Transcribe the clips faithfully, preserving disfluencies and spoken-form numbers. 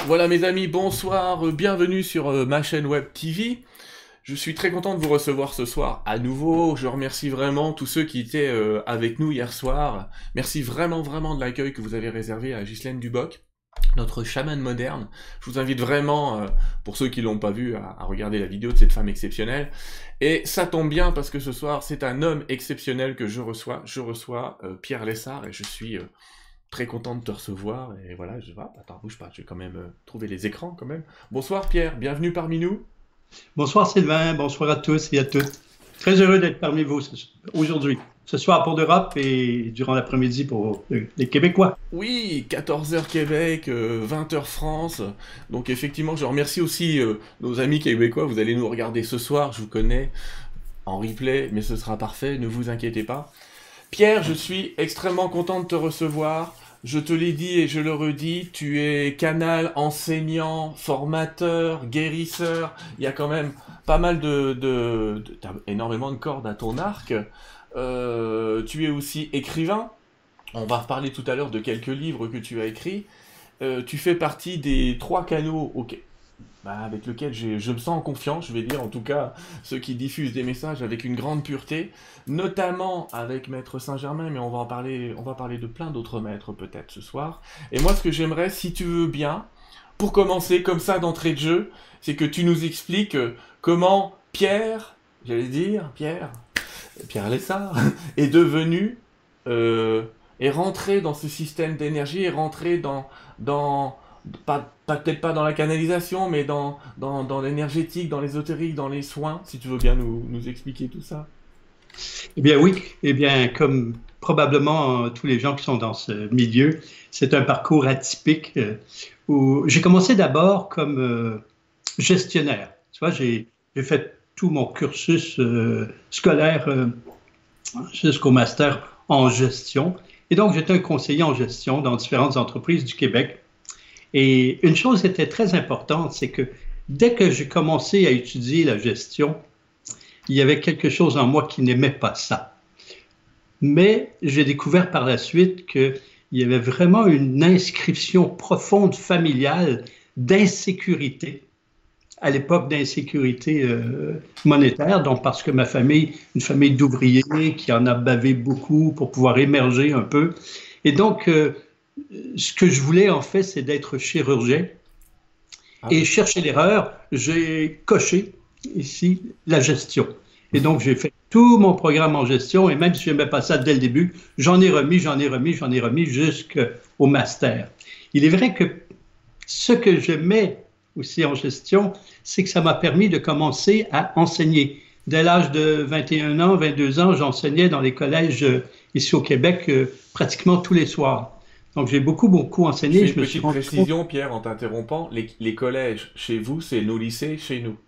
Voilà mes amis, bonsoir, euh, bienvenue sur euh, ma chaîne web T V. Je suis très content de vous recevoir ce soir à nouveau. Je remercie vraiment tous ceux qui étaient euh, avec nous hier soir. Merci vraiment vraiment de l'accueil que vous avez réservé à Ghislaine Duboc, notre chamane moderne. Je vous invite vraiment, euh, pour ceux qui l'ont pas vu, à, à regarder la vidéo de cette femme exceptionnelle. Et ça tombe bien parce que ce soir, c'est un homme exceptionnel que je reçois. Je reçois euh, Pierre Lessard et je suis... Euh, très content de te recevoir, et voilà, je vois, attends, bouge pas, je vais quand même euh, trouver les écrans, quand même. Bonsoir Pierre, bienvenue parmi nous. Bonsoir Sylvain, bonsoir à tous et à toutes. Très heureux d'être parmi vous aujourd'hui, ce soir pour l'Europe et durant l'après-midi pour les Québécois. Oui, quatorze heures Québec, euh, vingt heures France, donc effectivement, je remercie aussi euh, nos amis québécois, vous allez nous regarder ce soir, je vous connais, en replay, mais ce sera parfait, ne vous inquiétez pas. Pierre, je suis extrêmement content de te recevoir. Je te l'ai dit et je le redis, tu es canal, enseignant, formateur, guérisseur. Il y a quand même pas mal de... de, de t'as énormément de cordes à ton arc. Euh, tu es aussi écrivain. On va reparler tout à l'heure de quelques livres que tu as écrits. Euh, tu fais partie des trois canaux auxquels... Bah, avec lequel je me sens en confiance, je vais dire, en tout cas, ceux qui diffusent des messages avec une grande pureté, notamment avec Maître Saint-Germain, mais on va en parler, on va parler de plein d'autres maîtres peut-être ce soir. Et moi, ce que j'aimerais, si tu veux bien, pour commencer comme ça d'entrée de jeu, c'est que tu nous expliques comment Pierre, j'allais dire, Pierre, Pierre Lessard, est devenu, euh, est rentré dans ce système d'énergie, est rentré dans... dans Pas, pas peut-être pas dans la canalisation, mais dans, dans, dans l'énergétique, dans l'ésotérique, dans les soins, si tu veux bien nous, nous expliquer tout ça. Eh bien oui, eh bien comme probablement euh, tous les gens qui sont dans ce milieu, c'est un parcours atypique euh, où j'ai commencé d'abord comme euh, gestionnaire. Tu vois, j'ai fait tout mon cursus euh, scolaire euh, jusqu'au master en gestion. Et donc, j'étais un conseiller en gestion dans différentes entreprises du Québec. Et une chose était très importante, c'est que dès que j'ai commencé à étudier la gestion, il y avait quelque chose en moi qui n'aimait pas ça. Mais j'ai découvert par la suite qu'il y avait vraiment une inscription profonde familiale d'insécurité, à l'époque d'insécurité euh, monétaire, donc parce que ma famille, une famille d'ouvriers qui en a bavé beaucoup pour pouvoir émerger un peu. Et donc, euh, ce que je voulais, en fait, c'est d'être chirurgien. Ah. Et chercher l'erreur, j'ai coché ici la gestion. Et donc, j'ai fait tout mon programme en gestion, et même si je n'aimais pas ça dès le début, j'en ai remis, j'en ai remis, j'en ai remis jusqu'au master. Il est vrai que ce que j'aimais aussi en gestion, c'est que ça m'a permis de commencer à enseigner. Dès l'âge de vingt et un ans, vingt-deux ans, j'enseignais dans les collèges ici au Québec euh, pratiquement tous les soirs. Donc, j'ai beaucoup, beaucoup enseigné. Je fais une petite précision, Pierre, en t'interrompant. Les, les collèges, chez vous, c'est nos lycées, chez nous.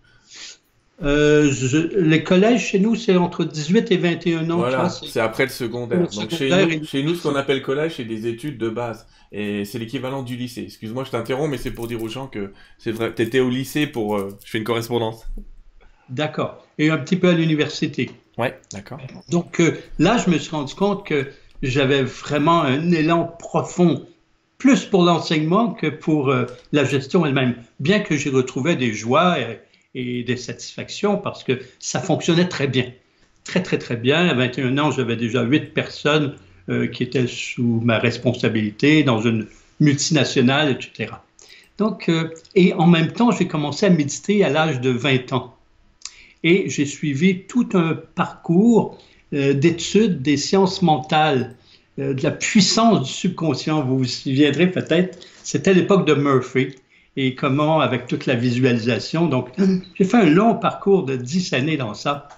Euh, je, les collèges, chez nous, c'est entre dix-huit et vingt et un ans. Voilà, c'est après le secondaire. Le Donc, secondaire chez nous, chez nous, ce qu'on appelle collège, c'est des études de base. Et c'est l'équivalent du lycée. Excuse-moi, je t'interromps, mais c'est pour dire aux gens que c'est vrai. Tu étais au lycée pour... Euh, je fais une correspondance. D'accord. Et un petit peu à l'université. Ouais, d'accord. Donc, euh, là, je me suis rendu compte que j'avais vraiment un élan profond, plus pour l'enseignement que pour euh, la gestion elle-même, bien que j'y retrouvais des joies et, et des satisfactions parce que ça fonctionnait très bien, très, très, très bien. À vingt et un ans, j'avais déjà huit personnes euh, qui étaient sous ma responsabilité dans une multinationale, et cetera. Donc, euh, et en même temps, j'ai commencé à méditer à l'âge de vingt ans. Et j'ai suivi tout un parcours Euh, d'études des sciences mentales, euh, de la puissance du subconscient. Vous vous souviendrez peut-être, c'était l'époque de Murphy et comment, avec toute la visualisation. Donc, j'ai fait un long parcours de dix années dans ça.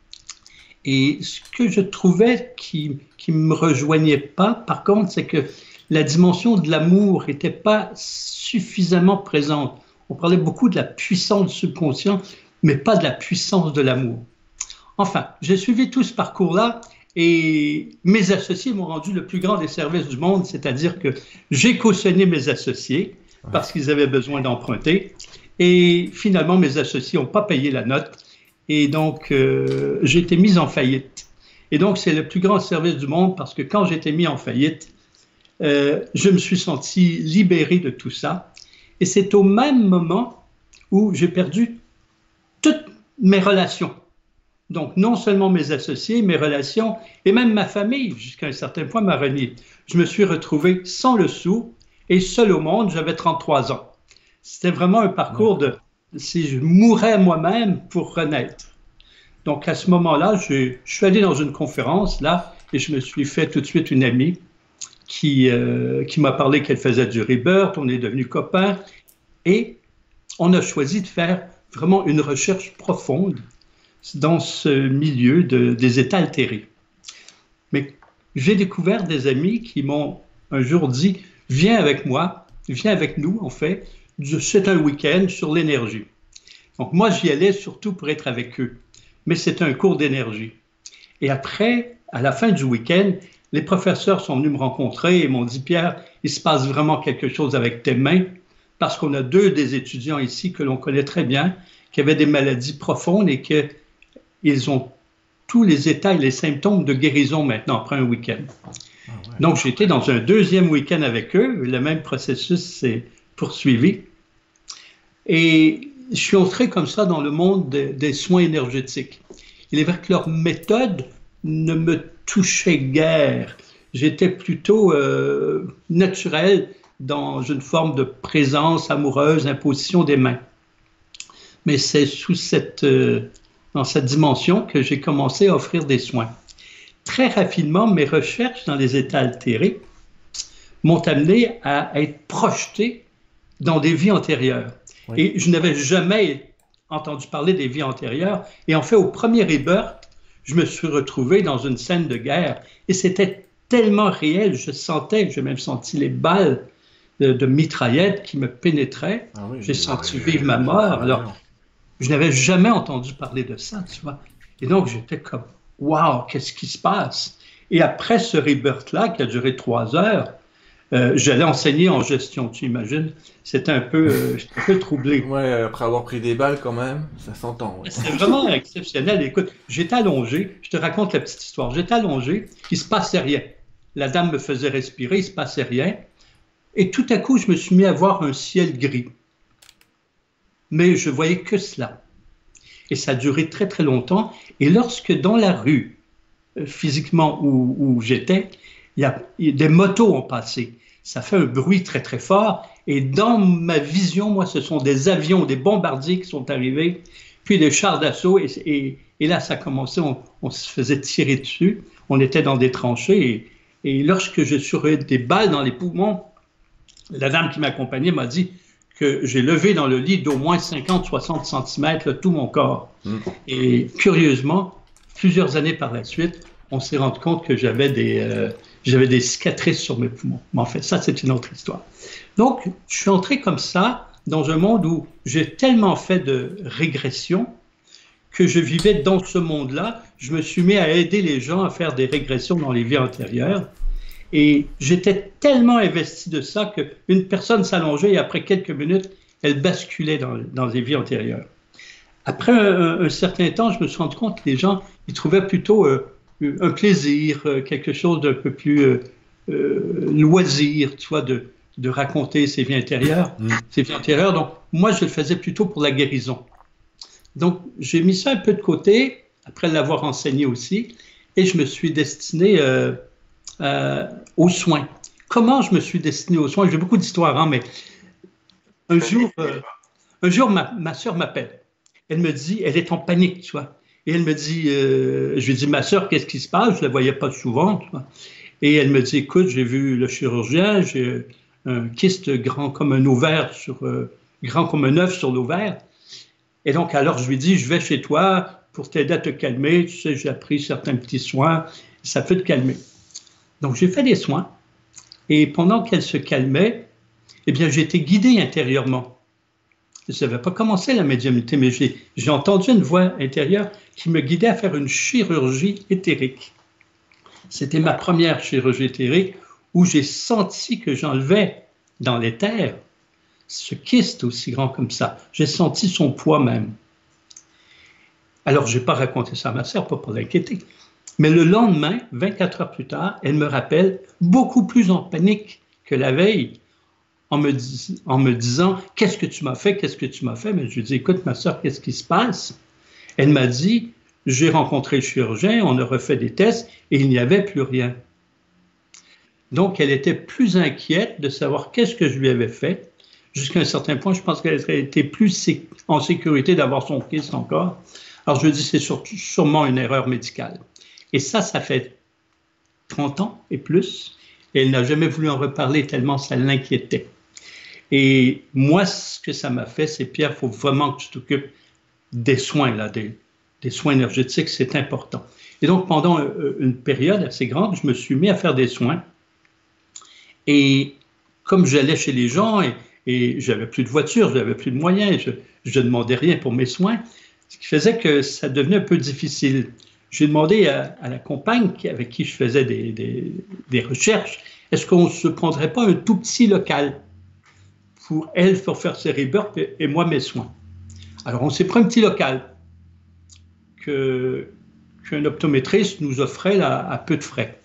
Et ce que je trouvais qui qui me rejoignait pas, par contre, c'est que la dimension de l'amour n'était pas suffisamment présente. On parlait beaucoup de la puissance du subconscient, mais pas de la puissance de l'amour. Enfin, j'ai suivi tout ce parcours-là et mes associés m'ont rendu le plus grand des services du monde, c'est-à-dire que j'ai cautionné mes associés parce qu'ils avaient besoin d'emprunter et finalement, mes associés n'ont pas payé la note et donc euh, j'ai été mis en faillite. Et donc, c'est le plus grand service du monde parce que quand j'ai été mis en faillite, euh, je me suis senti libéré de tout ça Et c'est au même moment où j'ai perdu toutes mes relations. Donc, non seulement mes associés, mes relations, et même ma famille, jusqu'à un certain point, m'a renié. Je me suis retrouvé sans le sou et seul au monde, j'avais trente-trois ans. C'était vraiment un parcours de si je mourais moi-même pour renaître. Donc, à ce moment-là, je, je suis allé dans une conférence, là, et je me suis fait tout de suite une amie qui, euh, qui m'a parlé qu'elle faisait du rebirth, on est devenus copains, et on a choisi de faire vraiment une recherche profonde dans ce milieu de, des états altérés. Mais j'ai découvert des amis qui m'ont un jour dit « Viens avec moi, viens avec nous, en fait, c'est un week-end sur l'énergie. » Donc moi, j'y allais surtout pour être avec eux, mais c'est un cours d'énergie. Et après, à la fin du week-end, les professeurs sont venus me rencontrer et m'ont dit « Pierre, il se passe vraiment quelque chose avec tes mains, parce qu'on a deux des étudiants ici que l'on connaît très bien, qui avaient des maladies profondes et que ils ont tous les états et les symptômes de guérison maintenant après un week-end. Ah ouais. Donc, j'étais dans un deuxième week-end avec eux. Le même processus s'est poursuivi. Et je suis entré comme ça dans le monde de, des soins énergétiques. Il est vrai que leur méthode ne me touchait guère. J'étais plutôt euh, naturel dans une forme de présence amoureuse, imposition des mains. Mais c'est sous cette... Euh, dans cette dimension que j'ai commencé à offrir des soins. Très rapidement, mes recherches dans les états altérés m'ont amené à être projeté dans des vies antérieures. Oui. Et je n'avais jamais entendu parler des vies antérieures. Et en fait, au premier rebirth, je me suis retrouvé dans une scène de guerre. Et c'était tellement réel, je sentais, j'ai même senti les balles de, de mitraillettes qui me pénétraient. Ah oui, j'ai senti oui, vivre oui, ma mort. Alors, je n'avais jamais entendu parler de ça, tu vois. Et donc, j'étais comme, waouh, qu'est-ce qui se passe? Et après ce rebirth-là, qui a duré trois heures, euh, j'allais enseigner en gestion, tu imagines? C'était un peu, euh, j'étais un peu troublé. Ouais, après avoir pris des balles quand même, ça s'entend. Ouais. C'était vraiment exceptionnel. Écoute, j'étais allongé, je te raconte la petite histoire. J'étais allongé, il se passait rien. La dame me faisait respirer, il se passait rien. Et tout à coup, je me suis mis à voir un ciel gris. Mais je voyais que cela. Et ça a duré très, très longtemps. Et lorsque dans la rue, physiquement où, où j'étais, il y a, des motos ont passé. Ça fait un bruit très, très fort. Et dans ma vision, moi, ce sont des avions, des bombardiers qui sont arrivés, puis des chars d'assaut. Et, et, et là, ça a commencé, on, on se faisait tirer dessus. On était dans des tranchées. Et, et lorsque je suis eu des balles dans les poumons, la dame qui m'accompagnait m'a dit que j'ai levé dans le lit d'au moins cinquante à soixante centimètres tout mon corps. Mmh. Et curieusement, plusieurs années par la suite, on s'est rendu compte que j'avais des, euh, j'avais des cicatrices sur mes poumons. Mais en fait, ça, c'est une autre histoire. Donc, je suis entré comme ça dans un monde où j'ai tellement fait de régression que je vivais dans ce monde-là. Je me suis mis à aider les gens à faire des régressions dans les vies antérieures. Et j'étais tellement investi de ça qu'une personne s'allongeait et après quelques minutes, elle basculait dans, dans les vies antérieures. Après un, un certain temps, je me suis rendu compte que les gens, ils trouvaient plutôt euh, un plaisir, euh, quelque chose d'un peu plus euh, euh, loisir, tu vois, de, de raconter ces vies intérieures, mmh. ces vies antérieures. Donc, moi, je le faisais plutôt pour la guérison. Donc, j'ai mis ça un peu de côté, après l'avoir enseigné aussi, et je me suis destiné... Euh, Euh, aux soins. Comment je me suis destiné aux soins? J'ai beaucoup d'histoires, hein, mais un jour, euh, un jour ma, ma soeur m'appelle. Elle me dit, elle est en panique, tu vois. Et elle me dit, euh, je lui dis, ma soeur, qu'est-ce qui se passe? Je ne la voyais pas souvent, tu vois. Et elle me dit, écoute, j'ai vu le chirurgien, j'ai un kyste grand comme un ovaire, sur, euh, grand comme un œuf sur l'ovaire. Et donc, alors, je lui dis, je vais chez toi pour t'aider à te calmer. Tu sais, j'ai appris certains petits soins, ça peut te calmer. Donc, j'ai fait des soins, et pendant qu'elle se calmait, eh bien, j'ai été guidé intérieurement. Je n'avais pas commencé la médiumnité, mais j'ai, j'ai entendu une voix intérieure qui me guidait à faire une chirurgie éthérique. C'était ma première chirurgie éthérique où j'ai senti que j'enlevais dans l'éther ce kyste aussi grand comme ça. J'ai senti son poids même. Alors, je n'ai pas raconté ça à ma sœur, pas pour l'inquiéter. Mais le lendemain, vingt-quatre heures plus tard, elle me rappelle, beaucoup plus en panique que la veille, en me, dis, en me disant « Qu'est-ce que tu m'as fait? Qu'est-ce que tu m'as fait? » Mais je lui ai dit « Écoute, ma soeur, qu'est-ce qui se passe? » Elle m'a dit « J'ai rencontré le chirurgien, on a refait des tests et il n'y avait plus rien. » Donc, elle était plus inquiète de savoir qu'est-ce que je lui avais fait. Jusqu'à un certain point, je pense qu'elle était plus en sécurité d'avoir son fils encore. Alors, je lui ai dit, c'est surtout, sûrement une erreur médicale. Et ça, ça fait trente ans et plus. Et elle n'a jamais voulu en reparler tellement ça l'inquiétait. Et moi, ce que ça m'a fait, c'est, Pierre, il faut vraiment que tu t'occupes des soins, là, des, des soins énergétiques, c'est important. Et donc, pendant une période assez grande, je me suis mis à faire des soins. Et comme j'allais chez les gens et, et j'avais plus de voiture, j'avais plus de moyens, je ne demandais rien pour mes soins, ce qui faisait que ça devenait un peu difficile. J'ai demandé à, à la compagne avec qui je faisais des, des, des recherches, est-ce qu'on ne se prendrait pas un tout petit local pour elle, pour faire ses rebirths et, et moi mes soins. Alors on s'est pris un petit local que, qu'un optométriste nous offrait là, à peu de frais.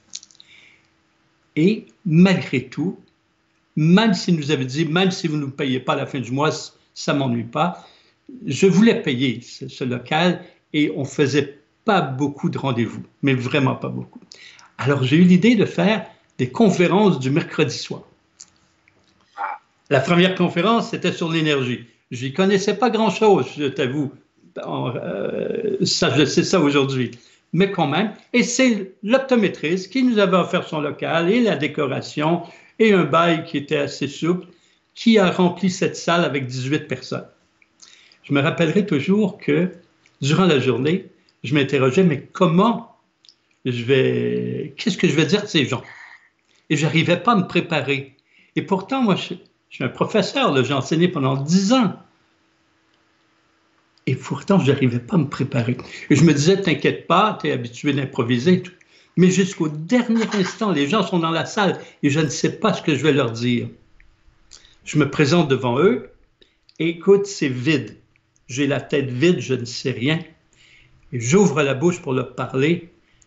Et malgré tout, même s'il nous avait dit, même si vous ne nous payez pas à la fin du mois, ça ne m'ennuie pas, je voulais payer ce, ce local et on ne faisait pas beaucoup de rendez-vous, mais vraiment pas beaucoup. Alors j'ai eu l'idée de faire des conférences du mercredi soir. La première conférence, c'était sur l'énergie. Je n'y connaissais pas grand-chose, je t'avoue. Euh, ça, je sais ça aujourd'hui. Mais quand même, et c'est l'optométriste qui nous avait offert son local et la décoration et un bail qui était assez souple, qui a rempli cette salle avec dix-huit personnes. Je me rappellerai toujours que, durant la journée, je m'interrogeais, mais comment je vais... Qu'est-ce que je vais dire de ces gens? Et je n'arrivais pas à me préparer. Et pourtant, moi, je, je suis un professeur, j'ai enseigné pendant dix ans. Et pourtant, je n'arrivais pas à me préparer. Et je me disais, t'inquiète pas, tu es habitué d'improviser. Mais jusqu'au dernier instant, les gens sont dans la salle et je ne sais pas ce que je vais leur dire. Je me présente devant eux et écoute, c'est vide. J'ai la tête vide, je ne sais rien. Et j'ouvre la bouche pour leur parler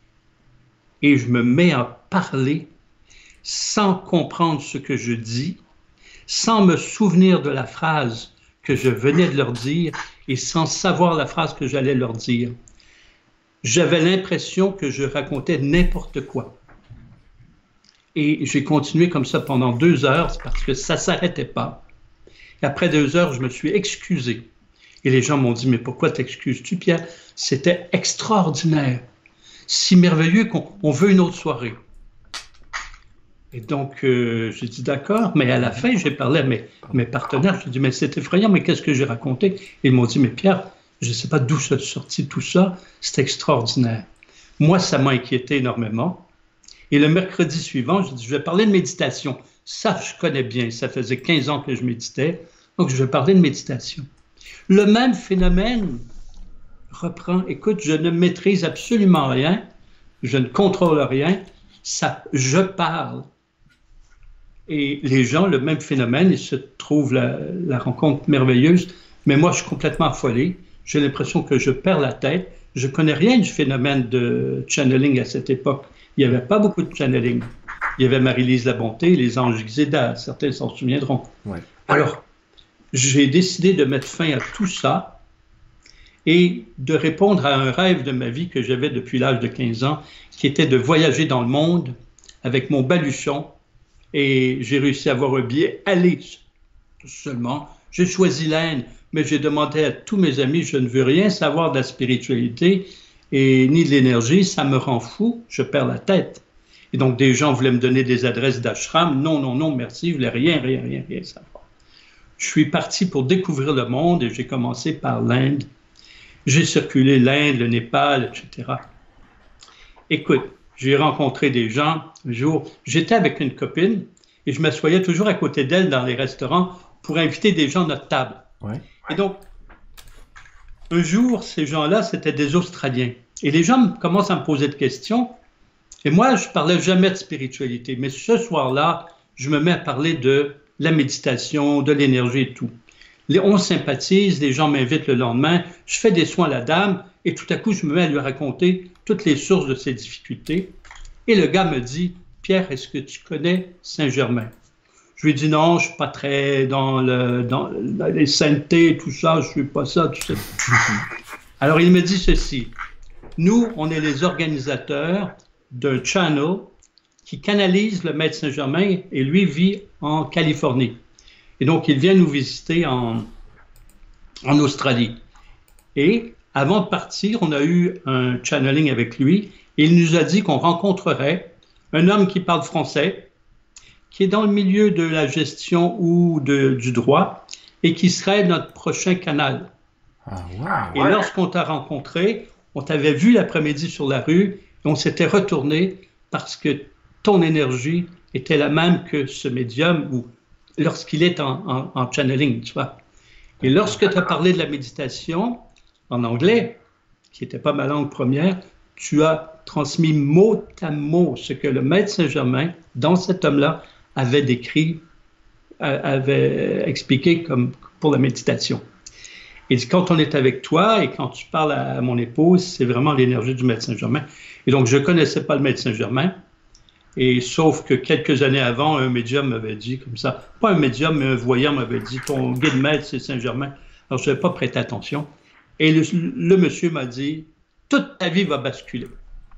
et je me mets à parler sans comprendre ce que je dis, sans me souvenir de la phrase que je venais de leur dire et sans savoir la phrase que j'allais leur dire. J'avais l'impression que je racontais n'importe quoi. Et j'ai continué comme ça pendant deux heures parce que ça ne s'arrêtait pas. Et après deux heures, je me suis excusé. Et les gens m'ont dit, mais pourquoi t'excuses-tu, Pierre? C'était extraordinaire. Si merveilleux qu'on on veut une autre soirée. Et donc, euh, j'ai dit d'accord, mais à la fin, j'ai parlé à mes, mes partenaires. J'ai dit, mais c'est effrayant, mais qu'est-ce que j'ai raconté? Et ils m'ont dit, mais Pierre, je ne sais pas d'où ça est sorti tout ça, c'est extraordinaire. Moi, ça m'a inquiété énormément. Et le mercredi suivant, j'ai dit, je vais parler de méditation. Ça, je connais bien, ça faisait quinze ans que je méditais, donc je vais parler de méditation. Le même phénomène reprend, écoute, je ne maîtrise absolument rien, je ne contrôle rien, ça, je parle. Et les gens, le même phénomène, ils se trouvent la, la rencontre merveilleuse, mais moi, je suis complètement affolé. J'ai l'impression que je perds la tête. Je ne connais rien du phénomène de channeling à cette époque. Il n'y avait pas beaucoup de channeling. Il y avait Marie-Lise Labonté, les anges Xéda, certains s'en souviendront. Ouais. Alors, j'ai décidé de mettre fin à tout ça et de répondre à un rêve de ma vie que j'avais depuis l'âge de quinze ans, qui était de voyager dans le monde avec mon baluchon. Et j'ai réussi à avoir un billet aller seulement. J'ai choisi l'Inde, mais j'ai demandé à tous mes amis, je ne veux rien savoir de la spiritualité et ni de l'énergie, ça me rend fou, je perds la tête. Et donc des gens voulaient me donner des adresses d'ashram. Non, non, non, merci, je voulais rien, rien, rien, rien savoir. Je suis parti pour découvrir le monde et j'ai commencé par l'Inde. J'ai circulé l'Inde, le Népal, et cetera. Écoute, j'ai rencontré des gens un jour. J'étais avec une copine et je m'assoyais toujours à côté d'elle dans les restaurants pour inviter des gens à notre table. Ouais. Et donc, un jour, ces gens-là, c'était des Australiens. Et les gens commencent à me poser des questions. Et moi, je ne parlais jamais de spiritualité. Mais ce soir-là, je me mets à parler de la méditation, de l'énergie et tout. Les, on sympathise, les gens m'invitent le lendemain. Je fais des soins à la dame et tout à coup, je me mets à lui raconter toutes les sources de ses difficultés. Et le gars me dit, « Pierre, est-ce que tu connais Saint-Germain? » Je lui ai dit non, je ne suis pas très dans, le, dans, dans les saintetés, tout ça, je ne suis pas ça, tout ça. Alors il me dit ceci, nous, on est les organisateurs d'un channel qui canalise le Maître Saint-Germain et lui vit en Californie. Et donc il vient nous visiter en, en Australie. Et avant de partir, on a eu un channeling avec lui et il nous a dit qu'on rencontrerait un homme qui parle français, qui est dans le milieu de la gestion ou de, du droit et qui serait notre prochain canal. Ah, wow, et ouais. Lorsqu'on t'a rencontré, on t'avait vu l'après-midi sur la rue et on s'était retourné parce que ton énergie était la même que ce médium ou lorsqu'il est en, en, en channeling, tu vois. Et lorsque tu as parlé de la méditation en anglais, qui n'était pas ma langue première, tu as transmis mot à mot ce que le Maître Saint-Germain, dans cet homme-là, avait décrit, avait expliqué comme pour la méditation. Et quand on est avec toi et quand tu parles à mon épouse, c'est vraiment l'énergie du Maître Saint-Germain. Et donc, je ne connaissais pas le Maître Saint-Germain, et sauf que quelques années avant, un médium m'avait dit comme ça, pas un médium, mais un voyant m'avait dit, ton guide maître, c'est Saint-Germain. Alors, je n'avais pas prêté attention. Et le, le monsieur m'a dit, toute ta vie va basculer.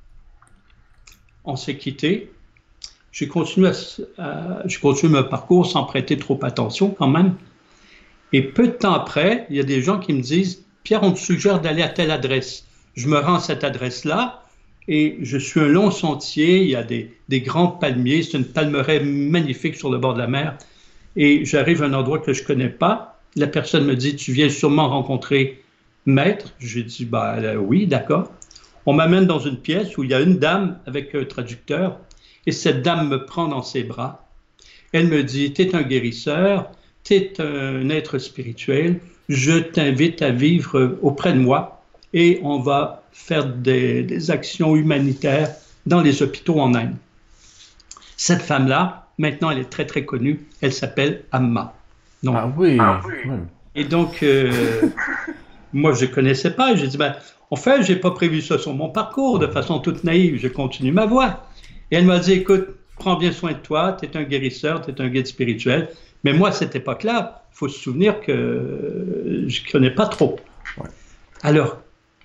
On s'est quittés. J'ai continué, à, à, j'ai continué mon parcours sans prêter trop attention quand même. Et peu de temps après, il y a des gens qui me disent, Pierre, on te suggère d'aller à telle adresse. Je me rends à cette adresse-là et je suis un long sentier. Il y a des, des grands palmiers. C'est une palmeraie magnifique sur le bord de la mer. Et j'arrive à un endroit que je ne connais pas. La personne me dit, tu viens sûrement rencontrer Maître. J'ai dit, bah, euh, oui, d'accord. On m'amène dans une pièce où il y a une dame avec un traducteur. Et cette dame me prend dans ses bras. Elle me dit, tu es un guérisseur, tu es un être spirituel, je t'invite à vivre auprès de moi et on va faire des, des actions humanitaires dans les hôpitaux en Inde. Cette femme-là, maintenant, elle est très, très connue. Elle s'appelle Amma. Donc, ah oui. Ah oui. Et donc, euh, moi, je ne connaissais pas. J'ai dit, ben, en fait, je n'ai pas prévu ça sur mon parcours de façon toute naïve. Je continue ma voie. Et elle m'a dit, écoute, prends bien soin de toi, tu es un guérisseur, tu es un guide spirituel. Mais moi, à cette époque-là, il faut se souvenir que je ne connais pas trop. Ouais. Alors,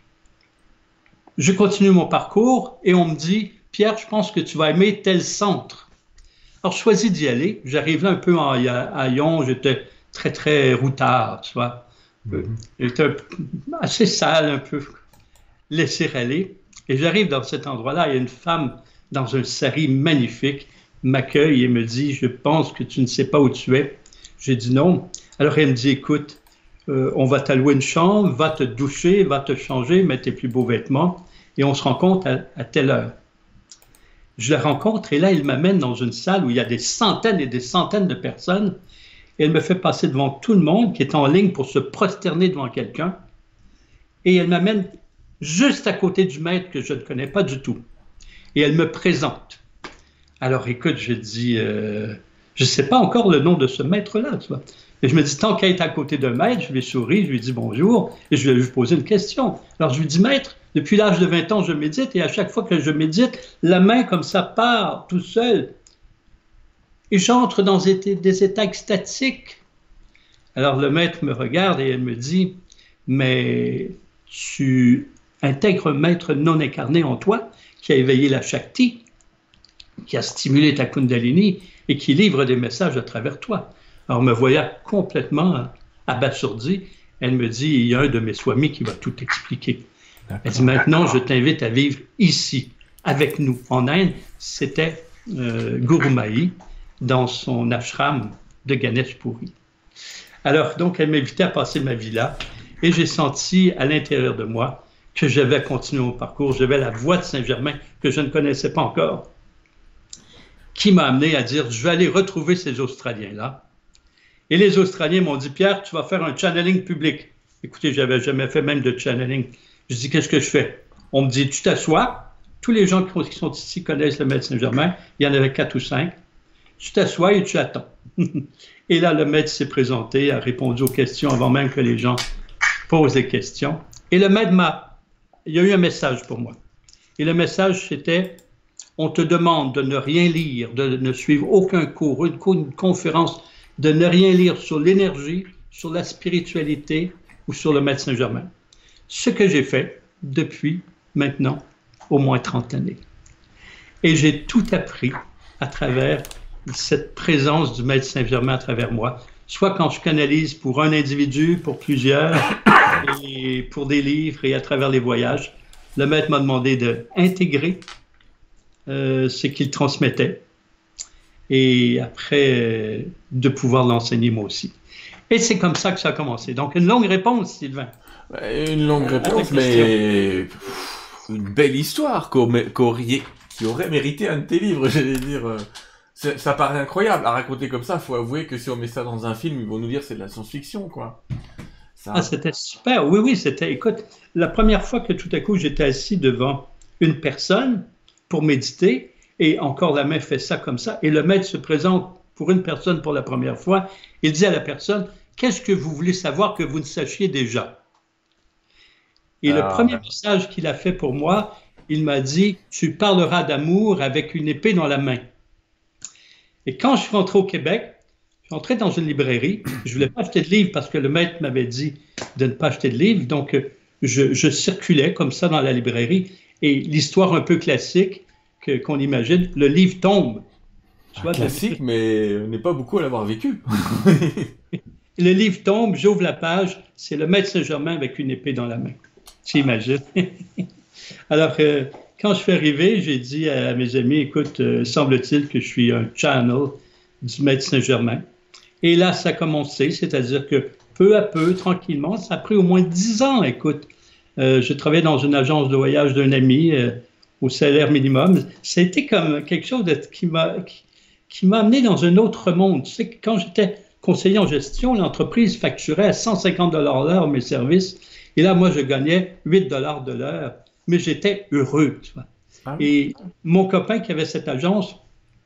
je continue mon parcours et on me dit, Pierre, je pense que tu vas aimer tel centre. Alors, je choisis d'y aller. J'arrive là un peu en haillons, j'étais très, très routard, tu vois. Mm-hmm. J'étais assez sale, un peu laissé aller. Et j'arrive dans cet endroit-là, il y a une femme dans un sari magnifique, m'accueille et me dit, je pense que tu ne sais pas où tu es. J'ai dit non. Alors elle me dit, écoute, euh, on va t'allouer une chambre, va te doucher, va te changer, mettre tes plus beaux vêtements et on se rencontre à, à telle heure. Je la rencontre et là, elle m'amène dans une salle où il y a des centaines et des centaines de personnes et elle me fait passer devant tout le monde qui est en ligne pour se prosterner devant quelqu'un et elle m'amène juste à côté du maître que je ne connais pas du tout. Et elle me présente. Alors, écoute, je dis, euh, je ne sais pas encore le nom de ce maître-là, tu vois. Et je me dis, tant qu'à être à côté d'un maître, je lui souris, je lui dis bonjour, et je vais lui poser une question. Alors, je lui dis, maître, depuis l'âge de vingt ans, je médite, et à chaque fois que je médite, la main comme ça part, tout seul. Et j'entre dans des, des états extatiques. Alors, le maître me regarde et elle me dit, mais tu intègres un maître non incarné en toi, qui a éveillé la Shakti, qui a stimulé ta Kundalini et qui livre des messages à travers toi. Alors, me voyant complètement abasourdi, elle me dit, il y a un de mes swamis qui va tout expliquer. Elle dit, maintenant, je t'invite à vivre ici, avec nous. En Inde, c'était euh, Guru Mahi, dans son ashram de Ganesh Puri. Alors, donc, elle m'invitait à passer ma vie là, et j'ai senti à l'intérieur de moi que j'avais continué mon parcours, j'avais la voix de Saint-Germain que je ne connaissais pas encore, qui m'a amené à dire, je vais aller retrouver ces Australiens-là. Et les Australiens m'ont dit, Pierre, tu vas faire un channeling public. Écoutez, je n'avais jamais fait même de channeling. Je dis, qu'est-ce que je fais? On me dit, tu t'assois. Tous les gens qui sont ici connaissent le Maître Saint-Germain. Il y en avait quatre ou cinq. Tu t'assois et tu attends. Et là, le Maître s'est présenté, a répondu aux questions avant même que les gens posent les questions. Et le Maître m'a... Il y a eu un message pour moi. Et le message, c'était, on te demande de ne rien lire, de ne suivre aucun cours, une, une conférence, de ne rien lire sur l'énergie, sur la spiritualité ou sur le Maître Saint-Germain. Ce que j'ai fait depuis maintenant au moins trente années. Et j'ai tout appris à travers cette présence du Maître Saint-Germain à travers moi, soit quand je canalise pour un individu, pour plusieurs, et pour des livres et à travers les voyages. Le Maître m'a demandé d'intégrer euh, ce qu'il transmettait et après euh, de pouvoir l'enseigner moi aussi. Et c'est comme ça que ça a commencé. Donc une longue réponse, Sylvain. Une longue réponse, mais une belle histoire qu'aurait, qui aurait mérité un de tes livres, j'allais dire. Ça, ça paraît incroyable à raconter comme ça. Il faut avouer que si on met ça dans un film, ils vont nous dire que c'est de la science-fiction, quoi. Ça... Ah, c'était super. Oui, oui, c'était... Écoute, la première fois que tout à coup j'étais assis devant une personne pour méditer, et encore la main fait ça comme ça, et le maître se présente pour une personne pour la première fois, il dit à la personne, qu'est-ce que vous voulez savoir que vous ne sachiez déjà? Et ah. le premier message qu'il a fait pour moi, il m'a dit, tu parleras d'amour avec une épée dans la main. Et quand je suis rentré au Québec, je suis entré dans une librairie. Je ne voulais pas acheter de livres parce que le maître m'avait dit de ne pas acheter de livres. Donc, je, je circulais comme ça dans la librairie. Et l'histoire un peu classique que, qu'on imagine, le livre tombe. Ah, classique, la... mais on n'est pas beaucoup à l'avoir vécu. Le livre tombe, j'ouvre la page, c'est le Maître Saint-Germain avec une épée dans la main. Tu imagines? Alors, euh, quand je suis arrivé, j'ai dit à mes amis, écoute, euh, semble-t-il que je suis un channel du Maître Saint-Germain. Et là, ça a commencé, c'est-à-dire que peu à peu, tranquillement, ça a pris au moins dix ans, écoute. Euh, je travaillais dans une agence de voyage d'un ami euh, au salaire minimum. C'était comme quelque chose de, qui m'a qui, qui m'a amené dans un autre monde. Tu sais, quand j'étais conseiller en gestion, l'entreprise facturait à cent cinquante dollars l'heure mes services. Et là, moi, je gagnais huit dollars de l'heure. Mais j'étais heureux, tu vois. Ah oui. Et mon copain qui avait cette agence,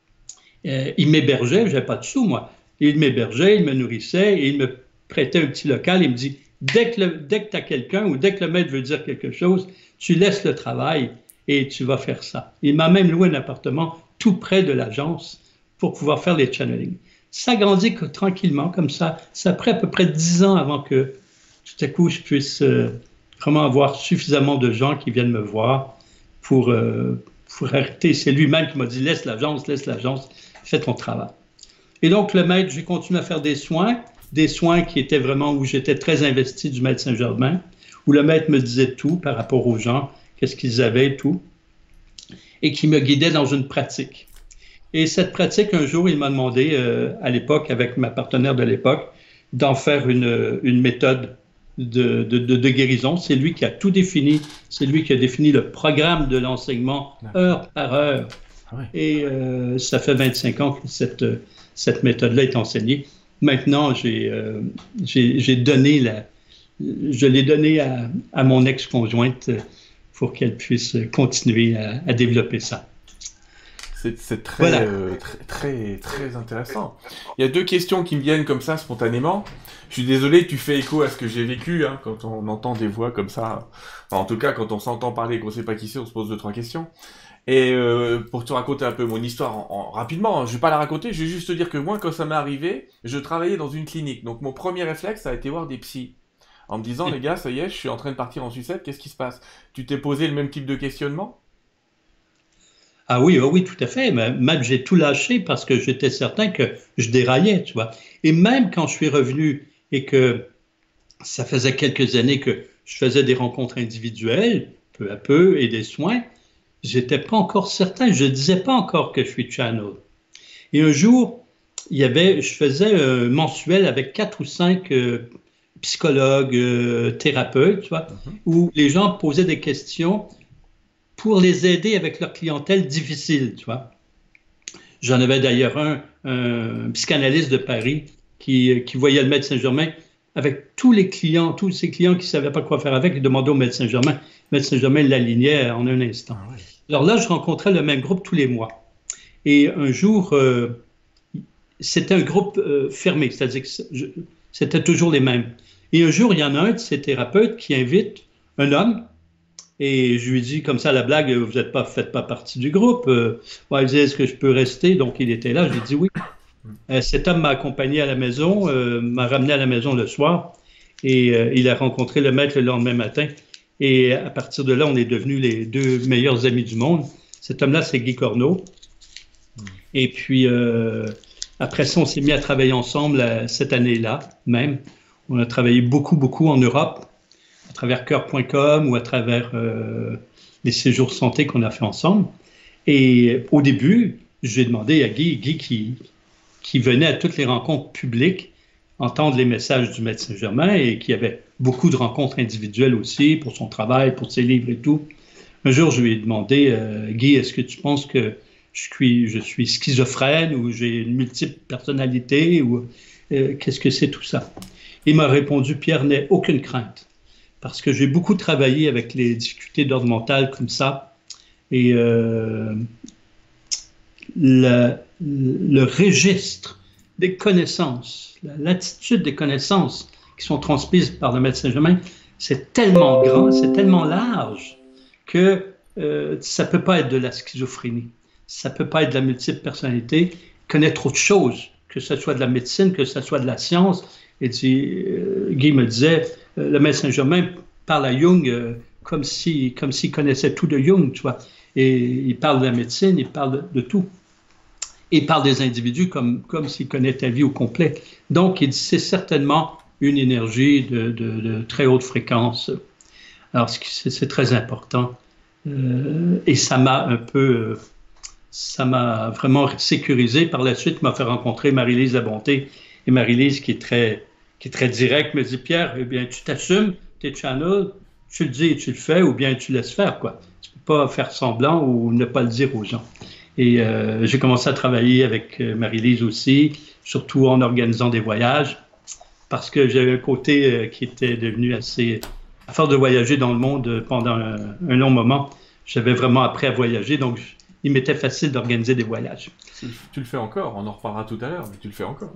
euh, il m'hébergeait, je n'avais pas de sous, moi. Il m'hébergeait, il me nourrissait et il me prêtait un petit local. Il me dit, dès que, dès que tu as quelqu'un ou dès que le maître veut dire quelque chose, tu laisses le travail et tu vas faire ça. Il m'a même loué un appartement tout près de l'agence pour pouvoir faire les channelings. Ça grandit que, tranquillement, comme ça. Ça a pris à peu près dix ans avant que, tout à coup, je puisse... Euh, vraiment avoir suffisamment de gens qui viennent me voir pour, euh, pour arrêter. C'est lui-même qui m'a dit, laisse l'agence, laisse l'agence, fais ton travail. Et donc, le maître, j'ai continué à faire des soins, des soins qui étaient vraiment où j'étais très investi du Maître Saint-Germain, où le maître me disait tout par rapport aux gens, qu'est-ce qu'ils avaient, tout, et qui me guidait dans une pratique. Et cette pratique, un jour, il m'a demandé, euh, à l'époque, avec ma partenaire de l'époque, d'en faire une, une méthode De, de, de, de guérison. C'est lui qui a tout défini. C'est lui qui a défini le programme de l'enseignement heure par heure. Ah oui. Et euh, ça fait vingt-cinq ans que cette, cette méthode-là est enseignée. Maintenant, j'ai, euh, j'ai, j'ai donné la, je l'ai donnée à, à mon ex-conjointe pour qu'elle puisse continuer à, à développer ça. C'est, c'est très, voilà. euh, très, très, très intéressant. Il y a deux questions qui me viennent comme ça, spontanément. Je suis désolé, tu fais écho à ce que j'ai vécu, hein, quand on entend des voix comme ça. Enfin, en tout cas, quand on s'entend parler et qu'on ne sait pas qui c'est, on se pose deux, trois questions. Et euh, pour te raconter un peu mon histoire en, en, rapidement, hein, je ne vais pas la raconter, je vais juste te dire que moi, quand ça m'est arrivé, je travaillais dans une clinique. Donc mon premier réflexe, ça a été voir des psys. En me disant, les gars, ça y est, je suis en train de partir en sucette, qu'est-ce qui se passe? Tu t'es posé le même type de questionnement? Ah oui, oui, tout à fait. Même j'ai tout lâché parce que j'étais certain que je déraillais, tu vois. Et même quand je suis revenu et que ça faisait quelques années que je faisais des rencontres individuelles, peu à peu, et des soins, j'étais pas encore certain, je disais pas encore que je suis channel. Et un jour, il y avait, je faisais un mensuel avec quatre ou cinq euh, psychologues, euh, thérapeutes, tu vois, mm-hmm. où les gens posaient des questions pour les aider avec leur clientèle difficile, tu vois. J'en avais d'ailleurs un, un psychanalyste de Paris qui, qui voyait le Maître Saint-Germain avec tous les clients, tous ces clients qui ne savaient pas quoi faire avec, ils demandaient au Maître Saint-Germain. Le Maître Saint-Germain l'alignait en un instant. Ah ouais. Alors là, je rencontrais le même groupe tous les mois. Et un jour, euh, c'était un groupe euh, fermé, c'est-à-dire que je, c'était toujours les mêmes. Et un jour, il y en a un de ces thérapeutes qui invite un homme Et je lui dis comme ça à la blague, vous n'êtes pas, faites pas partie du groupe. Euh, bon, il disait, est-ce que je peux rester? Donc il était là. J'ai dit oui. Euh, cet homme m'a accompagné à la maison, euh, m'a ramené à la maison le soir et euh, il a rencontré le maître le lendemain matin. Et à partir de là, on est devenus les deux meilleurs amis du monde. Cet homme-là, c'est Guy Corneau. Et puis, euh, après ça, on s'est mis à travailler ensemble euh, cette année-là même. On a travaillé beaucoup, beaucoup en Europe, à travers cœur point com ou à travers euh, les séjours santé qu'on a fait ensemble. Et au début, j'ai demandé à Guy, Guy qui, qui venait à toutes les rencontres publiques, entendre les messages du Maître Saint-Germain et qui avait beaucoup de rencontres individuelles aussi pour son travail, pour ses livres et tout. Un jour, je lui ai demandé, euh, Guy, est-ce que tu penses que je suis, je suis schizophrène ou j'ai une multiple personnalité ou euh, qu'est-ce que c'est tout ça? Il m'a répondu, Pierre, n'aie aucune crainte parce que j'ai beaucoup travaillé avec les difficultés d'ordre mental comme ça et euh, le, le registre des connaissances, l'attitude des connaissances qui sont transmises par le Maître Saint-Germain, c'est tellement grand, c'est tellement large que euh, ça ne peut pas être de la schizophrénie, ça ne peut pas être de la multiple personnalité, connaître autre chose, que ce soit de la médecine, que ce soit de la science. Et dit, euh, Guy me disait, euh, le Maître Saint-Germain parle à Jung euh, comme si, comme s'il connaissait tout de Jung, tu vois. Et il parle de la médecine, il parle de, de tout. Et il parle des individus comme, comme s'il connaissait ta vie au complet. Donc, il dit, c'est certainement une énergie de, de, de très haute fréquence. Alors, c'est très important. Euh, et ça m'a un peu, ça m'a vraiment sécurisé. Par la suite, il m'a fait rencontrer Marie-Lise Labonté. Et Marie-Lise, qui est très, qui est très directe, me dit, Pierre, eh bien, tu t'assumes tes channels, tu le dis et tu le fais, ou bien tu laisses faire, quoi. Tu ne peux pas faire semblant ou ne pas le dire aux gens. Et euh, j'ai commencé à travailler avec Marie-Lise aussi, surtout en organisant des voyages, parce que j'avais un côté euh, qui était devenu assez... À force de voyager dans le monde pendant un, un long moment, j'avais vraiment appris à voyager, donc il m'était facile d'organiser des voyages. Tu, tu le fais encore, on en reparlera tout à l'heure, mais tu le fais encore.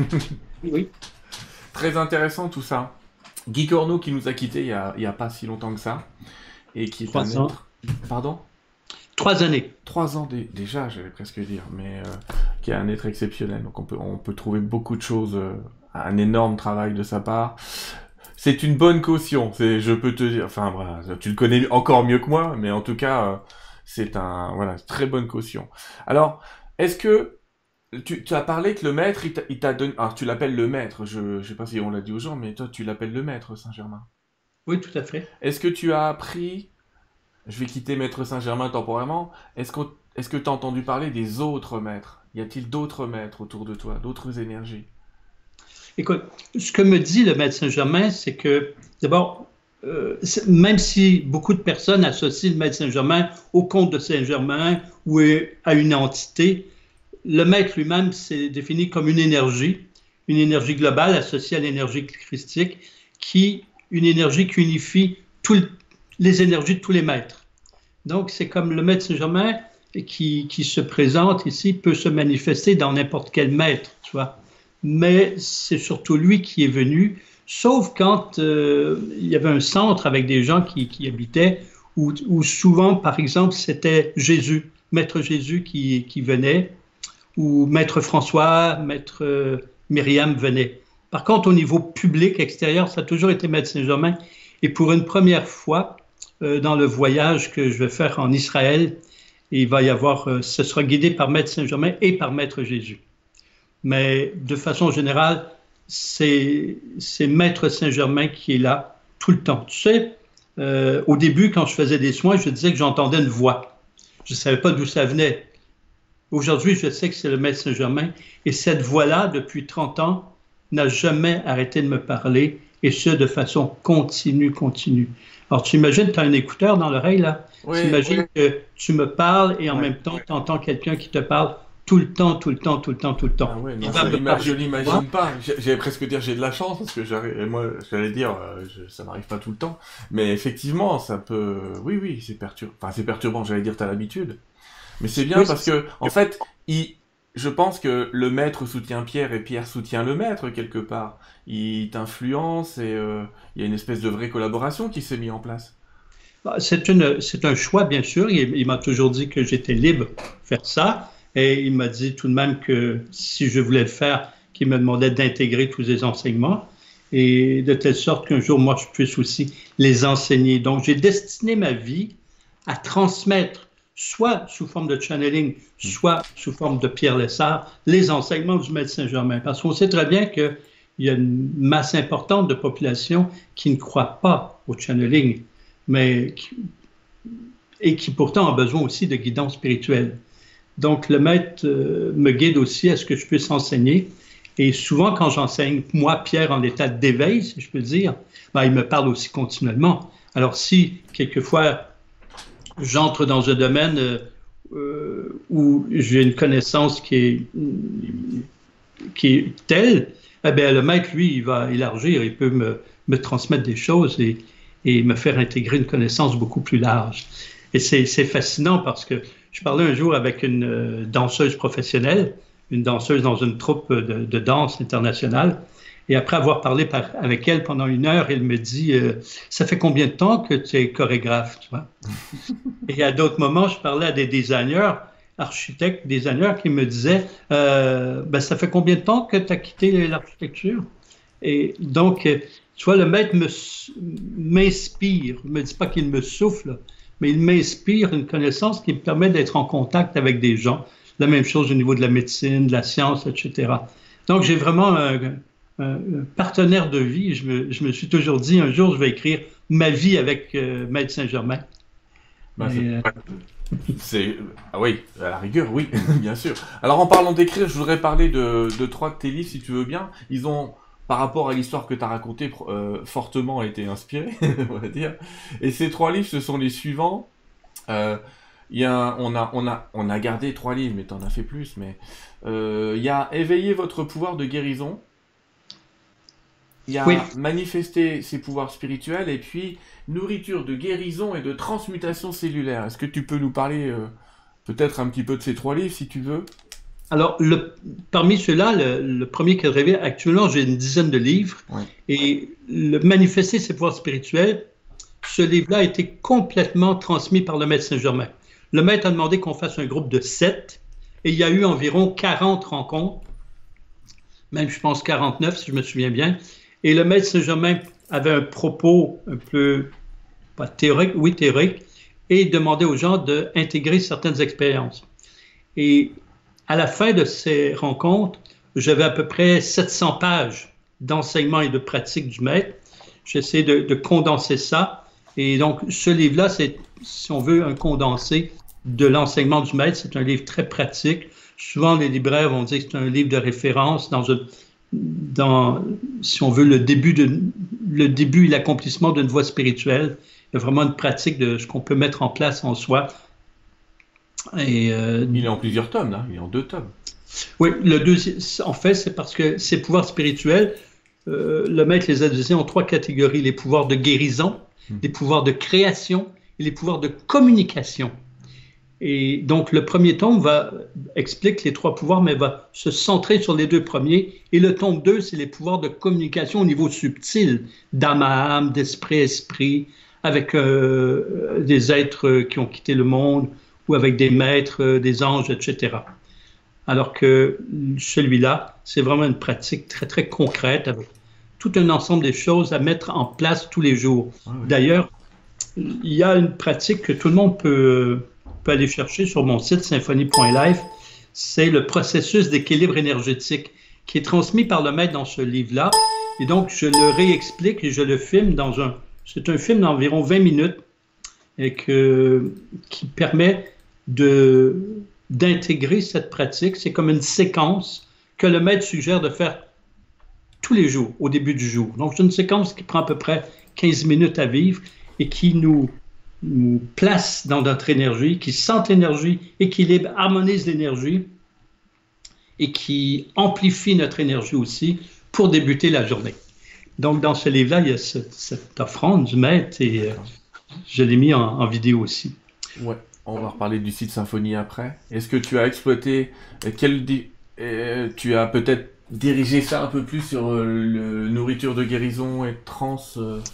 Oui. Très intéressant tout ça. Guy Corneau qui nous a quittés il n'y a, a pas si longtemps que ça, et qui est Trois un ans. être... Pardon? Trois années. Trois ans dé- déjà, j'allais presque dire, mais euh, qui est un être exceptionnel. Donc on peut, on peut trouver beaucoup de choses, euh, un énorme travail de sa part. C'est une bonne caution, c'est, je peux te dire, enfin voilà, tu le connais encore mieux que moi, mais en tout cas, euh, c'est un, voilà, très bonne caution. Alors, est-ce que, tu, tu as parlé que le maître, il t'a, il t'a donné, alors tu l'appelles le maître, je, je sais pas si on l'a dit aux gens, mais toi tu l'appelles le maître Saint-Germain. Oui, tout à fait. Est-ce que tu as appris, je vais quitter Maître Saint-Germain temporairement, est-ce que, est-ce que tu as entendu parler des autres maîtres? Y a-t-il d'autres maîtres autour de toi, d'autres énergies? Écoute, ce que me dit le Maître Saint-Germain, c'est que, d'abord, euh, même si beaucoup de personnes associent le Maître Saint-Germain au comte de Saint-Germain ou à une entité, le Maître lui-même s'est défini comme une énergie, une énergie globale associée à l'énergie christique, qui, une énergie qui unifie tout le, les énergies de tous les maîtres. Donc, c'est comme le Maître Saint-Germain qui, qui se présente ici, peut se manifester dans n'importe quel maître, tu vois. Mais c'est surtout lui qui est venu, sauf quand euh, il y avait un centre avec des gens qui, qui habitaient, où, où souvent, par exemple, c'était Jésus, Maître Jésus qui, qui venait, ou Maître François, Maître euh, Myriam venait. Par contre, au niveau public, extérieur, ça a toujours été Maître Saint-Germain. Et pour une première fois, euh, dans le voyage que je vais faire en Israël, il va y avoir, euh, ce sera guidé par Maître Saint-Germain et par Maître Jésus. Mais de façon générale, c'est Maître Saint-Germain qui est là tout le temps. Tu sais, euh, au début, quand je faisais des soins, je disais que j'entendais une voix. Je ne savais pas d'où ça venait. Aujourd'hui, je sais que c'est le Maître Saint-Germain. Et cette voix-là, depuis trente ans, n'a jamais arrêté de me parler, et ce, de façon continue, continue. Alors, tu imagines, tu as un écouteur dans l'oreille, là. Oui, tu imagines oui. que tu me parles, et en Ouais, même temps, ouais. tu entends quelqu'un qui te parle tout le temps, tout le temps, tout le temps, tout le temps. Ah ouais, Il non, va ça, me ima- parler je de moi. l'imagine pas. J'ai- J'allais presque dire j'ai de la chance parce que j'arrive, et moi j'allais dire euh, je- ça m'arrive pas tout le temps. Mais effectivement, ça peut, oui, oui, c'est perturbant. Enfin, c'est perturbant. J'allais dire t'as l'habitude. Mais c'est bien Oui, parce c'est que en fait, il, je pense que le maître soutient Pierre et Pierre soutient le maître quelque part. Il t'influence et euh, il y a une espèce de vraie collaboration qui s'est mise en place. C'est une, c'est un choix, bien sûr. Il, il m'a toujours dit que j'étais libre de faire ça. Et il m'a dit tout de même que si je voulais le faire, qu'il me demandait d'intégrer tous les enseignements. Et de telle sorte qu'un jour, moi, je puisse aussi les enseigner. Donc, j'ai destiné ma vie à transmettre, soit sous forme de channeling, soit sous forme de Pierre Lessard, les enseignements du Maître Saint-Germain. Parce qu'on sait très bien qu'il y a une masse importante de population qui ne croit pas au channeling, mais qui, et qui pourtant a besoin aussi de guidance spirituelle. Donc, le Maître euh, me guide aussi à ce que je puisse enseigner. Et souvent, quand j'enseigne, moi, Pierre, en état d'éveil, si je peux dire, ben, il me parle aussi continuellement. Alors, si, quelquefois, j'entre dans un domaine euh, où j'ai une connaissance qui est, qui est telle, eh bien, le Maître, lui, il va élargir, il peut me, me transmettre des choses et, et me faire intégrer une connaissance beaucoup plus large. Et c'est fascinant parce que je parlais un jour avec une danseuse professionnelle, une danseuse dans une troupe de, de danse internationale. Et après avoir parlé par, avec elle pendant une heure, elle me dit euh, « Ça fait combien de temps que tu es chorégraphe? » tu vois? Et à d'autres moments, je parlais à des designers, architectes, designers, qui me disaient euh, ben, « Ça fait combien de temps que tu as quitté l'architecture? » Et donc, tu vois, le Maître m'inspire. Il ne me dit pas qu'il me souffle, mais il m'inspire une connaissance qui me permet d'être en contact avec des gens. La même chose au niveau de la médecine, de la science, et cetera. Donc, j'ai vraiment un, un, un partenaire de vie. Je me, je me suis toujours dit, un jour, je vais écrire ma vie avec euh, Maître Saint-Germain. Ben, c'est... Euh... Ah oui, à la rigueur, oui, bien sûr. Alors, en parlant d'écrire, je voudrais parler de, de trois de tes livres, si tu veux bien. Ils ont, par rapport à l'histoire que tu as racontée, euh, fortement été inspirés, on va dire. Et ces trois livres, ce sont les suivants. Euh, Il y a, on, a, on, a, on a gardé trois livres, mais tu en as fait plus. Mais euh, il y a Éveiller votre pouvoir de guérison. Il y a oui. Manifester ses pouvoirs spirituels. Et puis Nourriture de guérison et de transmutation cellulaire. Est-ce que tu peux nous parler euh, peut-être un petit peu de ces trois livres, si tu veux? Alors, le, parmi ceux-là, le, le premier que je révèle, actuellement, j'ai une dizaine de livres. Oui. Et le Manifester ses pouvoirs spirituels, ce livre-là a été complètement transmis par le Maître Saint-Germain. Le Maître a demandé qu'on fasse un groupe de sept et il y a eu environ quarante rencontres, même je pense quarante-neuf si je me souviens bien. Et le Maître Saint-Germain avait un propos un peu, pas théorique, oui théorique, et demandait aux gens d'intégrer certaines expériences. Et à la fin de ces rencontres, j'avais à peu près sept cents pages d'enseignement et de pratique du Maître. J'essaie de, de condenser ça. Et donc, ce livre-là, c'est, si on veut, un condensé de l'enseignement du Maître. C'est un livre très pratique. Souvent, les libraires vont dire que c'est un livre de référence dans, une, dans si on veut, le début, de, le début et l'accomplissement d'une voie spirituelle. Il y a vraiment une pratique de ce qu'on peut mettre en place en soi. Et, euh, il est en plusieurs tomes, là. Il est en deux tomes. Oui, le deuxième, en fait, c'est parce que ces pouvoirs spirituels, euh, le Maître les a divisés en trois catégories. Les pouvoirs de guérison, mmh. les pouvoirs de création et les pouvoirs de communication. Et donc, le premier tome va explique les trois pouvoirs, mais va se centrer sur les deux premiers. Et le tome deux, c'est les pouvoirs de communication au niveau subtil, d'âme à âme, d'esprit à esprit, avec euh, des êtres qui ont quitté le monde, ou avec des maîtres, des anges, et cetera. Alors que celui-là, c'est vraiment une pratique très, très concrète, avec tout un ensemble de choses à mettre en place tous les jours. Ah oui. D'ailleurs, il y a une pratique que tout le monde peut, peut aller chercher sur mon site symphonie point life, c'est le processus d'équilibre énergétique qui est transmis par le Maître dans ce livre-là. Et donc, je le réexplique et je le filme dans un... C'est un film d'environ vingt minutes et que, qui permet de, d'intégrer cette pratique. C'est comme une séquence que le Maître suggère de faire tous les jours, au début du jour. Donc, c'est une séquence qui prend à peu près quinze minutes à vivre et qui nous, nous place dans notre énergie, qui centre l'énergie, équilibre, harmonise l'énergie et qui amplifie notre énergie aussi pour débuter la journée. Donc, dans ce livre-là, il y a cette, cette offrande du Maître et euh, je l'ai mis en, en vidéo aussi. Ouais, on va reparler du site Symphonie après. Est-ce que tu as exploité, euh, quel, euh, tu as peut-être dirigé ça un peu plus sur euh, le nourriture de guérison et de trans euh,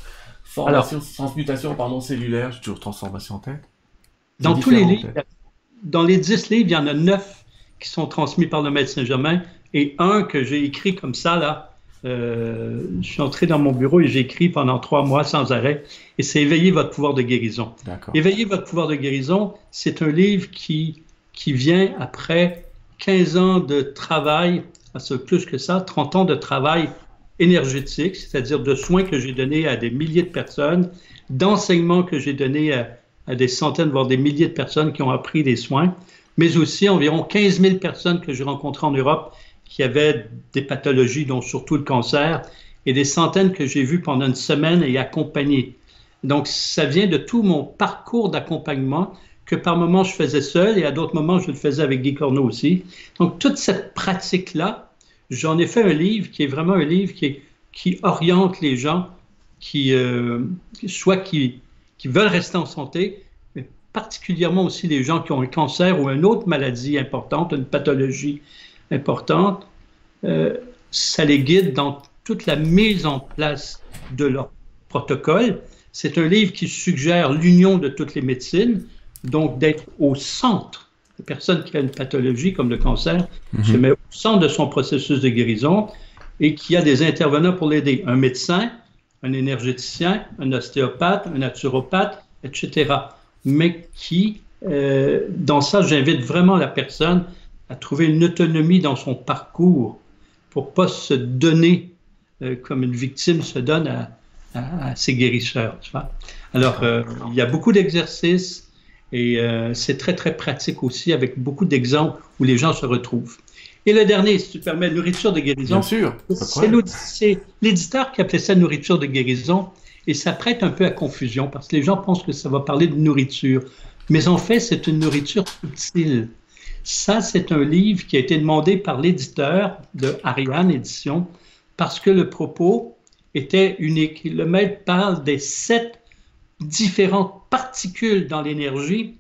Formation, Alors, transmutation, pardon, cellulaire, j'ai toujours transformation en tête. Dans tous les livres, dans les dix livres, il y en a neuf qui sont transmis par le Maître Saint-Germain et un que j'ai écrit comme ça, là. Euh, je suis entré dans mon bureau et j'ai écrit pendant trois mois sans arrêt. Et c'est Éveiller votre pouvoir de guérison. Éveiller votre pouvoir de guérison, c'est un livre qui, qui vient après quinze ans de travail, c'est plus que ça, trente ans de travail énergétique, c'est-à-dire de soins que j'ai donnés à des milliers de personnes, d'enseignements que j'ai donnés à, à des centaines, voire des milliers de personnes qui ont appris des soins, mais aussi environ quinze mille personnes que j'ai rencontrées en Europe qui avaient des pathologies, dont surtout le cancer, et des centaines que j'ai vues pendant une semaine et accompagnées. Donc, ça vient de tout mon parcours d'accompagnement que par moments je faisais seul et à d'autres moments je le faisais avec Guy Corneau aussi. Donc, toute cette pratique-là, j'en ai fait un livre qui est vraiment un livre qui, est, qui oriente les gens qui, euh, soit qui, qui veulent rester en santé, mais particulièrement aussi les gens qui ont un cancer ou une autre maladie importante, une pathologie importante. Euh, ça les guide dans toute la mise en place de leur protocole. C'est un livre qui suggère l'union de toutes les médecines, donc d'être au centre. La personne qui a une pathologie comme le cancer mm-hmm. se met au centre de son processus de guérison et qui a des intervenants pour l'aider. Un médecin, un énergéticien, un ostéopathe, un naturopathe, et cetera. Mais qui, euh, dans ça, j'invite vraiment la personne à trouver une autonomie dans son parcours pour ne pas se donner euh, comme une victime se donne à, à, à ses guérisseurs. Tu vois? Alors, euh, il y a beaucoup d'exercices. Et euh, c'est très, très pratique aussi, avec beaucoup d'exemples où les gens se retrouvent. Et le dernier, si tu permets, nourriture de guérison. Bien sûr. C'est l'éditeur qui appelait ça nourriture de guérison. Et ça prête un peu à confusion parce que les gens pensent que ça va parler de nourriture. Mais en fait, c'est une nourriture subtile. Ça, c'est un livre qui a été demandé par l'éditeur de Ariane Édition parce que le propos était unique. Le maître parle des sept différentes particules dans l'énergie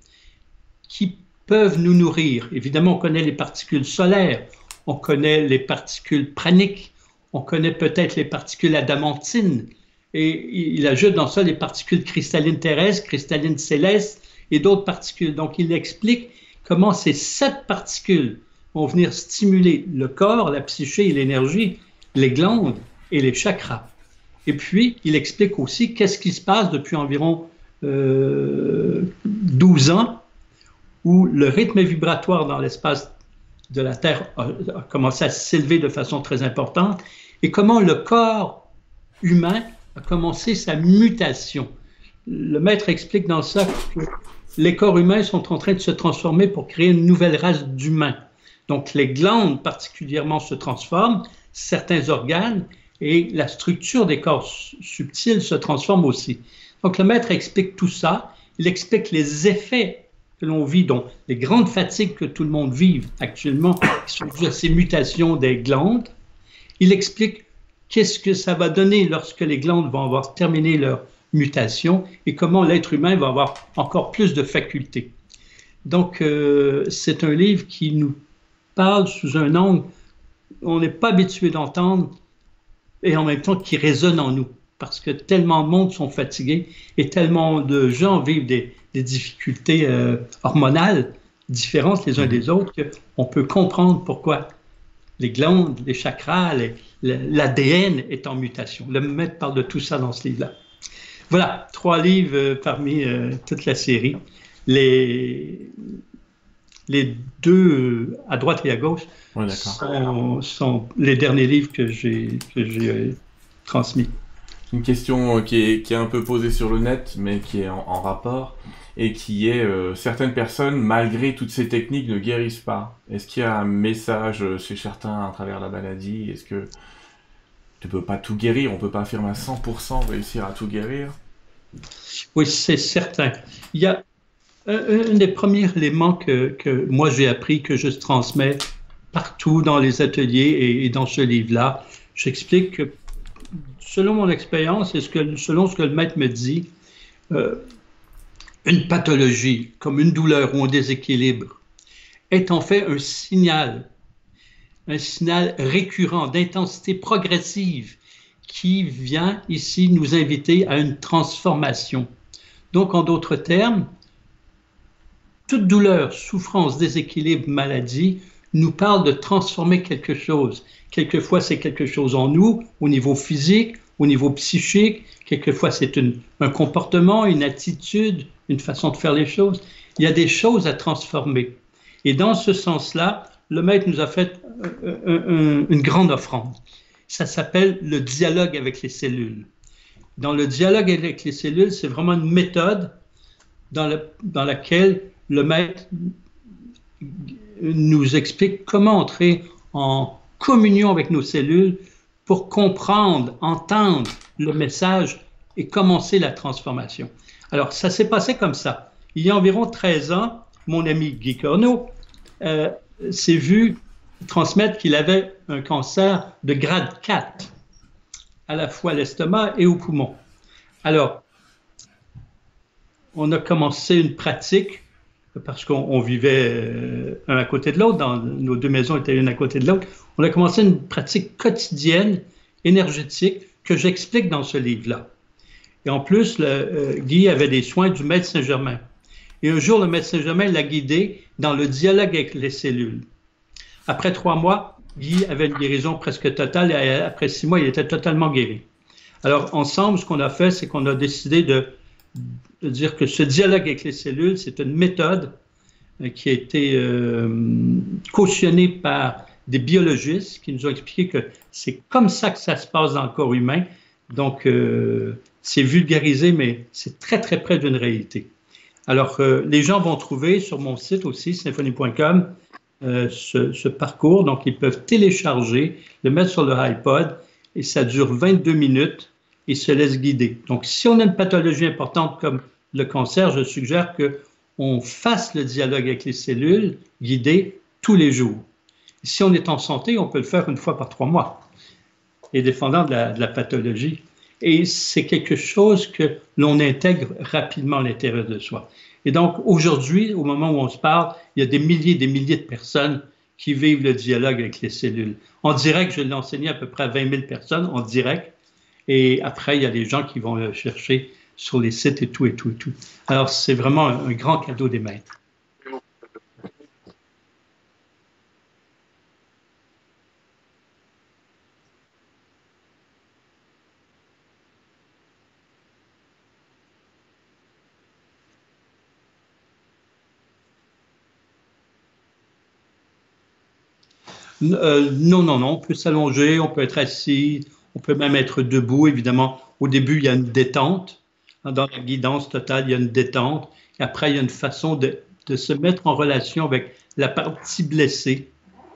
qui peuvent nous nourrir. Évidemment, on connaît les particules solaires, on connaît les particules praniques, on connaît peut-être les particules adamantines, et il ajoute dans ça les particules cristallines terrestres, cristallines célestes et d'autres particules. Donc, il explique comment ces sept particules vont venir stimuler le corps, la psyché et l'énergie, les glandes et les chakras. Et puis, il explique aussi qu'est-ce qui se passe depuis environ euh, douze ans, où le rythme vibratoire dans l'espace de la Terre a, a commencé à s'élever de façon très importante, et comment le corps humain a commencé sa mutation. Le maître explique dans ça que les corps humains sont en train de se transformer pour créer une nouvelle race d'humains. Donc, les glandes particulièrement se transforment, certains organes, et la structure des corps subtils se transforme aussi. Donc, le maître explique tout ça. Il explique les effets que l'on vit, dont les grandes fatigues que tout le monde vit actuellement, qui sont dues à ces mutations des glandes. Il explique qu'est-ce que ça va donner lorsque les glandes vont avoir terminé leur mutation et comment l'être humain va avoir encore plus de facultés. Donc, euh, c'est un livre qui nous parle sous un angle on n'est pas habitué d'entendre et en même temps qui résonne en nous, parce que tellement de monde sont fatigués et tellement de gens vivent des, des difficultés euh, hormonales différentes les uns des autres qu'on peut comprendre pourquoi les glandes, les chakras, l'A D N est en mutation. Le maître parle de tout ça dans ce livre-là. Voilà, trois livres euh, parmi euh, toute la série. Les, les deux, euh, à droite et à gauche, ouais, sont, sont les derniers livres que j'ai euh, transmis. Une question qui est, qui est un peu posée sur le net, mais qui est en, en rapport, et qui est euh, certaines personnes, malgré toutes ces techniques, ne guérissent pas. Est-ce qu'il y a un message chez certains à travers la maladie? Est-ce que tu ne peux pas tout guérir? On ne peut pas affirmer à cent pour cent réussir à tout guérir? Oui, c'est certain. Il y a un, un des premiers éléments que, que moi j'ai appris, que je transmets partout dans les ateliers et, et dans ce livre-là. J'explique que selon mon expérience et ce que, selon ce que le maître me dit, euh, une pathologie comme une douleur ou un déséquilibre est en fait un signal, un signal récurrent d'intensité progressive qui vient ici nous inviter à une transformation. Donc, en d'autres termes, toute douleur, souffrance, déséquilibre, maladie nous parle de transformer quelque chose. Quelquefois, c'est quelque chose en nous, au niveau physique, au niveau psychique. Quelquefois, c'est un comportement, une attitude, une façon de faire les choses. Il y a des choses à transformer. Et dans ce sens-là, le Maître nous a fait un, un, une grande offrande. Ça s'appelle le dialogue avec les cellules. Dans le dialogue avec les cellules, c'est vraiment une méthode dans, le, dans laquelle le Maître nous explique comment entrer en communion avec nos cellules pour comprendre, entendre le message et commencer la transformation. Alors, ça s'est passé comme ça. Il y a environ treize ans, mon ami Guy Corneau euh, s'est vu transmettre qu'il avait un cancer de grade quatre, à la fois à l'estomac et au poumon. Alors, on a commencé une pratique, parce qu'on vivait un à côté de l'autre, nos deux maisons étaient une à côté de l'autre, on a commencé une pratique quotidienne, énergétique, que j'explique dans ce livre-là. Et en plus, le, euh, Guy avait des soins du Maître Saint-Germain. Et un jour, le Maître Saint-Germain l'a guidé dans le dialogue avec les cellules. Après trois mois, Guy avait une guérison presque totale et après six mois, il était totalement guéri. Alors, ensemble, ce qu'on a fait, c'est qu'on a décidé de, de dire que ce dialogue avec les cellules, c'est une méthode euh, qui a été euh, cautionnée par des biologistes qui nous ont expliqué que c'est comme ça que ça se passe dans le corps humain. Donc, euh, c'est vulgarisé, mais c'est très, très près d'une réalité. Alors, euh, les gens vont trouver sur mon site aussi, symphonie point com, euh, ce, ce parcours. Donc, ils peuvent télécharger, le mettre sur le iPod, et ça dure vingt-deux minutes et se laisse guider. Donc, si on a une pathologie importante comme le cancer, je suggère qu'on fasse le dialogue avec les cellules guidées tous les jours. Si on est en santé, on peut le faire une fois par trois mois, et dépendant de la, de la pathologie. Et c'est quelque chose que l'on intègre rapidement à l'intérieur de soi. Et donc, aujourd'hui, au moment où on se parle, il y a des milliers et des milliers de personnes qui vivent le dialogue avec les cellules. En direct, je l'ai enseigné à peu près à vingt mille personnes, en direct. Et après, il y a des gens qui vont le chercher sur les sites et tout, et tout, et tout. Alors, c'est vraiment un, un grand cadeau des maîtres. Euh, non, non, non, on peut s'allonger, on peut être assis, on peut même être debout, évidemment. Au début, il y a une détente. Dans la guidance totale, il y a une détente. Et après, il y a une façon de, de se mettre en relation avec la partie blessée.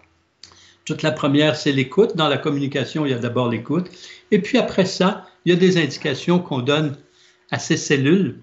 Toute la première, c'est l'écoute. Dans la communication, il y a d'abord l'écoute. Et puis après ça, il y a des indications qu'on donne à ces cellules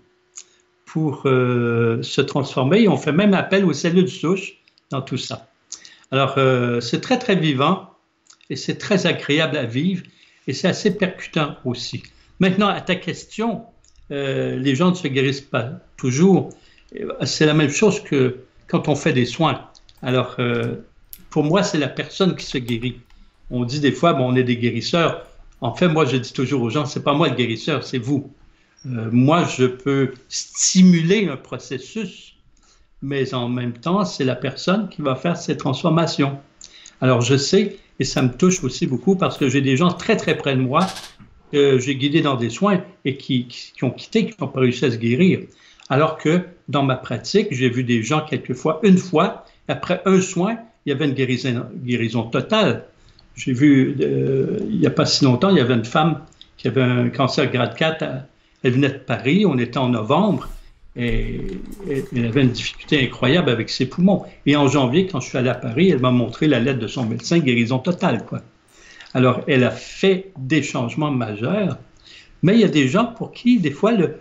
pour euh, se transformer. Et on fait même appel aux cellules souches dans tout ça. Alors, euh, c'est très, très vivant et c'est très agréable à vivre et c'est assez percutant aussi. Maintenant, à ta question, euh, les gens ne se guérissent pas toujours. C'est la même chose que quand on fait des soins. Alors, euh, pour moi, c'est la personne qui se guérit. On dit des fois, bon, on est des guérisseurs. En fait, moi, je dis toujours aux gens, c'est pas moi le guérisseur, c'est vous. Euh, moi, je peux stimuler un processus, mais en même temps, c'est la personne qui va faire ces transformations. Alors, je sais, et ça me touche aussi beaucoup parce que j'ai des gens très, très près de moi que j'ai guidés dans des soins et qui, qui, qui ont quitté, qui n'ont pas réussi à se guérir. Alors que dans ma pratique, j'ai vu des gens quelquefois, une fois, après un soin, il y avait une guérison, guérison totale. J'ai vu, euh, il n'y a pas si longtemps, il y avait une femme qui avait un cancer grade quatre, elle venait de Paris, on était en novembre, et elle avait une difficulté incroyable avec ses poumons. Et en janvier, quand je suis allé à Paris, elle m'a montré la lettre de son médecin, guérison totale, quoi. Alors, elle a fait des changements majeurs, mais il y a des gens pour qui, des fois, le,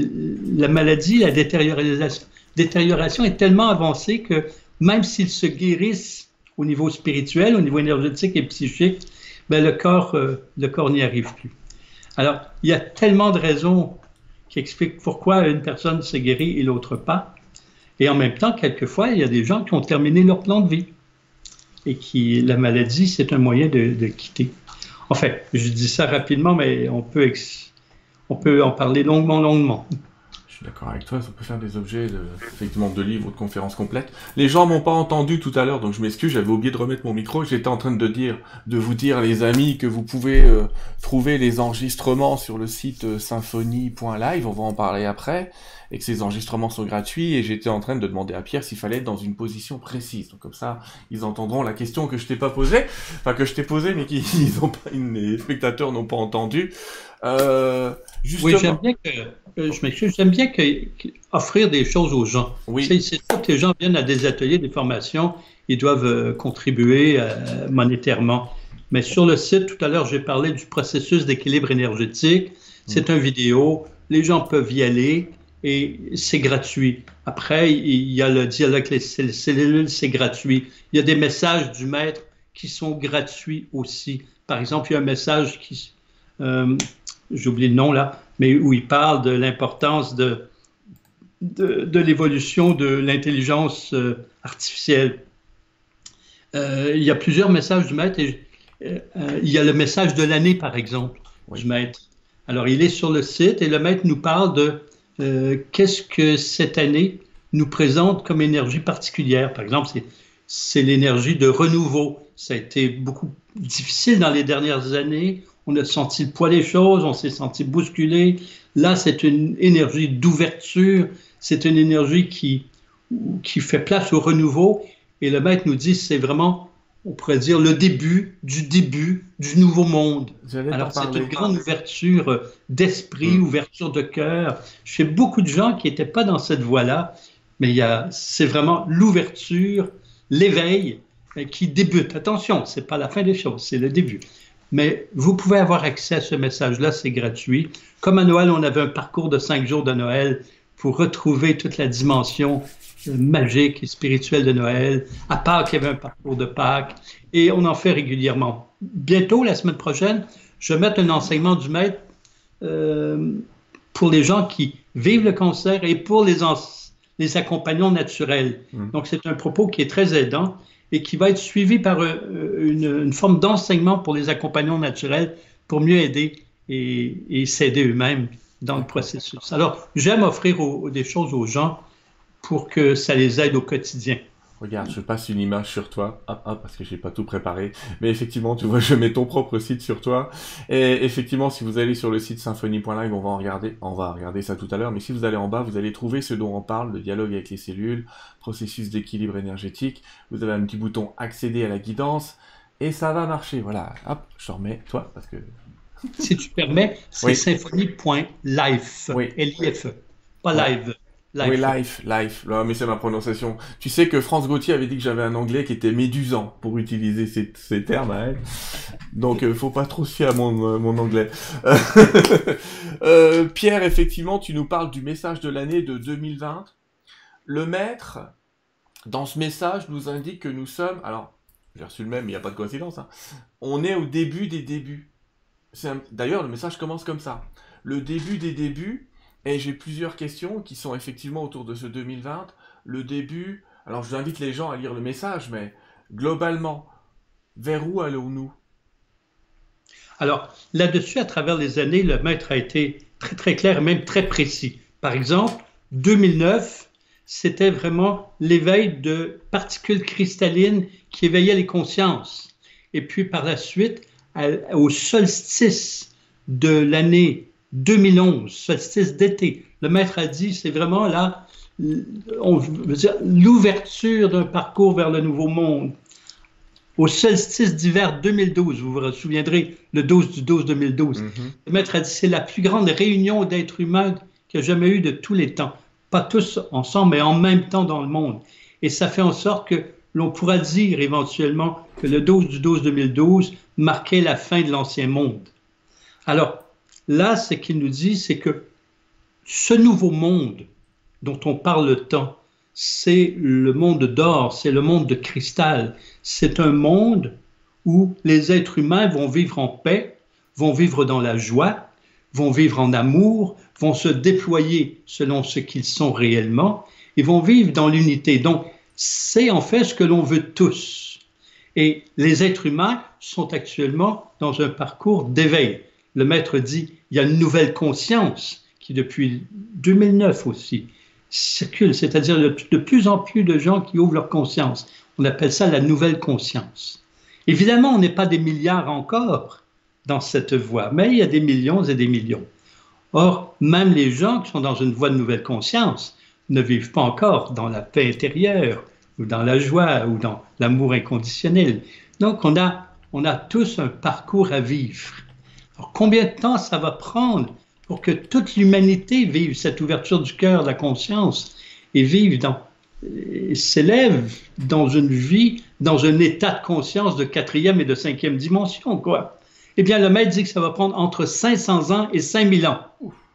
la maladie, la détérioration, détérioration est tellement avancée que même s'ils se guérissent au niveau spirituel, au niveau énergétique et psychique, ben le corps, euh, le corps n'y arrive plus. Alors, il y a tellement de raisons qui explique pourquoi une personne se guérit et l'autre pas. Et en même temps, quelquefois, il y a des gens qui ont terminé leur plan de vie et qui, la maladie, c'est un moyen de, de quitter. En fait, je dis ça rapidement, mais on peut, ex- on peut en parler longuement, longuement. Je suis d'accord avec toi, ça peut faire des objets de, effectivement, de livres ou de conférences complètes. Les gens m'ont pas entendu tout à l'heure, donc je m'excuse, j'avais oublié de remettre mon micro. J'étais en train de dire, de vous dire, les amis, que vous pouvez euh, trouver les enregistrements sur le site euh, symphonie point live, on va en parler après, et que ces enregistrements sont gratuits, et j'étais en train de demander à Pierre s'il fallait être dans une position précise. Donc comme ça, ils entendront la question que je t'ai pas posée, enfin que je t'ai posée, mais qu'ils ont pas, les spectateurs n'ont pas entendu. Euh, justement... Oui, j'aime bien que, euh, je m'excuse, j'aime bien que, que- offrir des choses aux gens. Oui. C'est c'est sûr que les gens viennent à des ateliers, des formations, ils doivent euh, contribuer euh, monétairement. Mais sur le site, tout à l'heure, j'ai parlé du processus d'équilibre énergétique. C'est une vidéo, les gens peuvent y aller et c'est gratuit. Après, il y a le dialogue avec les cellules, c'est gratuit. Il y a des messages du maître qui sont gratuits aussi. Par exemple, il y a un message qui... euh, j'ai oublié le nom là, mais où il parle de l'importance de, de, de l'évolution de l'intelligence euh, artificielle. Euh, il y a plusieurs messages du maître. Et, euh, il y a le message de l'année, par exemple, oui. du maître. Alors, il est sur le site et le maître nous parle de euh, qu'est-ce que cette année nous présente comme énergie particulière. Par exemple, c'est, c'est l'énergie de renouveau. Ça a été beaucoup difficile dans les dernières années. On a senti le poids des choses, on s'est senti bousculé. Là, c'est une énergie d'ouverture, c'est une énergie qui, qui fait place au renouveau. Et le maître nous dit, c'est vraiment, on pourrait dire, le début du début du nouveau monde. Alors, c'est une grande ouverture d'esprit, mmh. ouverture de cœur. Je sais beaucoup de gens qui n'étaient pas dans cette voie-là, mais il y a, c'est vraiment l'ouverture, l'éveil qui débute. Attention, ce n'est pas la fin des choses, c'est le début. Mais vous pouvez avoir accès à ce message-là, c'est gratuit. Comme à Noël, on avait un parcours de cinq jours de Noël pour retrouver toute la dimension magique et spirituelle de Noël. À Pâques, il y avait un parcours de Pâques et on en fait régulièrement. Bientôt, la semaine prochaine, je vais mettre un enseignement du maître euh, pour les gens qui vivent le cancer et pour les, les accompagnants naturels. Mmh. Donc, c'est un propos qui est très aidant et qui va être suivi par une, une forme d'enseignement pour les accompagnants naturels pour mieux aider et, et s'aider eux-mêmes dans le processus. Alors, j'aime offrir au, des choses aux gens pour que ça les aide au quotidien. Regarde, je passe une image sur toi, hop, hop, parce que j'ai pas tout préparé. Mais effectivement, tu vois, je mets ton propre site sur toi. Et effectivement, si vous allez sur le site symphonie point live, on va en regarder, on va regarder ça tout à l'heure. Mais si vous allez en bas, vous allez trouver ce dont on parle, le dialogue avec les cellules, processus d'équilibre énergétique. Vous avez un petit bouton accéder à la guidance et ça va marcher. Voilà, hop, je te remets, toi, parce que... Si tu permets, c'est oui. symphonie point life, oui. L I F E, pas ouais. live. Life. Oui, life, life. Là, mais c'est ma prononciation. Tu sais que France Gauthier avait dit que j'avais un anglais qui était médusant pour utiliser ces, ces termes à elle. Donc, euh, faut pas trop se fier à mon, euh, mon anglais. euh, Pierre, effectivement, tu nous parles du message de l'année de deux mille vingt. Le maître, dans ce message, nous indique que nous sommes... Alors, j'ai reçu le même, mais il n'y a pas de coïncidence. Hein. On est au début des débuts. C'est un... D'ailleurs, le message commence comme ça. Le début des débuts... Et j'ai plusieurs questions qui sont effectivement autour de ce deux mille vingt. Le début, alors je vous invite les gens à lire le message, mais globalement, vers où allons-nous? Alors, là-dessus, à travers les années, le maître a été très, très clair et même très précis. Par exemple, deux mille neuf, c'était vraiment l'éveil de particules cristallines qui éveillaient les consciences. Et puis, par la suite, au solstice de l'année deux mille onze, solstice d'été. Le maître a dit, c'est vraiment là, on veut dire, l'ouverture d'un parcours vers le nouveau monde. Au solstice d'hiver deux mille douze, vous vous souviendrez, le douze du douze deux mille douze, mm-hmm. le maître a dit, c'est la plus grande réunion d'êtres humains qu'il y a jamais eu de tous les temps. Pas tous ensemble, mais en même temps dans le monde. Et ça fait en sorte que l'on pourra dire éventuellement que le douze du douze deux mille douze marquait la fin de l'ancien monde. Alors, là, ce qu'il nous dit, c'est que ce nouveau monde dont on parle tant, c'est le monde d'or, c'est le monde de cristal. C'est un monde où les êtres humains vont vivre en paix, vont vivre dans la joie, vont vivre en amour, vont se déployer selon ce qu'ils sont réellement et vont vivre dans l'unité. Donc, c'est en fait ce que l'on veut tous. Et les êtres humains sont actuellement dans un parcours d'éveil. Le maître dit, il y a une nouvelle conscience qui, depuis deux mille neuf aussi, circule, c'est-à-dire de plus en plus de gens qui ouvrent leur conscience. On appelle ça la nouvelle conscience. Évidemment, on n'est pas des milliards encore dans cette voie, mais il y a des millions et des millions. Or, même les gens qui sont dans une voie de nouvelle conscience ne vivent pas encore dans la paix intérieure, ou dans la joie, ou dans l'amour inconditionnel. Donc, on a, on a tous un parcours à vivre. Alors, combien de temps ça va prendre pour que toute l'humanité vive cette ouverture du cœur, de la conscience, et vive dans, et s'élève dans une vie, dans un état de conscience de quatrième et de cinquième dimension, quoi. Eh bien, le maître dit que ça va prendre entre cinq cents ans et cinq mille ans.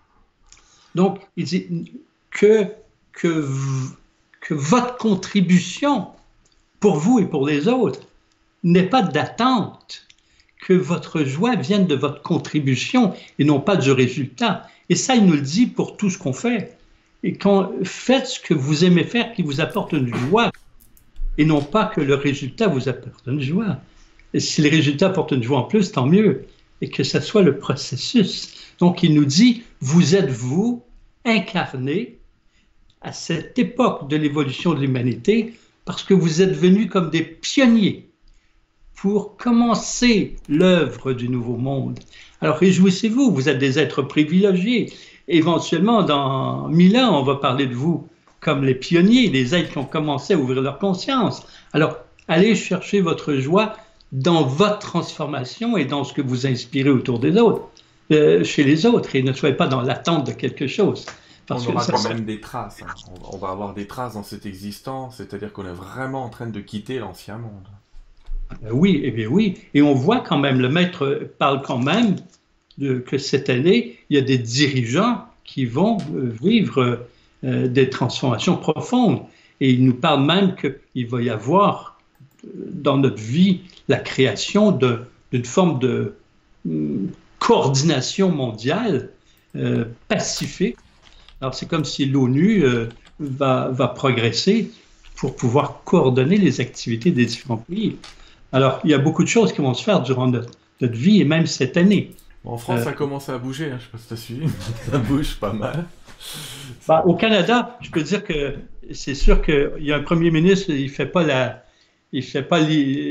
Donc, il dit que, que, que votre contribution pour vous et pour les autres n'est pas d'attente, que votre joie vienne de votre contribution et non pas du résultat. Et ça, il nous le dit pour tout ce qu'on fait. Et quand faites ce que vous aimez faire qui vous apporte une joie, et non pas que le résultat vous apporte une joie. Et si les résultats apportent une joie en plus, tant mieux. Et que ce soit le processus. Donc, il nous dit, vous êtes vous, incarné à cette époque de l'évolution de l'humanité, parce que vous êtes venus comme des pionniers pour commencer l'œuvre du nouveau monde. Alors, réjouissez-vous, vous êtes des êtres privilégiés. Éventuellement, dans mille ans, on va parler de vous comme les pionniers, les êtres qui ont commencé à ouvrir leur conscience. Alors, allez chercher votre joie dans votre transformation et dans ce que vous inspirez autour des autres, euh, chez les autres, et ne soyez pas dans l'attente de quelque chose. Parce on aura que quand ça, même des traces. Hein. On, on va avoir des traces dans cette existence, c'est-à-dire qu'on est vraiment en train de quitter l'ancien monde. Oui, eh bien oui. Et on voit quand même, le maître parle quand même de, que cette année, il y a des dirigeants qui vont vivre euh, des transformations profondes. Et il nous parle même qu'il va y avoir dans notre vie la création d'une forme de um, coordination mondiale euh, pacifique. Alors c'est comme si l'ONU euh, va, va progresser pour pouvoir coordonner les activités des différents pays. Alors il y a beaucoup de choses qui vont se faire durant notre, notre vie et même cette année. En France, euh, ça commence à bouger, hein, je ne sais pas si tu as suivi, ça bouge pas mal. Bah, au Canada, je peux dire que c'est sûr qu'il y a un premier ministre, il ne fait pas la... Il fait pas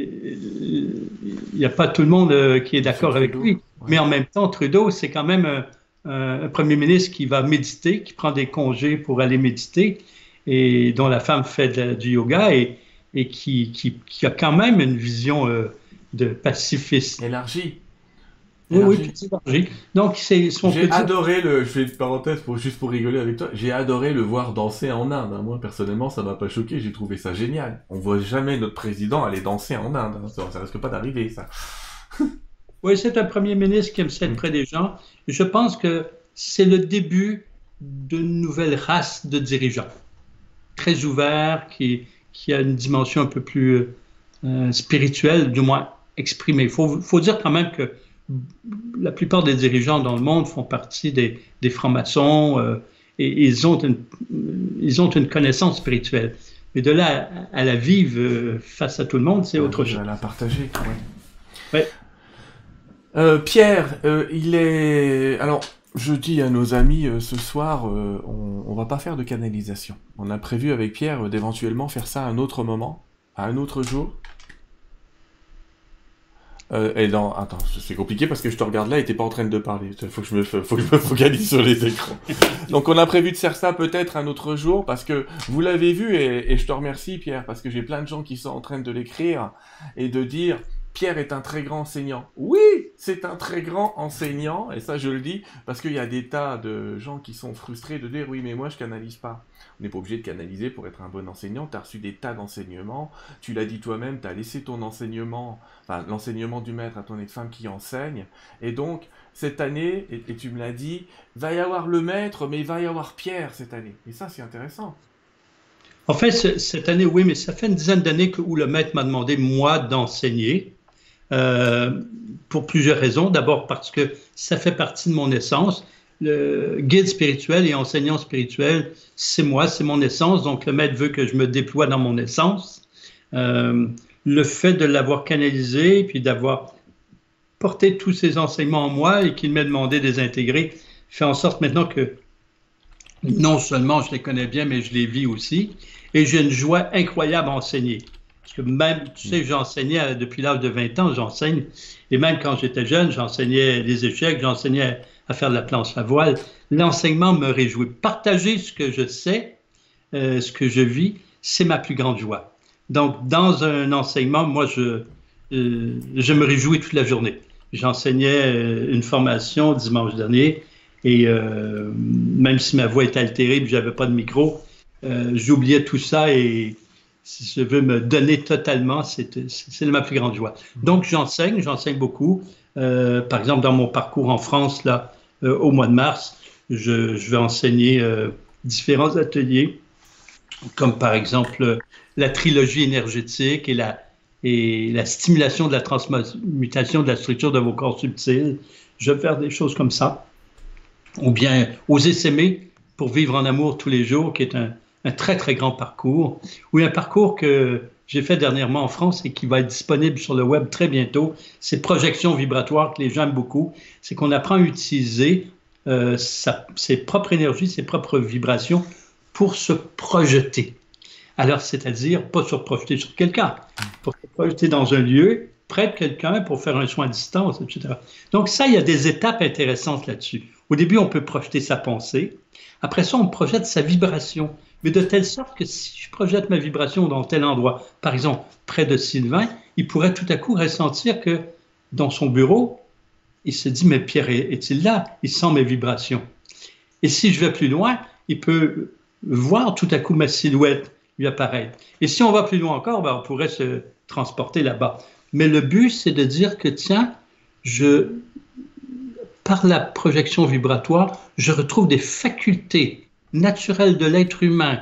il n'y a pas tout le monde qui est d'accord avec lui. Ouais. Mais en même temps, Trudeau, c'est quand même un, un, un premier ministre qui va méditer, qui prend des congés pour aller méditer, et dont la femme fait de, du yoga, et, et qui, qui, qui a quand même une vision euh, de pacifisme. Élargie. Oui, oui, petit élargie. Donc, c'est son J'ai petit... adoré le... Je fais une parenthèse pour, juste pour rigoler avec toi. J'ai adoré le voir danser en Inde. Hein. Moi, personnellement, ça m'a pas choqué. J'ai trouvé ça génial. On voit jamais notre président aller danser en Inde. Hein. Ça, ça risque pas d'arriver, ça. Oui, c'est un premier ministre qui aime ça être près des gens. Je pense que c'est le début d'une nouvelle race de dirigeants. Très ouvert, qui, qui a une dimension un peu plus euh, spirituelle, du moins exprimée. Il faut, faut dire quand même que la plupart des dirigeants dans le monde font partie des, des francs-maçons euh, et ils ont, une, ils ont une connaissance spirituelle. Mais de là à, à la vivre euh, face à tout le monde, c'est autre chose. À la partager, quand même. Ouais. Euh, Pierre, euh, il est... Alors, je dis à nos amis, euh, ce soir, euh, on, on va pas faire de canalisation. On a prévu avec Pierre euh, d'éventuellement faire ça à un autre moment, à un autre jour. Euh, et dans... Attends, c'est compliqué parce que je te regarde là et t'es pas en train de parler. Faut que je me, faut que je me focalise sur les écrans. Donc on a prévu de faire ça peut-être un autre jour parce que vous l'avez vu et, et je te remercie Pierre parce que j'ai plein de gens qui sont en train de l'écrire et de dire Pierre est un très grand enseignant. Oui, c'est un très grand enseignant et ça je le dis parce qu'il y a des tas de gens qui sont frustrés de dire oui mais moi je canalise pas. On n'est pas obligé de canaliser pour être un bon enseignant. Tu as reçu des tas d'enseignements. Tu l'as dit toi-même, tu as laissé ton enseignement, enfin l'enseignement du maître à ton femme qui enseigne. Et donc, cette année, et, et tu me l'as dit, va y avoir le maître, mais il va y avoir Pierre cette année. Et ça, c'est intéressant. En fait, cette année, oui, mais ça fait une dizaine d'années où le maître m'a demandé, moi, d'enseigner. Euh, pour plusieurs raisons. D'abord parce que ça fait partie de mon essence. Le guide spirituel et enseignant spirituel, c'est moi, c'est mon essence. Donc, le maître veut que je me déploie dans mon essence. Euh, le fait de l'avoir canalisé, puis d'avoir porté tous ces enseignements en moi et qu'il m'ait demandé de les intégrer, fait en sorte maintenant que non seulement je les connais bien, mais je les vis aussi. Et j'ai une joie incroyable à enseigner. Parce que même, tu sais, j'enseignais depuis l'âge de vingt ans, j'enseigne. Et même quand j'étais jeune, j'enseignais les échecs, j'enseignais à faire de la planche à voile. L'enseignement me réjouit. Partager ce que je sais, euh, ce que je vis, c'est ma plus grande joie. Donc, dans un enseignement, moi, je, euh, je me réjouis toute la journée. J'enseignais une formation dimanche dernier et euh, même si ma voix était altérée et que je n'avais pas de micro, euh, j'oubliais tout ça et si je veux me donner totalement, c'est ma plus grande joie. Donc, j'enseigne, j'enseigne beaucoup. Euh, par exemple, dans mon parcours en France, là, euh, au mois de mars, je, je vais enseigner euh, différents ateliers, comme par exemple la trilogie énergétique et la, et la stimulation de la transmutation de la structure de vos corps subtils. Je vais faire des choses comme ça. Ou bien Oser s'aimer pour vivre en amour tous les jours, qui est un, un très, très grand parcours. Ou un parcours que j'ai fait dernièrement en France et qui va être disponible sur le web très bientôt. C'est Projection vibratoire, que les gens aiment beaucoup. C'est qu'on apprend à utiliser euh, sa, ses propres énergies, ses propres vibrations pour se projeter. Alors, c'est-à-dire, pas se projeter sur quelqu'un, pour se projeter dans un lieu, près de quelqu'un, pour faire un soin à distance, et cetera. Donc ça, il y a des étapes intéressantes là-dessus. Au début, on peut projeter sa pensée. Après ça, on projette sa vibration. Mais de telle sorte que si je projette ma vibration dans tel endroit, par exemple, près de Sylvain, il pourrait tout à coup ressentir que dans son bureau, il se dit, mais Pierre est-il là? Il sent mes vibrations. Et si je vais plus loin, il peut voir tout à coup ma silhouette lui apparaître. Et si on va plus loin encore, ben on pourrait se transporter là-bas. Mais le but, c'est de dire que, tiens, je, par la projection vibratoire, je retrouve des facultés naturelles de l'être humain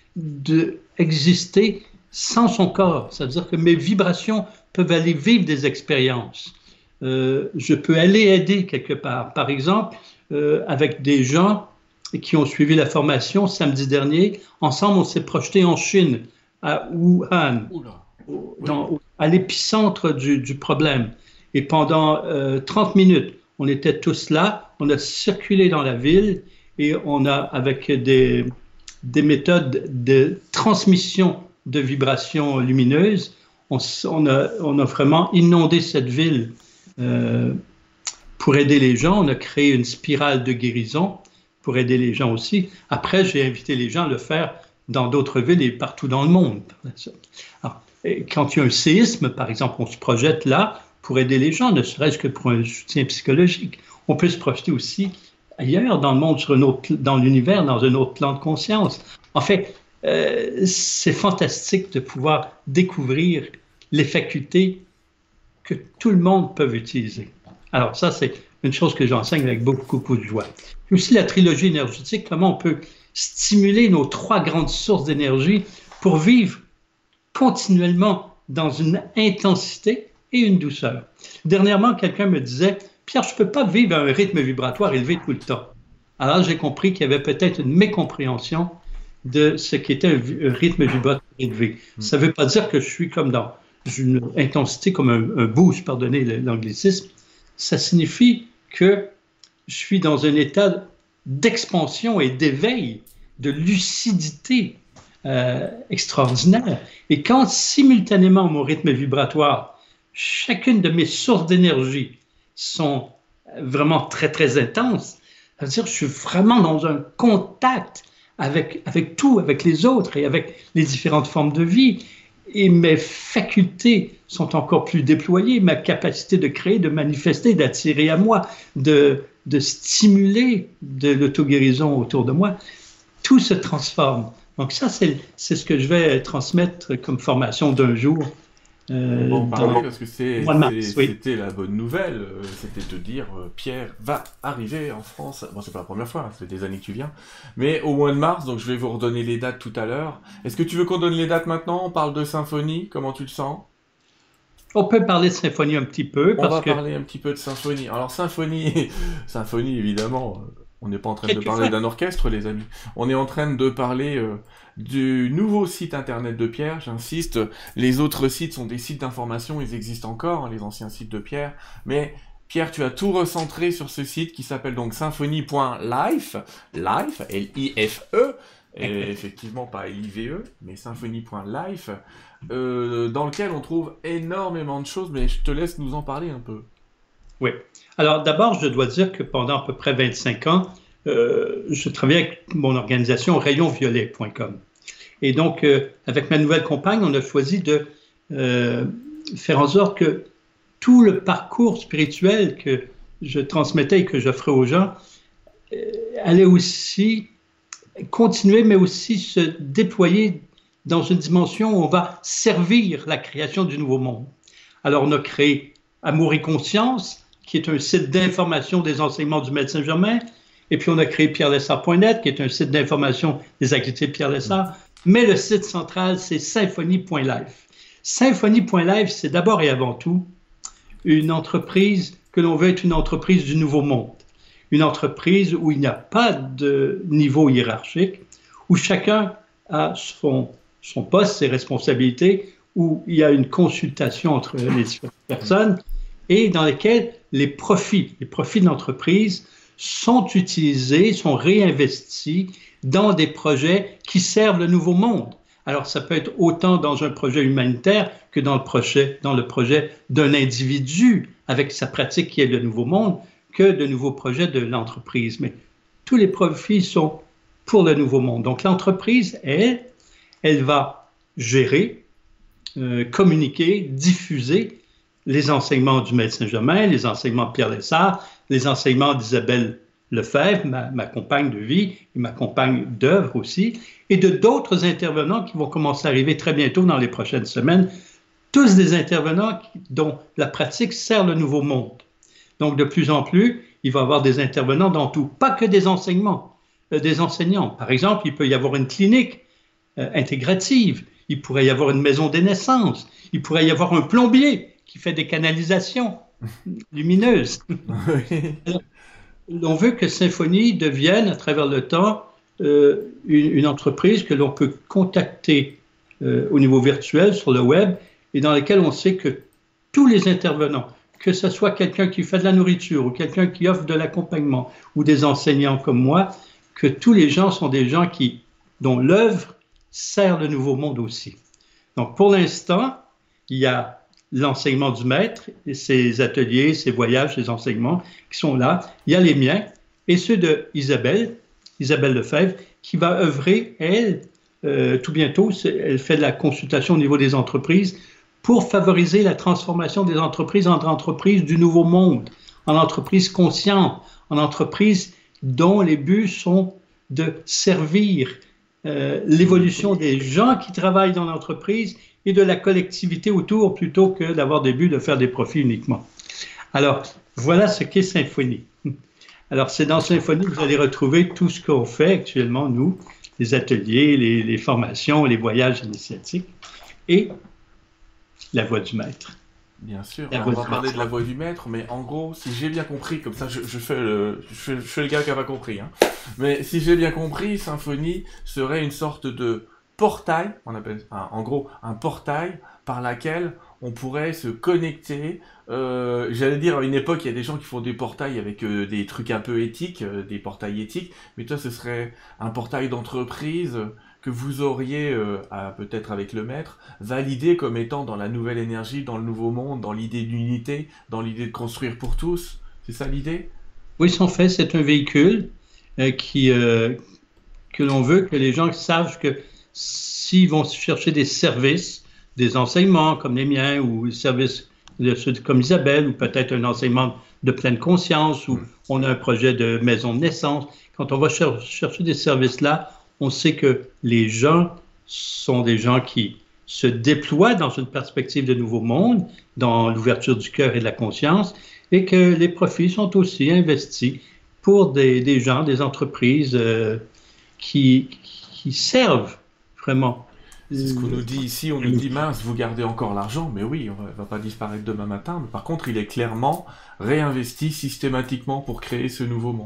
d'exister sans son corps. C'est-à-dire que mes vibrations peuvent aller vivre des expériences. Euh, je peux aller aider quelque part. Par exemple, euh, avec des gens qui ont suivi la formation samedi dernier, ensemble, on s'est projeté en Chine, à Wuhan, dans, à l'épicentre du, du problème. Et pendant euh, trente minutes, on était tous là, on a circulé dans la ville et on a, avec des, des méthodes de transmission de vibrations lumineuses, on, on, a, on a vraiment inondé cette ville euh, pour aider les gens. On a créé une spirale de guérison pour aider les gens aussi. Après, j'ai invité les gens à le faire dans d'autres villes et partout dans le monde. Alors, quand il y a un séisme, par exemple, on se projette là pour aider les gens, ne serait-ce que pour un soutien psychologique. On peut se projeter aussi ailleurs dans le monde, sur un autre, dans l'univers, dans un autre plan de conscience. En fait, euh, c'est fantastique de pouvoir découvrir les facultés que tout le monde peut utiliser. Alors ça, c'est une chose que j'enseigne avec beaucoup, beaucoup de joie. Puis aussi la trilogie énergétique, comment on peut stimuler nos trois grandes sources d'énergie pour vivre continuellement dans une intensité et une douceur. Dernièrement, quelqu'un me disait, Pierre, je ne peux pas vivre à un rythme vibratoire élevé tout le temps. Alors j'ai compris qu'il y avait peut-être une mécompréhension de ce qu'était un, un rythme vibratoire élevé. Ça ne veut pas dire que je suis comme dans une intensité, comme un, un boost, pardonnez l'anglicisme. Ça signifie que je suis dans un état d'expansion et d'éveil, de lucidité euh, extraordinaire. Et quand simultanément mon rythme vibratoire, chacune de mes sources d'énergie sont vraiment très, très intenses, c'est-à-dire que je suis vraiment dans un contact avec, avec tout, avec les autres et avec les différentes formes de vie. Et mes facultés sont encore plus déployées, ma capacité de créer, de manifester, d'attirer à moi, de, de stimuler de l'auto-guérison autour de moi, tout se transforme. Donc ça, c'est ce que je vais transmettre comme formation d'un jour. Euh, bon, parler, parce que c'était oui. la bonne nouvelle, euh, c'était de dire euh, Pierre va arriver en France. Bon, c'est pas la première fois, hein, ça fait des années que tu viens, mais au mois de mars, donc je vais vous redonner les dates tout à l'heure. Est-ce que tu veux qu'on donne les dates maintenant? On parle de symphonie, comment tu le sens? On peut parler de symphonie un petit peu. On parce va que... parler un petit peu de symphonie. Alors symphonie, symphonie évidemment, On n'est pas en train de Quelquefois. parler d'un orchestre, les amis. On est en train de parler euh, du nouveau site internet de Pierre, j'insiste. Les autres sites sont des sites d'information, ils existent encore, hein, les anciens sites de Pierre. Mais Pierre, tu as tout recentré sur ce site qui s'appelle donc symphony point life, life, L I F E, et effectivement pas L I V E, mais symphony point life, euh, dans lequel on trouve énormément de choses, mais je te laisse nous en parler un peu. Oui. Alors d'abord, je dois dire que pendant à peu près vingt-cinq ans, euh, je travaillais avec mon organisation rayon violet point com. Et donc, euh, avec ma nouvelle compagne, on a choisi de euh, faire en sorte que tout le parcours spirituel que je transmettais et que j'offrais aux gens euh, allait aussi continuer, mais aussi se déployer dans une dimension où on va servir la création du nouveau monde. Alors, on a créé Amour et Conscience, qui est un site d'information des enseignements du Maître Saint-Germain, et puis on a créé pierre lessard point net, qui est un site d'information des activités de Pierre Lessard, mais le site central, c'est symphony point life. symphony point life, c'est d'abord et avant tout une entreprise que l'on veut être une entreprise du nouveau monde, une entreprise où il n'y a pas de niveau hiérarchique, où chacun a son, son poste, ses responsabilités, où il y a une consultation entre les différentes personnes, et dans lesquels les profits, les profits de l'entreprise sont utilisés, sont réinvestis dans des projets qui servent le nouveau monde. Alors, ça peut être autant dans un projet humanitaire que dans le projet, dans le projet d'un individu avec sa pratique qui est le nouveau monde, que de nouveaux projets de l'entreprise. Mais tous les profits sont pour le nouveau monde. Donc, l'entreprise, elle, elle va gérer, euh, communiquer, diffuser les enseignements du Maître Saint-Germain, les enseignements de Pierre Lessard, les enseignements d'Isabelle Lefebvre, ma, ma compagne de vie et ma compagne d'œuvre aussi, et de d'autres intervenants qui vont commencer à arriver très bientôt dans les prochaines semaines, tous des intervenants qui, dont la pratique sert le nouveau monde. Donc, de plus en plus, il va y avoir des intervenants dans tout, pas que des enseignements, euh, des enseignants. Par exemple, il peut y avoir une clinique euh, intégrative, il pourrait y avoir une maison des naissances, il pourrait y avoir un plombier qui fait des canalisations lumineuses. Alors, on veut que Symphony devienne, à travers le temps, euh, une, une entreprise que l'on peut contacter euh, au niveau virtuel, sur le web, et dans laquelle on sait que tous les intervenants, que ce soit quelqu'un qui fait de la nourriture ou quelqu'un qui offre de l'accompagnement ou des enseignants comme moi, que tous les gens sont des gens qui, dont l'œuvre sert le nouveau monde aussi. Donc, pour l'instant, il y a l'enseignement du maître, ses ateliers, ses voyages, ses enseignements qui sont là. Il y a les miens et ceux de Isabelle, Isabelle Lefebvre, qui va œuvrer, elle, euh, tout bientôt, elle fait de la consultation au niveau des entreprises pour favoriser la transformation des entreprises en entreprises du nouveau monde, en entreprises conscientes, en entreprises dont les buts sont de servir euh, l'évolution des gens qui travaillent dans l'entreprise et de la collectivité autour, plutôt que d'avoir des buts de faire des profits uniquement. Alors, voilà ce qu'est Symphony. Alors, c'est dans Symphony que vous allez retrouver tout ce qu'on fait actuellement, nous, les ateliers, les, les formations, les voyages initiatiques et la voix du maître. Bien sûr, on va parler de la voix du maître, mais en gros, si j'ai bien compris, comme ça je, je, fais, le, je, fais, je fais le gars qui n'a pas compris, hein. Mais si j'ai bien compris, Symphony serait une sorte de portail, on appelle enfin, en gros un portail par laquelle on pourrait se connecter. Euh, J'allais dire, à une époque, il y a des gens qui font des portails avec euh, des trucs un peu éthiques, euh, des portails éthiques, mais toi, ce serait un portail d'entreprise que vous auriez, euh, peut-être avec le maître, validé comme étant dans la nouvelle énergie, dans le nouveau monde, dans l'idée d'unité, dans l'idée de construire pour tous. C'est ça l'idée? Oui, en fait, c'est un véhicule euh, qui, euh, que l'on veut que les gens sachent que s'ils vont chercher des services, des enseignements comme les miens, ou des services de ceux comme Isabelle, ou peut-être un enseignement de pleine conscience, ou on a un projet de maison de naissance, quand on va cher chercher des services-là, on sait que les gens sont des gens qui se déploient dans une perspective de nouveau monde, dans l'ouverture du cœur et de la conscience, et que les profits sont aussi investis pour des, des gens, des entreprises euh, qui, qui servent vraiment. C'est ce qu'on nous dit ici, on nous dit mince, vous gardez encore l'argent, mais oui, on ne va pas disparaître demain matin, mais par contre il est clairement réinvesti systématiquement pour créer ce nouveau monde.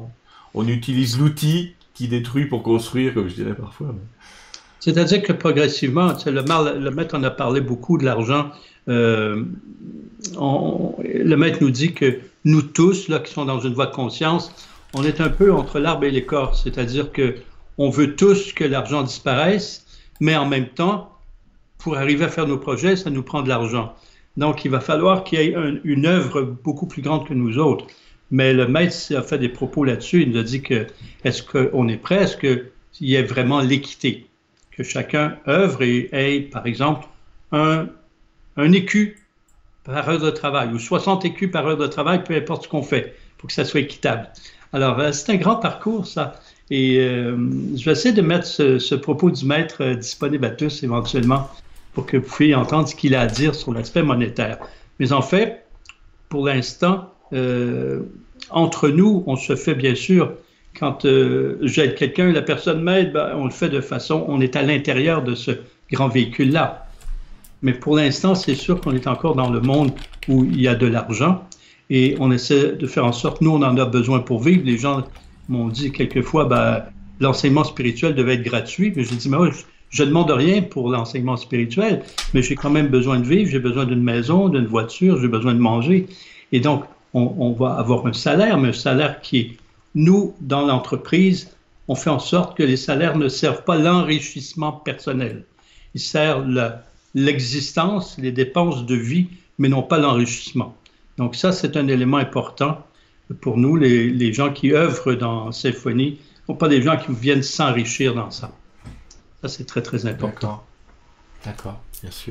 on utilise l'outil qui détruit pour construire, comme je dirais parfois. Mais... C'est-à-dire que progressivement, le, le maître en a parlé beaucoup de l'argent. Euh, on, le maître nous dit que nous tous, là, qui sont dans une voie de conscience, on est un peu entre l'arbre et l'écorce. C'est-à-dire que on veut tous que l'argent disparaisse, mais en même temps, pour arriver à faire nos projets, ça nous prend de l'argent. Donc, il va falloir qu'il y ait un, une œuvre beaucoup plus grande que nous autres. Mais le maître a fait des propos là-dessus. Il nous a dit que, est-ce qu'on est prêt? Est-ce qu'il y ait vraiment l'équité? Que chacun œuvre et ait, par exemple, un, un écu par heure de travail ou soixante écus par heure de travail, peu importe ce qu'on fait, pour que ça soit équitable. Alors, c'est un grand parcours, ça. Et euh, je vais essayer de mettre ce, ce propos du maître euh, disponible à tous éventuellement pour que vous puissiez entendre ce qu'il a à dire sur l'aspect monétaire. Mais en fait, pour l'instant, euh, entre nous, on se fait bien sûr, quand euh, j'aide quelqu'un, la personne m'aide, ben, on le fait de façon, on est à l'intérieur de ce grand véhicule-là. Mais pour l'instant, c'est sûr qu'on est encore dans le monde où il y a de l'argent et on essaie de faire en sorte, nous, on en a besoin pour vivre. Les gens m'ont dit quelquefois, ben, l'enseignement spirituel devait être gratuit. Mais je dis, mais oui, je ne demande rien pour l'enseignement spirituel, mais j'ai quand même besoin de vivre, j'ai besoin d'une maison, d'une voiture, j'ai besoin de manger. Et donc, on, on va avoir un salaire, mais un salaire qui est, nous, dans l'entreprise, on fait en sorte que les salaires ne servent pas l'enrichissement personnel. Ils servent l'existence, les dépenses de vie, mais non pas l'enrichissement. Donc ça, c'est un élément important pour nous, les, les gens qui œuvrent dans Symphonie, ne sont pas des gens qui viennent s'enrichir dans ça. Ça, c'est très, très important. D'accord, D'accord, bien sûr.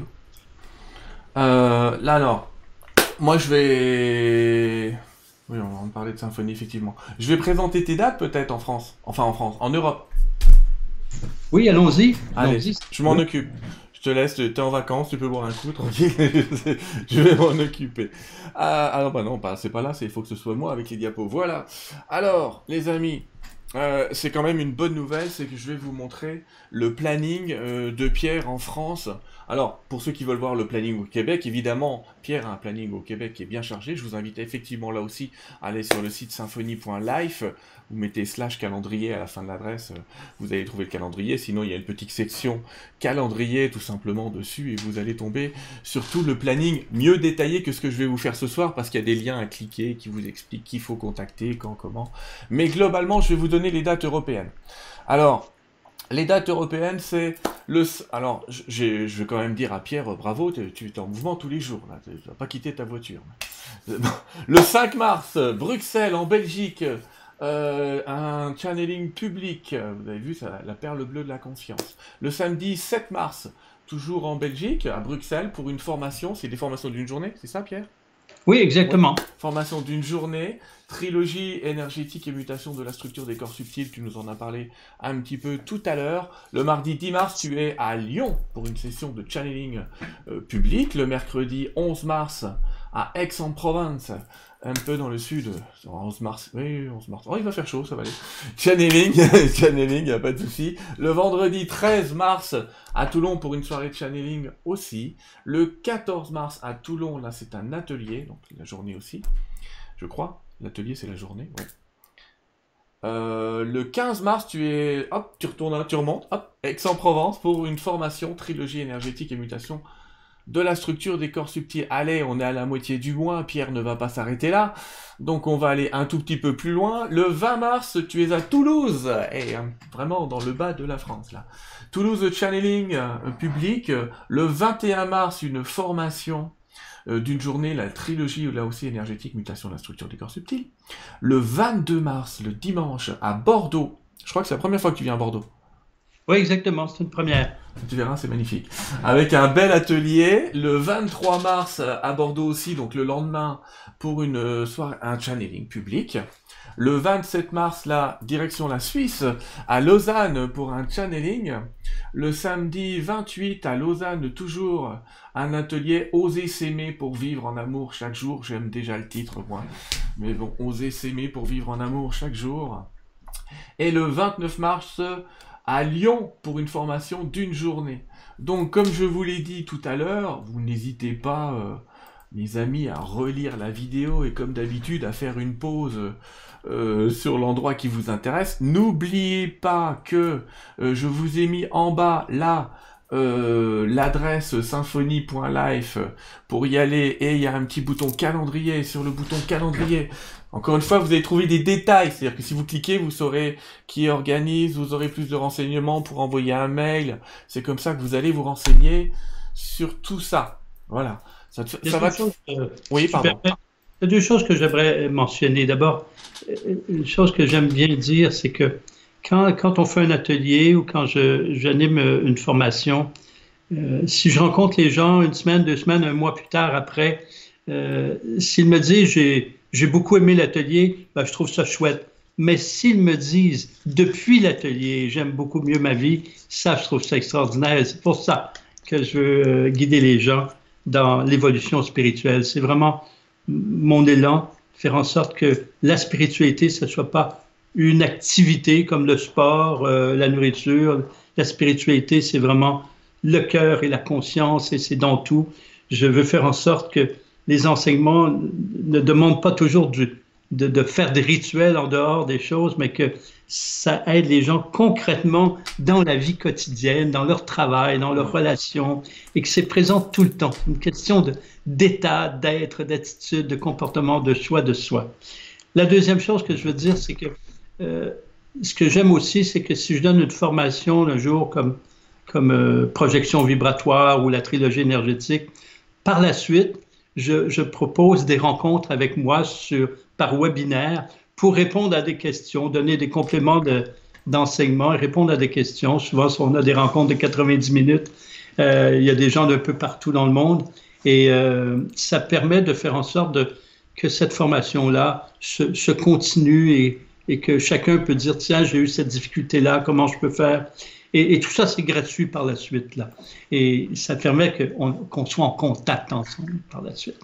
Euh, là, alors, moi, je vais... Oui, on va en parler de Symphonie, effectivement. Je vais présenter tes dates, peut-être, en France. Enfin, en France, en Europe. Oui, allons-y. Allez, allons-y. je m'en oui. occupe. Je te laisse, tu es en vacances, tu peux boire un coup, tranquille. Je vais m'en occuper. Ah, alors, bah non, c'est pas là, il faut que ce soit moi avec les diapos. Voilà. Alors, les amis, euh, c'est quand même une bonne nouvelle, c'est que je vais vous montrer le planning euh, de Pierre en France. Alors, pour ceux qui veulent voir le planning au Québec, évidemment, Pierre a un planning au Québec qui est bien chargé. Je vous invite effectivement là aussi à aller sur le site symphonie point life. Vous mettez slash calendrier à la fin de l'adresse, vous allez trouver le calendrier. Sinon, il y a une petite section calendrier tout simplement dessus et vous allez tomber sur tout le planning mieux détaillé que ce que je vais vous faire ce soir parce qu'il y a des liens à cliquer qui vous expliquent qu'il faut contacter, quand, comment. Mais globalement, je vais vous donner les dates européennes. Alors, les dates européennes, c'est le... Alors, je vais quand même dire à Pierre, bravo, tu es en mouvement tous les jours, là, tu ne vas pas quitter ta voiture. Le cinq mars, Bruxelles, en Belgique, euh, un channeling public, vous avez vu, ça, la perle bleue de la conscience. Le samedi sept mars, toujours en Belgique, à Bruxelles, pour une formation, c'est des formations d'une journée, c'est ça, Pierre? Oui, exactement. Ouais. Formation d'une journée, trilogie énergétique et mutation de la structure des corps subtils, tu nous en as parlé un petit peu tout à l'heure. Le mardi dix mars, tu es à Lyon pour une session de channeling euh, public. Le mercredi onze mars, à Aix-en-Provence, un peu dans le sud. onze mars, oui, onze mars. Oh, il va faire chaud, ça va aller. Channeling, channeling, il n'y a pas de souci. Le vendredi treize mars, à Toulon pour une soirée de channeling aussi. Le quatorze mars, à Toulon, là c'est un atelier, donc la journée aussi, je crois. L'atelier, c'est la journée, ouais. Euh, le quinze mars, tu es, hop, tu retournes, tu remontes, hop, Aix-en-Provence pour une formation trilogie énergétique et mutation de la structure des corps subtils. Allez, on est à la moitié du mois, Pierre ne va pas s'arrêter là, donc on va aller un tout petit peu plus loin. Le vingt mars, tu es à Toulouse, et hein, vraiment dans le bas de la France, là. Toulouse Channeling euh, public. Le vingt et un mars, une formation euh, d'une journée, la trilogie, là aussi, énergétique, mutation de la structure des corps subtils. Le vingt-deux mars, le dimanche, à Bordeaux. Je crois que c'est la première fois que tu viens à Bordeaux. Oui, exactement, c'est une première. Tu verras, c'est magnifique. Avec un bel atelier, le vingt-trois mars à Bordeaux aussi, donc le lendemain, pour une soirée, un channeling public. Le vingt-sept mars, là, direction la Suisse, à Lausanne, pour un channeling. Le samedi vingt-huit, à Lausanne, toujours un atelier « Oser s'aimer pour vivre en amour chaque jour ». J'aime déjà le titre, moi. Mais bon, « Oser s'aimer pour vivre en amour chaque jour ». Et le vingt-neuf mars, à Lyon pour une formation d'une journée. Donc, comme je vous l'ai dit tout à l'heure, vous n'hésitez pas euh, mes amis, à relire la vidéo et comme d'habitude à faire une pause euh, sur l'endroit qui vous intéresse. N'oubliez pas que euh, je vous ai mis en bas là euh, l'adresse symphony point life pour y aller et il y a un petit bouton calendrier. Sur le bouton calendrier, encore une fois, vous allez trouver des détails, c'est-à-dire que si vous cliquez, vous saurez qui organise, vous aurez plus de renseignements pour envoyer un mail. C'est comme ça que vous allez vous renseigner sur tout ça. Voilà. Ça, te, ça va. Chose, euh, oui, pardon. Il y a deux choses que j'aimerais mentionner. D'abord, une chose que j'aime bien dire, c'est que quand, quand on fait un atelier ou quand je, j'anime une formation, euh, si je rencontre les gens une semaine, deux semaines, un mois plus tard après, euh, s'ils me disent j'ai j'ai beaucoup aimé l'atelier, ben, je trouve ça chouette. Mais s'ils me disent depuis l'atelier, j'aime beaucoup mieux ma vie, ça, je trouve ça extraordinaire. C'est pour ça que je veux euh, guider les gens dans l'évolution spirituelle. C'est vraiment mon élan, faire en sorte que la spiritualité, ce ne soit pas une activité comme le sport, euh, la nourriture. La spiritualité, c'est vraiment le cœur et la conscience et c'est dans tout. Je veux faire en sorte que les enseignements ne demandent pas toujours du, de, de faire des rituels en dehors des choses, mais que ça aide les gens concrètement dans la vie quotidienne, dans leur travail, dans leurs relations, et que c'est présent tout le temps. C'est une question de, d'état, d'être, d'attitude, de comportement, de choix de soi. La deuxième chose que je veux dire, c'est que euh, ce que j'aime aussi, c'est que si je donne une formation un jour comme, comme euh, projection vibratoire ou la trilogie énergétique, par la suite, je, je propose des rencontres avec moi sur, par webinaire pour répondre à des questions, donner des compléments de, d'enseignement et répondre à des questions. Souvent, on a des rencontres de quatre-vingt-dix minutes. Euh, il y a des gens d'un peu partout dans le monde et euh, ça permet de faire en sorte de, que cette formation-là se, se continue et, et que chacun peut dire, tiens, j'ai eu cette difficulté-là, comment je peux faire? Et, et tout ça, c'est gratuit par la suite, là. Et ça permet qu'on, qu'on soit en contact ensemble par la suite.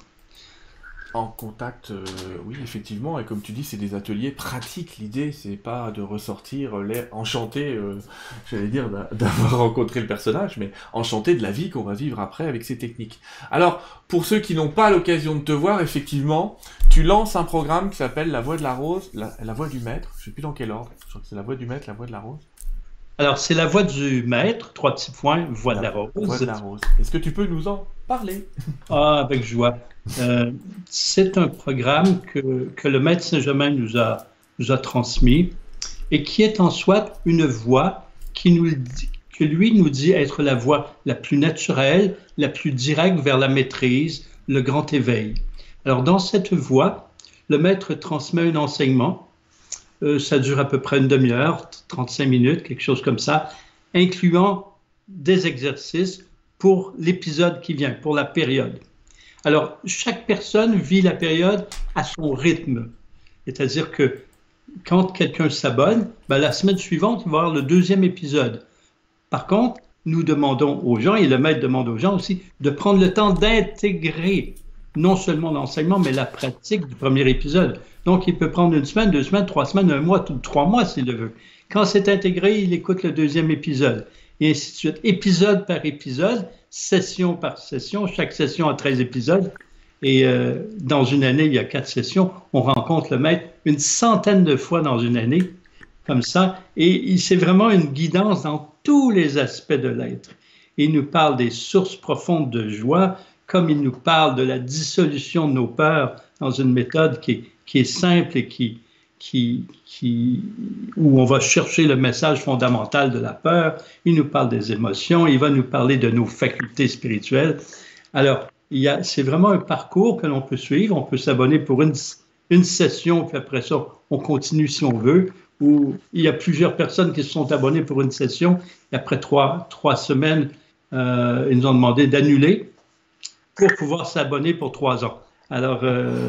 En contact, euh, oui, effectivement, et comme tu dis, c'est des ateliers pratiques. L'idée, c'est pas de ressortir l'air enchanté, euh, j'allais dire, d'avoir rencontré le personnage, mais enchanté de la vie qu'on va vivre après avec ces techniques. Alors, pour ceux qui n'ont pas l'occasion de te voir, effectivement, tu lances un programme qui s'appelle La Voix de la Rose, la, la Voix du Maître, je sais plus dans quel ordre, je crois que c'est La Voix du Maître, La Voix de la Rose. Alors, c'est La Voix du Maître, trois petits points, Voix de la Rose. Voix de la Rose. Est-ce que tu peux nous en parler? Ah, avec joie. Euh, c'est un programme que, que le Maître Saint-Germain nous a, nous a transmis et qui est en soi une voix qui nous dit, que lui nous dit être la voie la plus naturelle, la plus directe vers la maîtrise, le grand éveil. Alors, dans cette voie, le Maître transmet un enseignement. Euh, ça dure à peu près une demi-heure, trente-cinq minutes, quelque chose comme ça, incluant des exercices pour l'épisode qui vient, pour la période. Alors, chaque personne vit la période à son rythme. C'est-à-dire que quand quelqu'un s'abonne, ben, la semaine suivante, il va y avoir le deuxième épisode. Par contre, nous demandons aux gens, et le Maître demande aux gens aussi, de prendre le temps d'intégrer non seulement l'enseignement, mais la pratique du premier épisode. Donc, il peut prendre une semaine, deux semaines, trois semaines, un mois, tout, trois mois s'il le veut. Quand c'est intégré, il écoute le deuxième épisode. Et ainsi de suite, épisode par épisode, session par session. Chaque session a treize épisodes. Et euh, dans une année, il y a quatre sessions. On rencontre le Maître une centaine de fois dans une année, comme ça. Et c'est vraiment une guidance dans tous les aspects de l'être. Il nous parle des sources profondes de joie, comme il nous parle de la dissolution de nos peurs dans une méthode qui est, qui est simple et qui, qui, qui, où on va chercher le message fondamental de la peur. Il nous parle des émotions, il va nous parler de nos facultés spirituelles. Alors, il y a, c'est vraiment un parcours que l'on peut suivre. On peut s'abonner pour une, une session, puis après ça, on continue si on veut. Ou il y a plusieurs personnes qui se sont abonnées pour une session, et après trois, trois semaines, euh, ils nous ont demandé d'annuler pour pouvoir s'abonner pour trois ans. Alors, euh,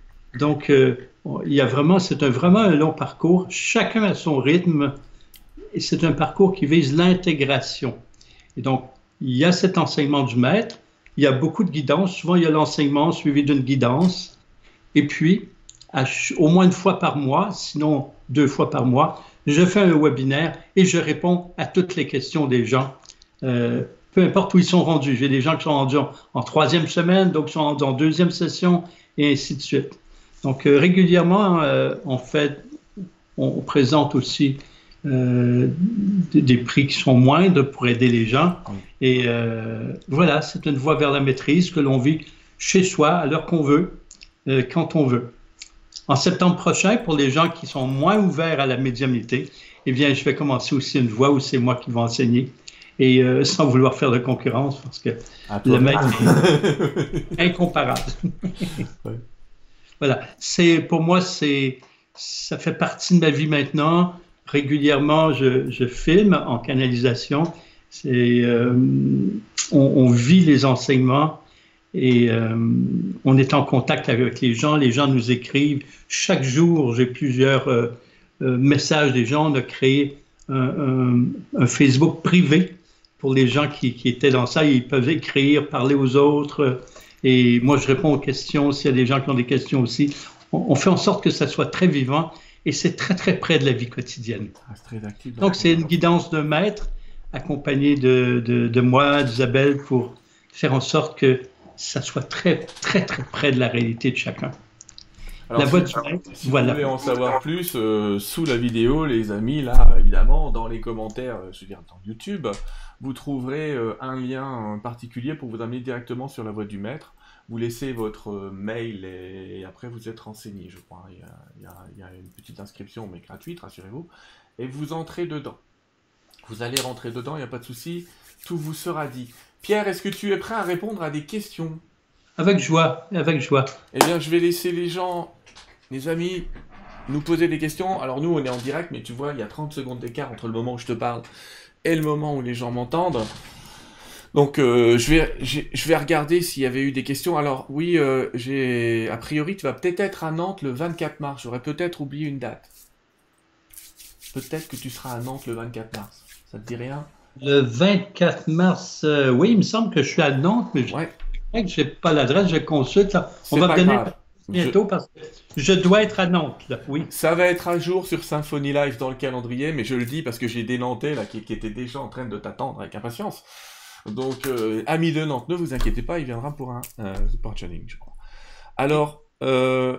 donc, euh, il y a vraiment, c'est un, vraiment un long parcours. Chacun a son rythme et c'est un parcours qui vise l'intégration. Et donc, il y a cet enseignement du Maître, il y a beaucoup de guidance. Souvent, il y a l'enseignement suivi d'une guidance. Et puis, à, au moins une fois par mois, sinon deux fois par mois, je fais un webinaire et je réponds à toutes les questions des gens. Euh, peu importe où ils sont rendus. J'ai des gens qui sont rendus en, en troisième semaine, d'autres qui sont rendus en deuxième session, et ainsi de suite. Donc, euh, régulièrement, euh, on fait, on, on présente aussi euh, des, des prix qui sont moindres pour aider les gens. Et euh, voilà, c'est une voie vers la maîtrise que l'on vit chez soi, à l'heure qu'on veut, euh, quand on veut. En septembre prochain, pour les gens qui sont moins ouverts à la médiumnité, eh bien, je vais commencer aussi une voie où c'est moi qui vais enseigner. Et euh, sans vouloir faire de concurrence, parce que le maître est incomparable. Ouais. Voilà. C'est, pour moi, c'est, ça fait partie de ma vie maintenant. Régulièrement, je, je filme en canalisation. C'est, euh, on, on vit les enseignements et euh, on est en contact avec les gens. Les gens nous écrivent. Chaque jour, j'ai plusieurs euh, euh, messages des gens. On a créé un, un, un Facebook privé pour les gens qui, qui étaient dans ça. Ils peuvent écrire, parler aux autres. Et moi, je réponds aux questions. S'il y a des gens qui ont des questions aussi, on, on fait en sorte que ça soit très vivant. Et c'est très, très près de la vie quotidienne. Ah, c'est très actif. Donc, c'est une guidance d'un maître accompagné de, de, de moi, d'Isabelle, pour faire en sorte que ça soit très, très, très près de la réalité de chacun. Alors, la voix si, du maître, si voilà. Vous voulez en savoir plus, euh, sous la vidéo, les amis, là, évidemment, dans les commentaires, euh, je veux dire, dans YouTube, vous trouverez euh, un lien particulier pour vous amener directement sur la voie du maître. Vous laissez votre euh, mail et, et après vous êtes renseigné, je crois. Il y, a, il, y a, il y a une petite inscription, mais gratuite, rassurez-vous. Et vous entrez dedans. Vous allez rentrer dedans, il n'y a pas de souci. Tout vous sera dit. Pierre, est-ce que tu es prêt à répondre à des questions? Avec joie, avec joie. Eh bien, je vais laisser les gens, les amis, nous poser des questions. Alors nous, on est en direct, mais tu vois, il y a trente secondes d'écart entre le moment où je te parle et le moment où les gens m'entendent. Donc, euh, je, vais, je vais regarder s'il y avait eu des questions. Alors, oui, euh, j'ai a priori, tu vas peut-être être à Nantes le vingt-quatre mars. J'aurais peut-être oublié une date. Peut-être que tu seras à Nantes le vingt-quatre mars. Ça te dit rien? Le vingt-quatre mars, euh, oui, il me semble que je suis à Nantes, mais je ouais. ne sais pas l'adresse, je consulte. Là. On va me donner grave. bientôt je... parce que je dois être à Nantes, là, oui. Ça va être à jour sur Symphony Live dans le calendrier, mais je le dis parce que j'ai des Nantais là, qui, qui étaient déjà en train de t'attendre avec impatience. Donc, euh, ami de Nantes, ne vous inquiétez pas, il viendra pour un euh, support challenge, je crois. Alors, euh,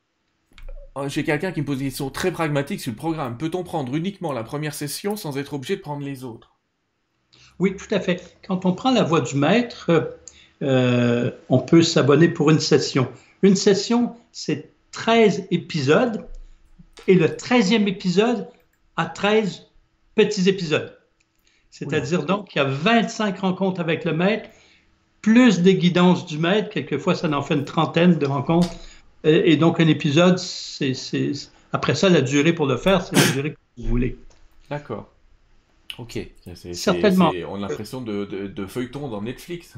j'ai quelqu'un qui me pose une question très pragmatique sur le programme. Peut-on prendre uniquement la première session sans être obligé de prendre les autres? Oui, tout à fait. Quand on prend la voie du maître, euh, on peut s'abonner pour une session. Une session, c'est treize épisodes, et le treizième épisode a treize petits épisodes. C'est-à-dire donc qu'il y a vingt-cinq rencontres avec le maître, plus des guidances du maître. Quelquefois, ça en fait une trentaine de rencontres. Et, et donc, un épisode, c'est, c'est, après ça, la durée pour le faire, c'est la durée que vous voulez. D'accord. Ok. C'est, Certainement. C'est, on a l'impression de, de, de feuilleton dans Netflix.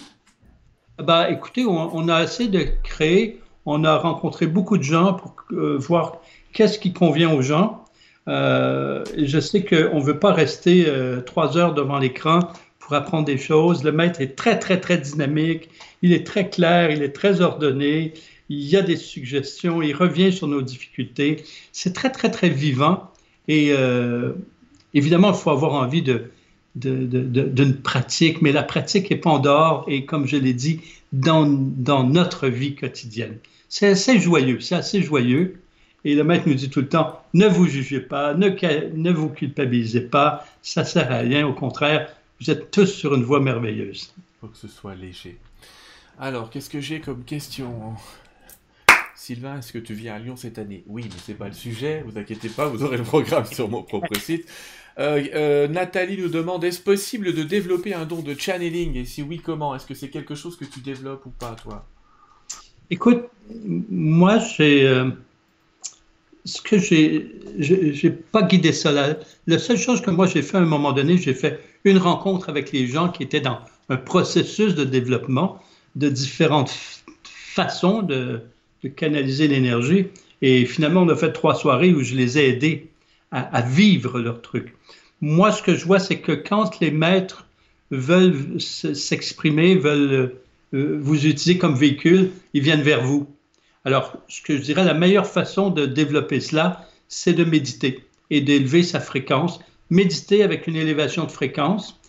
Bah, écoutez, on, on a assez de créer. On a rencontré beaucoup de gens pour euh, voir qu'est-ce qui convient aux gens. Euh, je sais qu'on ne veut pas rester euh, trois heures devant l'écran pour apprendre des choses. Le maître est très, très, très dynamique. Il est très clair, il est très ordonné. Il y a des suggestions, il revient sur nos difficultés. C'est très, très, très vivant. Et euh, évidemment, il faut avoir envie de, de, de, de, d'une pratique, mais la pratique n'est pas en dehors et, comme je l'ai dit, dans, dans notre vie quotidienne. C'est assez joyeux, c'est assez joyeux. Et le maître nous dit tout le temps, ne vous jugez pas, ne, ne vous culpabilisez pas, ça ne sert à rien, au contraire, vous êtes tous sur une voie merveilleuse. Il faut que ce soit léger. Alors, qu'est-ce que j'ai comme question? Sylvain, est-ce que tu viens à Lyon cette année? Oui, mais c'est pas le sujet, vous inquiétez pas, vous aurez le programme sur mon propre site. Euh, euh, Nathalie nous demande, est-ce possible de développer un don de channeling? Et si oui, comment? Est-ce que c'est quelque chose que tu développes ou pas, toi? Écoute, moi, j'ai... Euh... Ce que j'ai, j'ai pas guidé ça. La, la seule chose que moi j'ai fait à un moment donné, j'ai fait une rencontre avec les gens qui étaient dans un processus de développement de différentes façons de, de canaliser l'énergie. Et finalement, on a fait trois soirées où je les ai aidés à, à vivre leur truc. Moi, ce que je vois, c'est que quand les maîtres veulent s'exprimer, veulent euh, vous utiliser comme véhicule, ils viennent vers vous. Alors, ce que je dirais, la meilleure façon de développer cela, c'est de méditer et d'élever sa fréquence. Méditer avec une élévation de fréquence.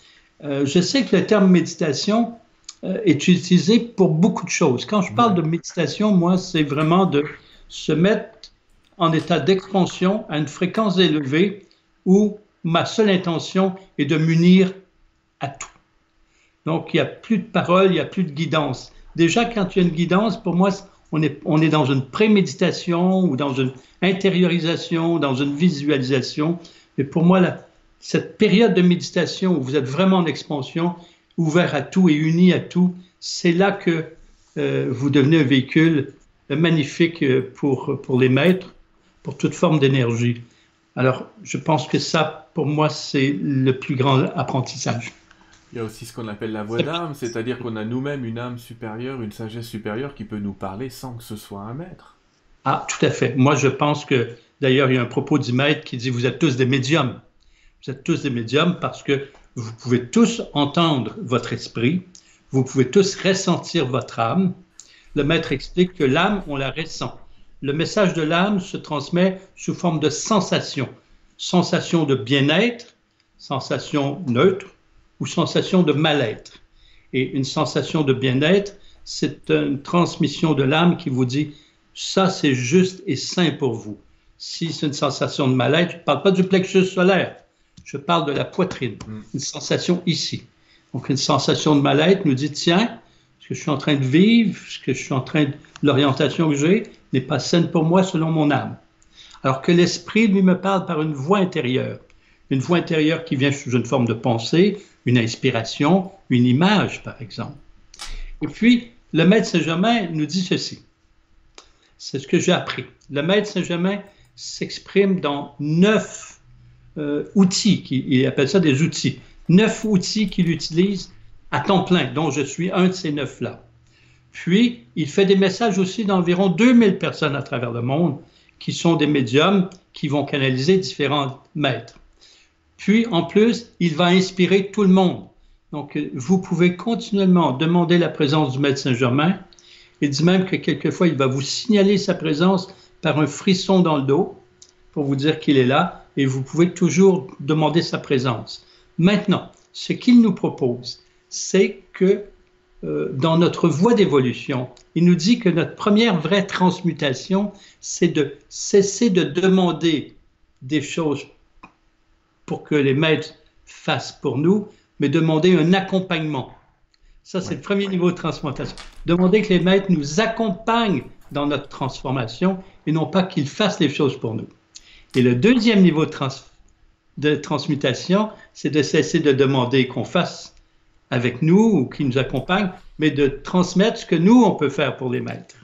Euh, je sais que le terme méditation euh, est utilisé pour beaucoup de choses. Quand je parle de méditation, moi, c'est vraiment de se mettre en état d'expansion à une fréquence élevée où ma seule intention est de m'unir à tout. Donc, il n'y a plus de parole, il n'y a plus de guidance. Déjà, quand il y a une guidance, pour moi, on est, on est dans une préméditation ou dans une intériorisation, dans une visualisation. Mais pour moi, la, cette période de méditation où vous êtes vraiment en expansion, ouvert à tout et uni à tout, c'est là que euh, vous devenez un véhicule magnifique pour, pour les maîtres, pour toute forme d'énergie. Alors, je pense que ça, pour moi, c'est le plus grand apprentissage. Il y a aussi ce qu'on appelle la voix d'âme, c'est-à-dire qu'on a nous-mêmes une âme supérieure, une sagesse supérieure qui peut nous parler sans que ce soit un maître. Ah, tout à fait. Moi, je pense que, d'ailleurs, il y a un propos du maître qui dit « Vous êtes tous des médiums ». Vous êtes tous des médiums parce que vous pouvez tous entendre votre esprit, vous pouvez tous ressentir votre âme. Le maître explique que l'âme, on la ressent. Le message de l'âme se transmet sous forme de sensations. Sensation de bien-être, sensation neutre ou sensation de mal-être. Et une sensation de bien-être, c'est une transmission de l'âme qui vous dit « ça, c'est juste et sain pour vous ». Si c'est une sensation de mal-être, je ne parle pas du plexus solaire, je parle de la poitrine, une sensation ici. Donc, une sensation de mal-être nous dit « tiens, ce que je suis en train de vivre, ce que je suis en train de... l'orientation que j'ai n'est pas saine pour moi selon mon âme. » Alors que l'esprit, lui, me parle par une voix intérieure. Une voix intérieure qui vient sous une forme de pensée, une inspiration, une image, par exemple. Et puis, le Maître Saint-Germain nous dit ceci. C'est ce que j'ai appris. Le Maître Saint-Germain s'exprime dans neuf euh, outils, qui, il appelle ça des outils. Neuf outils qu'il utilise à temps plein, dont je suis un de ces neuf-là. Puis, il fait des messages aussi d'environ deux mille personnes à travers le monde qui sont des médiums qui vont canaliser différents maîtres. Puis, en plus, il va inspirer tout le monde. Donc, vous pouvez continuellement demander la présence du Maître Saint-Germain. Il dit même que quelquefois, il va vous signaler sa présence par un frisson dans le dos pour vous dire qu'il est là et vous pouvez toujours demander sa présence. Maintenant, ce qu'il nous propose, c'est que euh, dans notre voie d'évolution, il nous dit que notre première vraie transmutation, c'est de cesser de demander des choses pour que les maîtres fassent pour nous, mais demander un accompagnement. Ça, c'est ouais. le premier niveau de transmutation. Demander que les maîtres nous accompagnent dans notre transformation et non pas qu'ils fassent les choses pour nous. Et le deuxième niveau de, trans de transmutation, c'est de cesser de demander qu'on fasse avec nous ou qu'ils nous accompagnent, mais de transmettre ce que nous, on peut faire pour les maîtres.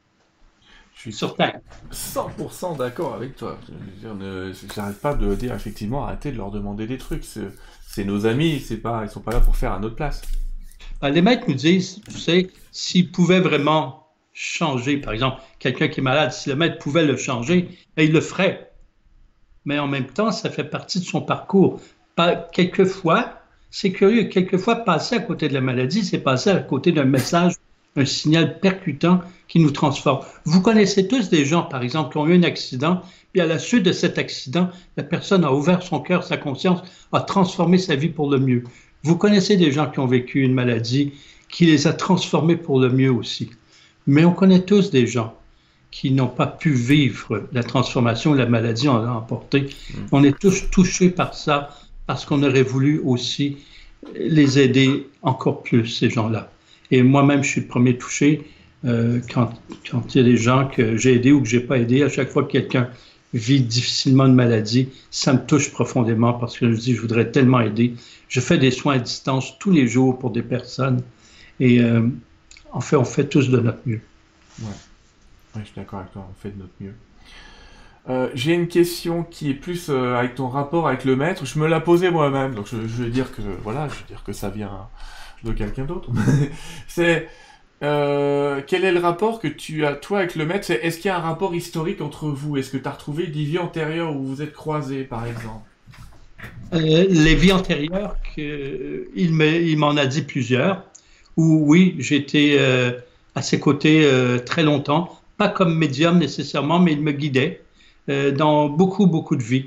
Je suis sur Terre. cent pour cent d'accord avec toi. Je n'arrête pas de dire, effectivement, arrêtez de leur demander des trucs. C'est nos amis, c'est pas, ils ne sont pas là pour faire à notre place. Les maîtres nous disent, tu sais, s'ils pouvaient vraiment changer, par exemple, quelqu'un qui est malade, si le maître pouvait le changer, il le ferait. Mais en même temps, ça fait partie de son parcours. Pas, quelquefois, c'est curieux, quelquefois, passer à côté de la maladie, c'est passer à côté d'un message, un signal percutant qui nous transforme. Vous connaissez tous des gens, par exemple, qui ont eu un accident, puis à la suite de cet accident, la personne a ouvert son cœur, sa conscience, a transformé sa vie pour le mieux. Vous connaissez des gens qui ont vécu une maladie qui les a transformés pour le mieux aussi. Mais on connaît tous des gens qui n'ont pas pu vivre la transformation, la maladie en a emporté. Mmh. On est tous touchés par ça, parce qu'on aurait voulu aussi les aider encore plus, ces gens-là. Et moi-même, je suis le premier touché euh, quand, quand il y a des gens que j'ai aidés ou que je n'ai pas aidés. À chaque fois que quelqu'un vit difficilement une maladie, ça me touche profondément parce que je me dis, je voudrais tellement aider. Je fais des soins à distance tous les jours pour des personnes. Et euh, en fait, on fait tous de notre mieux. Ouais, ouais, je suis d'accord avec toi, on fait de notre mieux. Euh, J'ai une question qui est plus euh, avec ton rapport avec le maître. Je me la posais moi-même, donc je, je vais dire que voilà, je vais dire que ça vient de quelqu'un d'autre. C'est euh, quel est le rapport que tu as toi avec le maître? Est-ce qu'il y a un rapport historique entre vous? Est-ce que tu as retrouvé des vies antérieures où vous êtes croisés, par exemple? euh, Les vies antérieures, que, il m'en a dit plusieurs. Où oui, j'étais euh, à ses côtés euh, très longtemps, pas comme médium nécessairement, mais il me guidait euh, dans beaucoup, beaucoup de vies.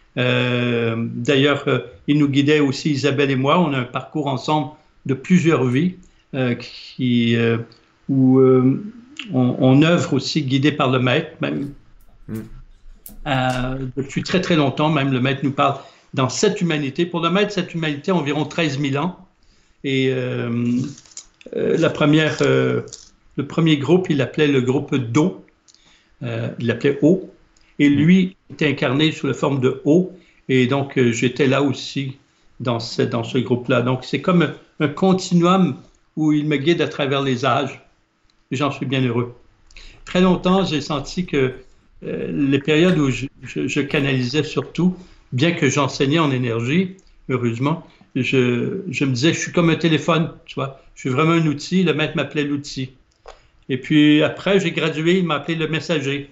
Euh, D'ailleurs, euh, il nous guidait aussi, Isabelle et moi. On a un parcours ensemble de plusieurs vies euh, qui, euh, où euh, on, on œuvre aussi guidé par le maître, même mm. euh, depuis très très longtemps. Même le maître nous parle dans cette humanité. Pour le maître, cette humanité a environ treize mille ans. Et euh, euh, la première, euh, le premier groupe, il l'appelait le groupe d'eau. Euh, il l'appelait O. Et lui était incarné sous la forme de O. Et donc, euh, j'étais là aussi dans ce, dans ce groupe-là. Donc, c'est comme un, un continuum où il me guide à travers les âges. Et j'en suis bien heureux. Très longtemps, j'ai senti que euh, les périodes où je, je, je canalisais surtout, bien que j'enseignais en énergie, heureusement, je, je me disais, je suis comme un téléphone, tu vois. Je suis vraiment un outil. Le maître m'appelait l'outil. Et puis après, j'ai gradué, il m'a appelé le messager.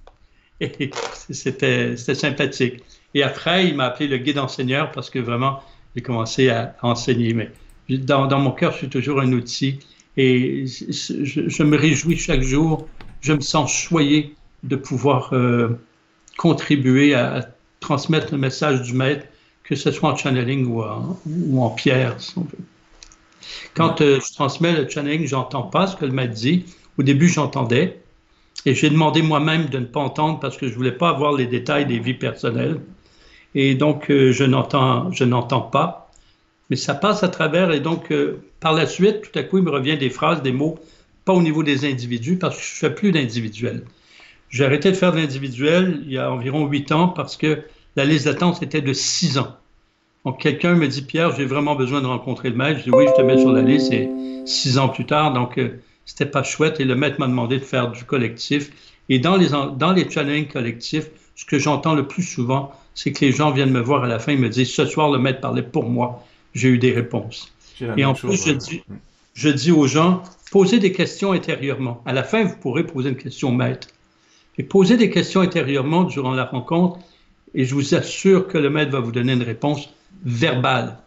Et c'était sympathique. Et après, il m'a appelé le guide enseigneur parce que vraiment, j'ai commencé à, à enseigner. Mais dans, dans mon cœur, je suis toujours un outil. Et je, je me réjouis chaque jour. Je me sens choyé de pouvoir euh, contribuer à, à transmettre le message du maître, que ce soit en channeling ou en, ou en pierre, si on veut. Quand euh, je transmets le channeling, je n'entends pas ce que le maître dit. Au début, j'entendais. Et j'ai demandé moi-même de ne pas entendre parce que je ne voulais pas avoir les détails des vies personnelles. Et donc, euh, je n'entends je n'entends pas. Mais ça passe à travers. Et donc, euh, par la suite, tout à coup, il me revient des phrases, des mots, pas au niveau des individus, parce que je ne fais plus d'individuel. J'ai arrêté de faire de l'individuel il y a environ huit ans parce que la liste d'attente était de six ans. Donc, quelqu'un me dit, Pierre, j'ai vraiment besoin de rencontrer le maître. Je dis, oui, je te mets sur la liste. Et six ans plus tard, donc, euh, c'était pas chouette. Et le maître m'a demandé de faire du collectif. Et dans les, dans les channelings collectifs, ce que j'entends le plus souvent, c'est que les gens viennent me voir à la fin et me disent, ce soir, le maître parlait pour moi. J'ai eu des réponses. Et en plus, chose, je, ouais. dis, je dis aux gens, posez des questions intérieurement. À la fin, vous pourrez poser une question au maître. Et posez des questions intérieurement durant la rencontre. Et je vous assure que le maître va vous donner une réponse verbale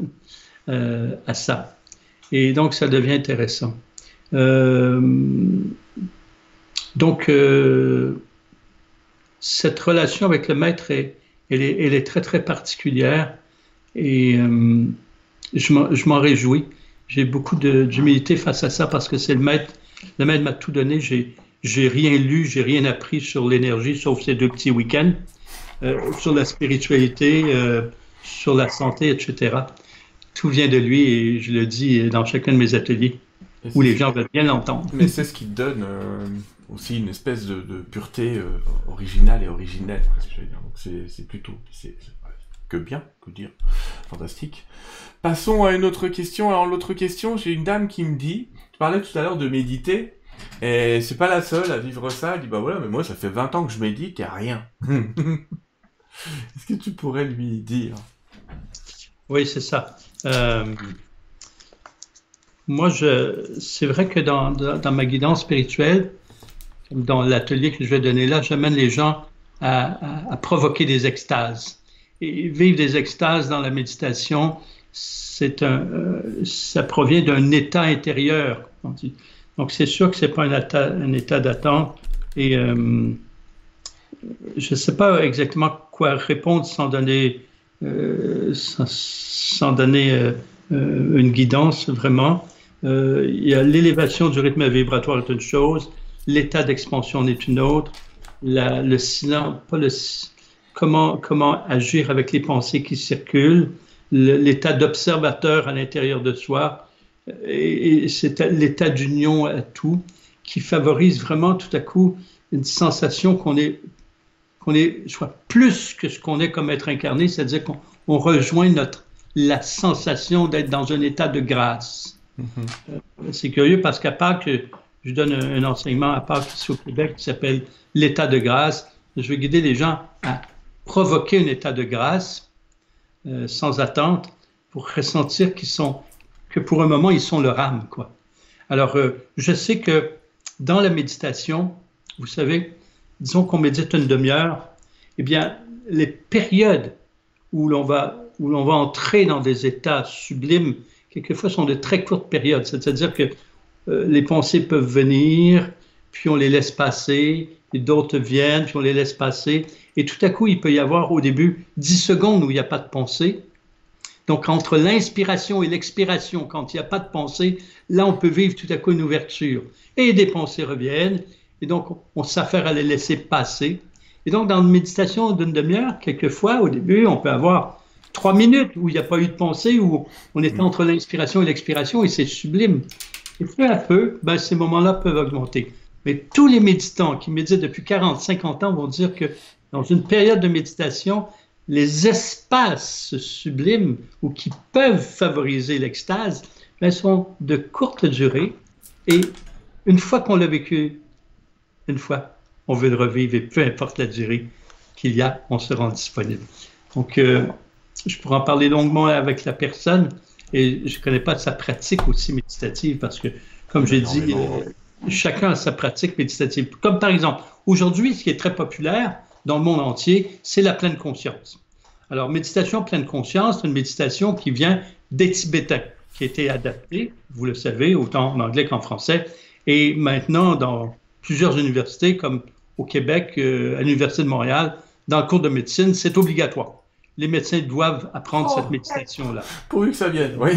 euh, à ça. Et donc, ça devient intéressant. Euh, donc, euh, cette relation avec le maître, est, elle, est, elle est très, très particulière et euh, je m'en réjouis. J'ai beaucoup d'humilité face à ça parce que c'est le maître. Le maître m'a tout donné. J'ai j'ai rien lu, j'ai rien appris sur l'énergie, sauf ces deux petits week-ends, euh, sur la spiritualité, euh, sur la santé, et cetera. Tout vient de lui et je le dis dans chacun de mes ateliers où les gens veulent bien l'entendre. Mais c'est ce qui donne euh, aussi une espèce de, de pureté euh, originale et originelle. Donc c'est plutôt c'est que bien, que dire, fantastique. Passons à une autre question. Alors l'autre question, j'ai une dame qui me dit, tu parlais tout à l'heure de méditer. Et c'est pas la seule à vivre ça. Elle dit, bah voilà, mais moi, ça fait vingt ans que je médite et rien. Est-ce que tu pourrais lui dire? Oui, c'est ça. Euh, moi, c'est vrai que dans, dans, dans ma guidance spirituelle, dans l'atelier que je vais donner là, j'amène les gens à, à, à provoquer des extases. Et vivre des extases dans la méditation, c'est un, euh, ça provient d'un état intérieur. On dit. Donc, c'est sûr que ce n'est pas un état, un état d'attente. Et euh, je ne sais pas exactement quoi répondre sans donner, euh, sans, sans donner euh, une guidance, vraiment. Euh, il y a l'élévation du rythme vibratoire est une chose, l'état d'expansion est une autre, la, le silence, pas le, comment, comment agir avec les pensées qui circulent, l'état d'observateur à l'intérieur de soi, et c'est l'état d'union à tout qui favorise vraiment tout à coup une sensation qu'on est, qu'on est soit plus que ce qu'on est comme être incarné, c'est-à-dire qu'on on rejoint notre, la sensation d'être dans un état de grâce. Mm-hmm. euh, c'est curieux parce qu'à Pâques, je donne un, un enseignement à Pâques ici au Québec qui s'appelle l'état de grâce. Je veux guider les gens à provoquer un état de grâce euh, sans attente pour ressentir qu'ils sont que pour un moment, ils sont leur âme, quoi. Alors, euh, je sais que dans la méditation, vous savez, disons qu'on médite une demi-heure, eh bien, les périodes où l'on va, où l'on va entrer dans des états sublimes, quelquefois sont de très courtes périodes, c'est-à-dire que euh, les pensées peuvent venir, puis on les laisse passer, et d'autres viennent, puis on les laisse passer. Et tout à coup, il peut y avoir au début dix secondes où il n'y a pas de pensée. Donc, entre l'inspiration et l'expiration, quand il n'y a pas de pensée, là, on peut vivre tout à coup une ouverture. Et des pensées reviennent, et donc on s'affaire à les laisser passer. Et donc, dans une méditation d'une demi-heure, quelquefois, au début, on peut avoir trois minutes où il n'y a pas eu de pensée, où on est entre l'inspiration et l'expiration, et c'est sublime. Et peu à peu, ben, ces moments-là peuvent augmenter. Mais tous les méditants qui méditent depuis quarante, cinquante ans vont dire que dans une période de méditation, les espaces sublimes ou qui peuvent favoriser l'extase ben, sont de courte durée. Et une fois qu'on l'a vécu, une fois, on veut le revivre et peu importe la durée qu'il y a, on se rend disponible. Donc, euh, je pourrais en parler longuement avec la personne et je ne connais pas sa pratique aussi méditative parce que, comme j'ai dit, euh, chacun a sa pratique méditative. Comme par exemple, aujourd'hui, ce qui est très populaire dans le monde entier, c'est la pleine conscience. Alors, méditation pleine conscience, c'est une méditation qui vient des Tibétains, qui a été adaptée, vous le savez, autant en anglais qu'en français, et maintenant dans plusieurs universités, comme au Québec, euh, à l'Université de Montréal, dans le cours de médecine, c'est obligatoire. Les médecins doivent apprendre oh, cette méditation-là. Pourvu que ça vienne, oui.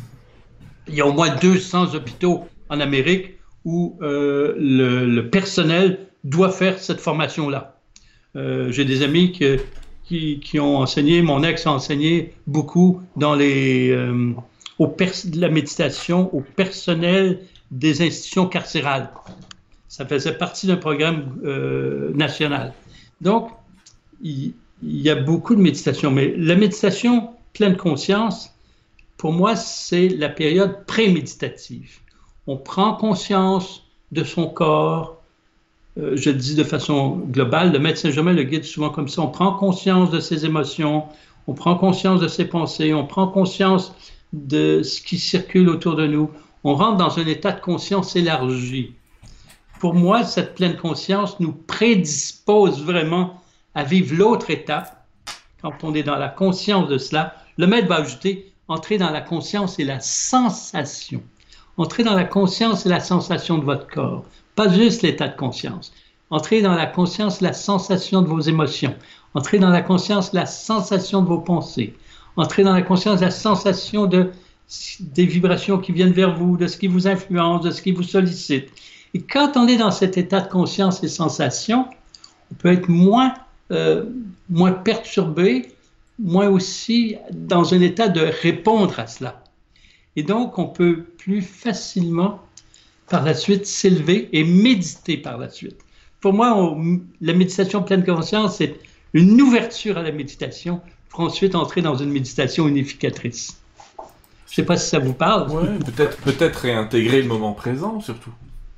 Il y a au moins deux cents hôpitaux en Amérique où euh, le, le personnel doit faire cette formation-là. Euh, j'ai des amis que, qui, qui ont enseigné, mon ex a enseigné beaucoup dans les, euh, au pers la méditation au personnel des institutions carcérales. Ça faisait partie d'un programme euh, national. Donc, il, il y a beaucoup de méditation, mais la méditation pleine conscience, pour moi, c'est la période pré-méditative. On prend conscience de son corps, euh, je le dis de façon globale, le maître Saint-Germain le guide souvent comme ça, on prend conscience de ses émotions, on prend conscience de ses pensées, on prend conscience de ce qui circule autour de nous, on rentre dans un état de conscience élargi. Pour moi, cette pleine conscience nous prédispose vraiment à vivre l'autre étape. Quand on est dans la conscience de cela, le maître va ajouter entrer dans la conscience et la sensation. Entrez dans la conscience et la sensation de votre corps, pas juste l'état de conscience. Entrez dans la conscience et la sensation de vos émotions. Entrez dans la conscience et la sensation de vos pensées. Entrez dans la conscience et la sensation de, des vibrations qui viennent vers vous, de ce qui vous influence, de ce qui vous sollicite. Et quand on est dans cet état de conscience et sensation, on peut être moins, euh, moins perturbé, moins aussi dans un état de répondre à cela. Et donc, on peut plus facilement, par la suite, s'élever et méditer par la suite. Pour moi, on, la méditation pleine conscience, c'est une ouverture à la méditation pour ensuite entrer dans une méditation unificatrice. Je ne sais pas si ça vous parle. Ouais, peut-être peut-être réintégrer le moment présent, surtout.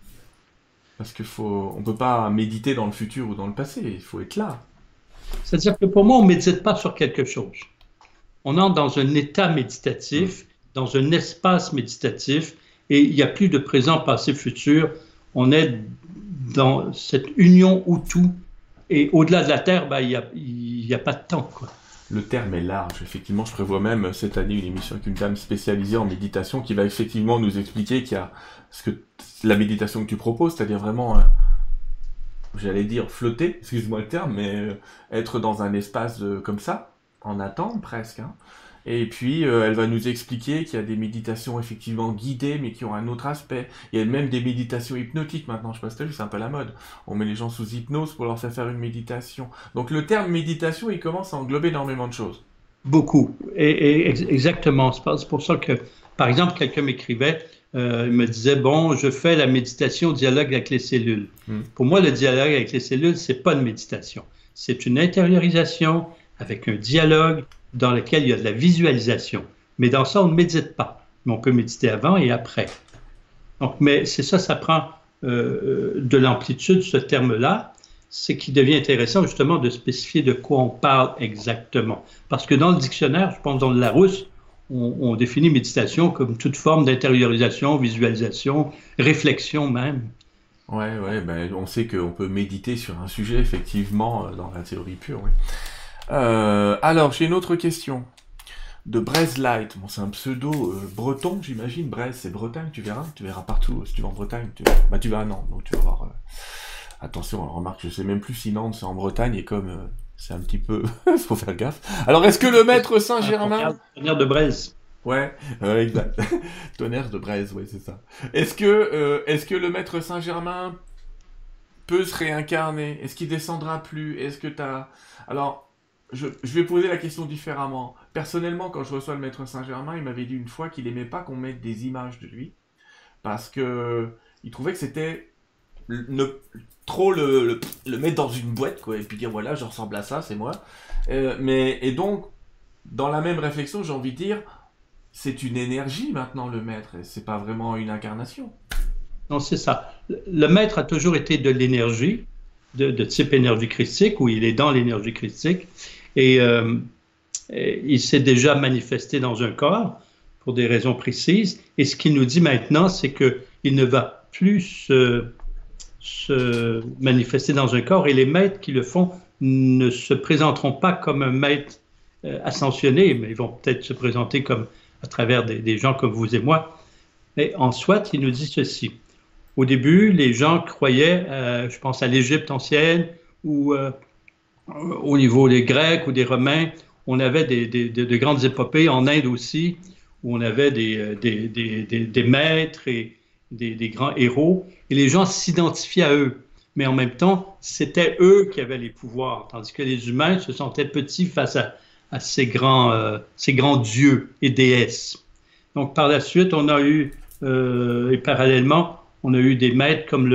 Parce qu'il faut, on ne peut pas méditer dans le futur ou dans le passé, il faut être là. C'est-à-dire que pour moi, on ne médite pas sur quelque chose. On entre dans un état méditatif, dans un espace méditatif, et il n'y a plus de présent, passé, futur. On est dans cette union où tout, et au-delà de la Terre, ben, il n'y a, il y a pas de temps, quoi. Le terme est large. Effectivement, je prévois même cette année une émission avec une dame spécialisée en méditation qui va effectivement nous expliquer qu'il y a ce que la méditation que tu proposes, c'est-à-dire vraiment, euh, j'allais dire flotter, excuse-moi le terme, mais euh, être dans un espace euh, comme ça, en attente presque. Hein. Et puis, euh, elle va nous expliquer qu'il y a des méditations effectivement guidées, mais qui ont un autre aspect. Il y a même des méditations hypnotiques maintenant, je sais pas si t'as vu, c'est un peu la mode. On met les gens sous hypnose pour leur faire faire une méditation. Donc le terme méditation, il commence à englober énormément de choses. Beaucoup, et, et ex exactement. C'est pour ça que, par exemple, quelqu'un m'écrivait, euh, il me disait, bon, je fais la méditation dialogue avec les cellules. Hmm. Pour moi, le dialogue avec les cellules, c'est pas une méditation. C'est une intériorisation avec un dialogue dans lequel il y a de la visualisation. Mais dans ça, on ne médite pas. Mais on peut méditer avant et après. Donc, mais c'est ça, ça prend euh, de l'amplitude, ce terme-là. C'est qui devient intéressant, justement, de spécifier de quoi on parle exactement. Parce que dans le dictionnaire, je pense dans le Larousse, on, on définit méditation comme toute forme d'intériorisation, visualisation, réflexion même. Ouais, ouais, ben, on sait qu'on peut méditer sur un sujet, effectivement, dans la théorie pure, oui. Euh, alors, j'ai une autre question. de Breizelight. Bon, c'est un pseudo euh, breton, j'imagine. Breiz, c'est Bretagne, tu verras. Tu verras partout. Si tu vas en Bretagne, tu, bah, tu vas à Nantes, donc tu vas voir. Euh... Attention, remarque, je sais même plus si Nantes c'est en Bretagne, et comme euh, c'est un petit peu... faut faire gaffe. Alors, est-ce que le maître Saint-Germain... Tonnerre de Breiz. Ouais, euh, exact. Tonnerre de Breiz, ouais, c'est ça. Est-ce que, euh, est-ce que le maître Saint-Germain peut se réincarner? Est-ce qu'il descendra plus? Est-ce que t'as... Alors, je, je vais poser la question différemment. Personnellement, quand je reçois le maître Saint-Germain, il m'avait dit une fois qu'il aimait pas qu'on mette des images de lui, parce que il trouvait que c'était ne, trop le, le, le mettre dans une boîte, quoi, et puis dire voilà, je ressemble à ça, c'est moi. Euh, mais, et donc, dans la même réflexion, j'ai envie de dire, c'est une énergie maintenant, le maître, et c'est pas vraiment une incarnation. Non, c'est ça. Le maître a toujours été de l'énergie, de, de type énergie christique, où il est dans l'énergie christique, et, euh, et il s'est déjà manifesté dans un corps pour des raisons précises. Et ce qu'il nous dit maintenant, c'est qu'il ne va plus se, se manifester dans un corps, et les maîtres qui le font ne se présenteront pas comme un maître euh, ascensionné, mais ils vont peut-être se présenter comme à travers des, des gens comme vous et moi. Mais en soit, il nous dit ceci. Au début, les gens croyaient, euh, je pense à l'Égypte ancienne, ou euh, au niveau des Grecs ou des Romains, on avait des, des, de, de grandes épopées, en Inde aussi, où on avait des, des, des, des, des maîtres et des, des grands héros, et les gens s'identifiaient à eux. Mais en même temps, c'était eux qui avaient les pouvoirs, tandis que les humains se sentaient petits face à, à ces, grands, euh, ces grands dieux et déesses. Donc par la suite, on a eu, euh, et parallèlement, on a eu des maîtres comme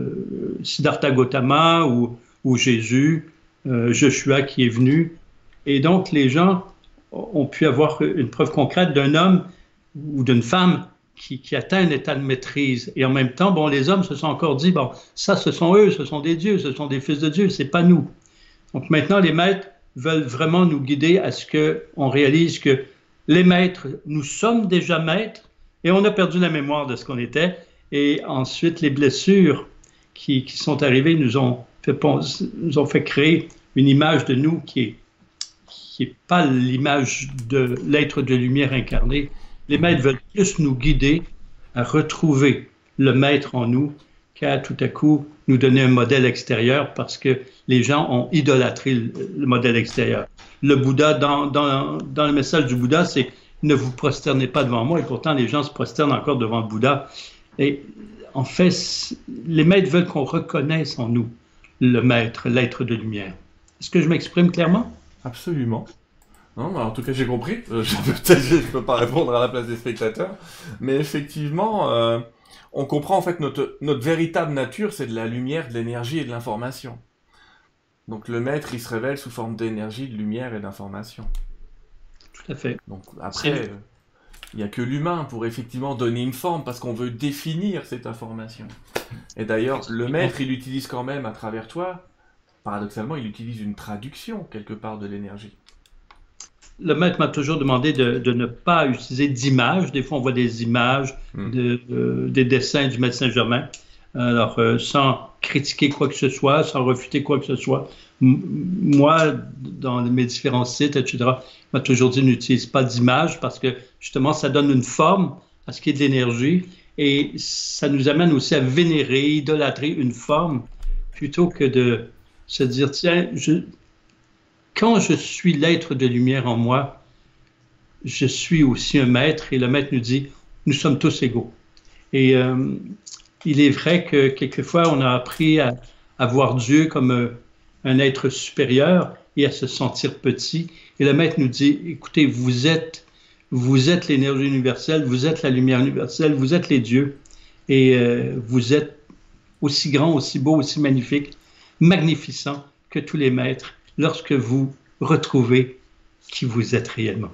le Siddhartha Gautama ou, ou Jésus, euh, Joshua qui est venu. Et donc, les gens ont pu avoir une preuve concrète d'un homme ou d'une femme qui, qui atteint un état de maîtrise. Et en même temps, bon, les hommes se sont encore dit, bon, ça, ce sont eux, ce sont des dieux, ce sont des fils de Dieu, c'est pas nous. Donc maintenant, les maîtres veulent vraiment nous guider à ce qu'on réalise que les maîtres, nous sommes déjà maîtres et on a perdu la mémoire de ce qu'on était. Et ensuite, les blessures qui, qui sont arrivées nous ont, fait, nous ont fait créer une image de nous qui est, qui est pas l'image de l'être de lumière incarné. Les maîtres veulent plus nous guider à retrouver le maître en nous qu'à tout à coup nous donner un modèle extérieur parce que les gens ont idolâtré le, le modèle extérieur. Le Bouddha, dans, dans, dans le message du Bouddha, c'est « ne vous prosternez pas devant moi » et pourtant les gens se prosternent encore devant le Bouddha. Et en fait, les maîtres veulent qu'on reconnaisse en nous le maître, l'être de lumière. Est-ce que je m'exprime clairement? Absolument. Non, mais en tout cas, j'ai compris. Euh, je ne peux pas répondre à la place des spectateurs. Mais effectivement, euh, on comprend en fait notre, notre véritable nature, c'est de la lumière, de l'énergie et de l'information. Donc le maître, il se révèle sous forme d'énergie, de lumière et d'information. Tout à fait. Donc après... Il n'y a que l'humain pour effectivement donner une forme, parce qu'on veut définir cette information. Et d'ailleurs, le maître, il utilise quand même, à travers toi, paradoxalement, il utilise une traduction, quelque part, de l'énergie. Le maître m'a toujours demandé de, de ne pas utiliser d'images. Des fois, on voit des images, mm. de, euh, des dessins du maître Saint-Germain. Alors, euh, sans critiquer quoi que ce soit, sans refuter quoi que ce soit. M moi, dans mes différents sites, et cetera, m'a toujours dit n'utilise pas d'images parce que justement, ça donne une forme à ce qui est de l'énergie et ça nous amène aussi à vénérer, idolâtrer une forme plutôt que de se dire tiens, je, quand je suis l'être de lumière en moi, je suis aussi un maître et le maître nous dit nous sommes tous égaux. Et euh, il est vrai que quelquefois, on a appris à, à voir Dieu comme euh, un être supérieur et à se sentir petit. Et le maître nous dit, écoutez, vous êtes, vous êtes l'énergie universelle, vous êtes la lumière universelle, vous êtes les dieux. Et euh, vous êtes aussi grand, aussi beau, aussi magnifique, magnificent que tous les maîtres lorsque vous retrouvez qui vous êtes réellement.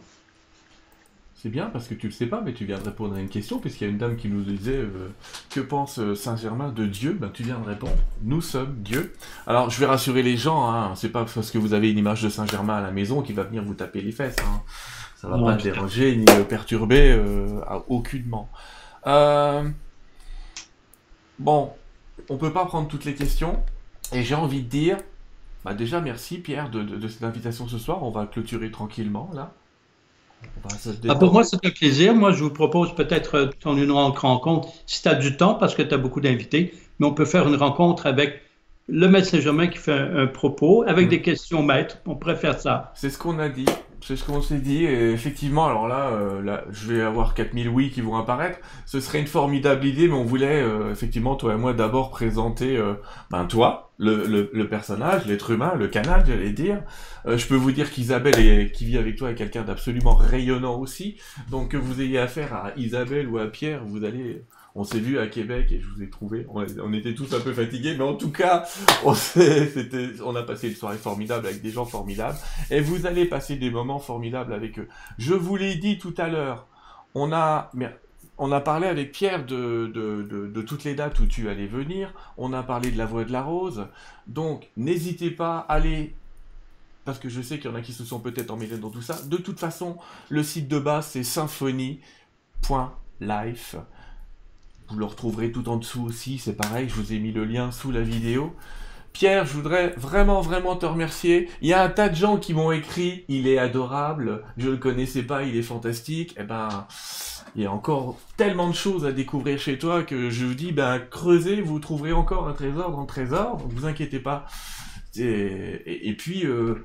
C'est bien parce que tu le sais pas, mais tu viens de répondre à une question, puisqu'il y a une dame qui nous disait euh, que pense Saint-Germain de Dieu. Ben, tu viens de répondre. Nous sommes Dieu. Alors, je vais rassurer les gens, hein, c'est pas parce que vous avez une image de Saint-Germain à la maison qu'il va venir vous taper les fesses. Hein. Ça va non, pas te déranger ni le perturber euh, aucunement. Euh... Bon, on peut pas prendre toutes les questions, et j'ai envie de dire, bah déjà merci Pierre de, de, de cette invitation ce soir. On va clôturer tranquillement là. On va se Ah, pour détendre. moi, c'est un plaisir. Moi, je vous propose peut-être euh, qu'on ait une ren- rencontre, si tu as du temps, parce que tu as beaucoup d'invités, mais on peut faire une rencontre avec le maître Saint-Germain qui fait un, un propos, avec des Mm. questions maîtres. On pourrait faire ça. C'est ce qu'on a dit, c'est ce qu'on s'est dit, et effectivement, alors là, euh, là, je vais avoir quatre mille oui qui vont apparaître, ce serait une formidable idée, mais on voulait, euh, effectivement, toi et moi, d'abord présenter, euh, ben toi, le, le, le personnage, l'être humain, le canal, j'allais dire. Euh, je peux vous dire qu'Isabelle, est, qui vit avec toi, est quelqu'un d'absolument rayonnant aussi, donc que vous ayez affaire à Isabelle ou à Pierre, vous allez... On s'est vu à Québec et je vous ai trouvé. On, on était tous un peu fatigués, mais en tout cas, on, c'était, on a passé une soirée formidable avec des gens formidables. Et vous allez passer des moments formidables avec eux. Je vous l'ai dit tout à l'heure. On a, on a parlé avec Pierre de, de, de, de toutes les dates où tu allais venir. On a parlé de la Voix de la Rose. Donc, n'hésitez pas à aller, parce que je sais qu'il y en a qui se sont peut-être emmêlés dans tout ça. De toute façon, le site de base, c'est symphonie point life. Vous le retrouverez tout en dessous aussi, c'est pareil, je vous ai mis le lien sous la vidéo. Pierre, je voudrais vraiment, vraiment te remercier. Il y a un tas de gens qui m'ont écrit, il est adorable, je le connaissais pas, il est fantastique. Eh ben, il y a encore tellement de choses à découvrir chez toi que je vous dis, ben, creusez, vous trouverez encore un trésor dans le trésor, donc vous inquiétez pas. Et, et, et puis, euh,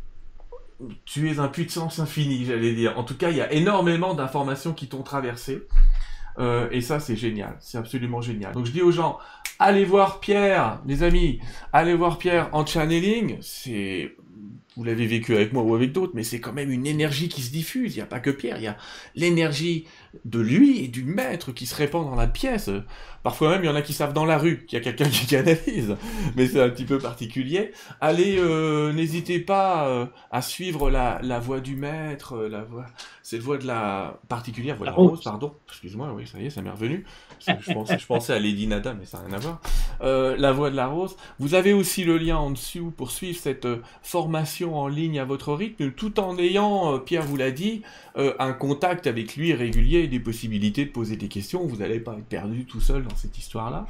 tu es un puits de sens infini, j'allais dire. En tout cas, il y a énormément d'informations qui t'ont traversé. Euh, et ça, c'est génial. C'est absolument génial. Donc, je dis aux gens, allez voir Pierre, les amis, allez voir Pierre en channeling. C'est, vous l'avez vécu avec moi ou avec d'autres, mais c'est quand même une énergie qui se diffuse. Il n'y a pas que Pierre, il y a l'énergie de lui et du maître qui se répand dans la pièce. Parfois même, il y en a qui savent dans la rue qu'il y a quelqu'un qui canalise, mais c'est un petit peu particulier. Allez, euh, n'hésitez pas euh, à suivre la, la voix du maître, la voix, cette voix de la particulière, voix de La la rose, rose. pardon. Excuse-moi, oui, ça y est, ça m'est revenu. Parce que je pensais, je pensais à Lady Nada, mais ça n'a rien à voir. Euh, la voix de la rose. Vous avez aussi le lien en dessous pour suivre cette euh, formation en ligne à votre rythme, tout en ayant, euh, Pierre vous l'a dit, euh, un contact avec lui régulier et des possibilités de poser des questions. Vous n'allez pas être perdu tout seul dans cette histoire-là.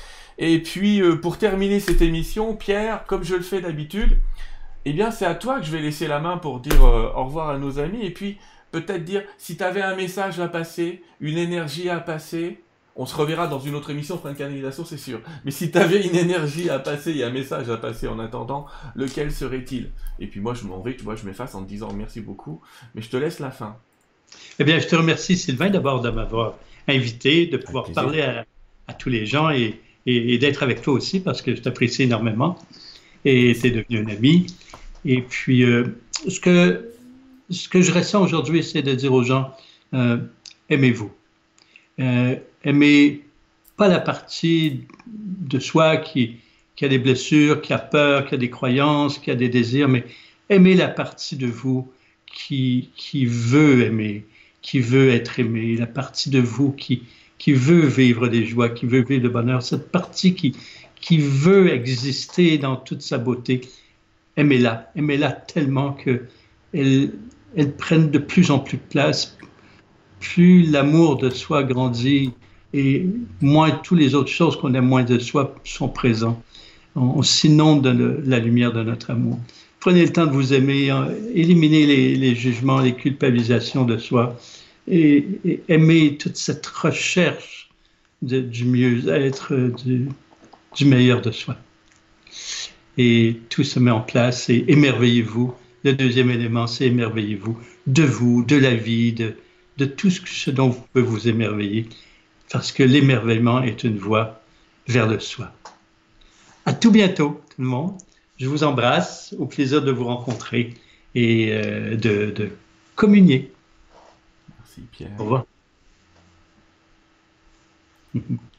Et puis, euh, pour terminer cette émission, Pierre, comme je le fais d'habitude, eh bien, c'est à toi que je vais laisser la main pour dire euh, au revoir à nos amis, et puis peut-être dire, si tu avais un message à passer, une énergie à passer, on se reverra dans une autre émission, on fera une canalisation, c'est sûr. Mais si tu avais une énergie à passer et un message à passer en attendant, lequel serait-il? Et puis moi, je m'en vais, tu vois, je m'efface en te disant merci beaucoup, mais je te laisse la fin. Eh bien, je te remercie, Sylvain, d'abord de m'avoir invité, de Avec pouvoir plaisir. parler à, à tous les gens et, et, et d'être avec toi aussi, parce que je t'apprécie énormément et tu es devenu un ami. Et puis, euh, ce que, ce que je ressens aujourd'hui, c'est de dire aux gens, euh, aimez-vous. Euh, aimez pas la partie de soi qui, qui a des blessures, qui a peur, qui a des croyances, qui a des désirs, mais aimez la partie de vous qui, qui veut aimer, qui veut être aimé, la partie de vous qui, qui veut vivre des joies, qui veut vivre le bonheur, cette partie qui, qui veut exister dans toute sa beauté. Aimez-la, aimez-la tellement qu'elle elle prenne de plus en plus de place. Plus l'amour de soi grandit et moins toutes les autres choses qu'on aime moins de soi sont présents. On, on s'inonde de le, la lumière de notre amour. Prenez le temps de vous aimer, hein, éliminez les, les jugements, les culpabilisations de soi et, et aimez toute cette recherche de, du mieux-être, du, du meilleur de soi. Et tout se met en place et émerveillez-vous. Le deuxième élément, c'est émerveillez-vous de vous, de la vie, de, de tout ce dont vous pouvez vous émerveiller, parce que l'émerveillement est une voie vers le soi. À tout bientôt, tout le monde. Je vous embrasse, au plaisir de vous rencontrer et euh, de, de communier. Merci Pierre. Au revoir.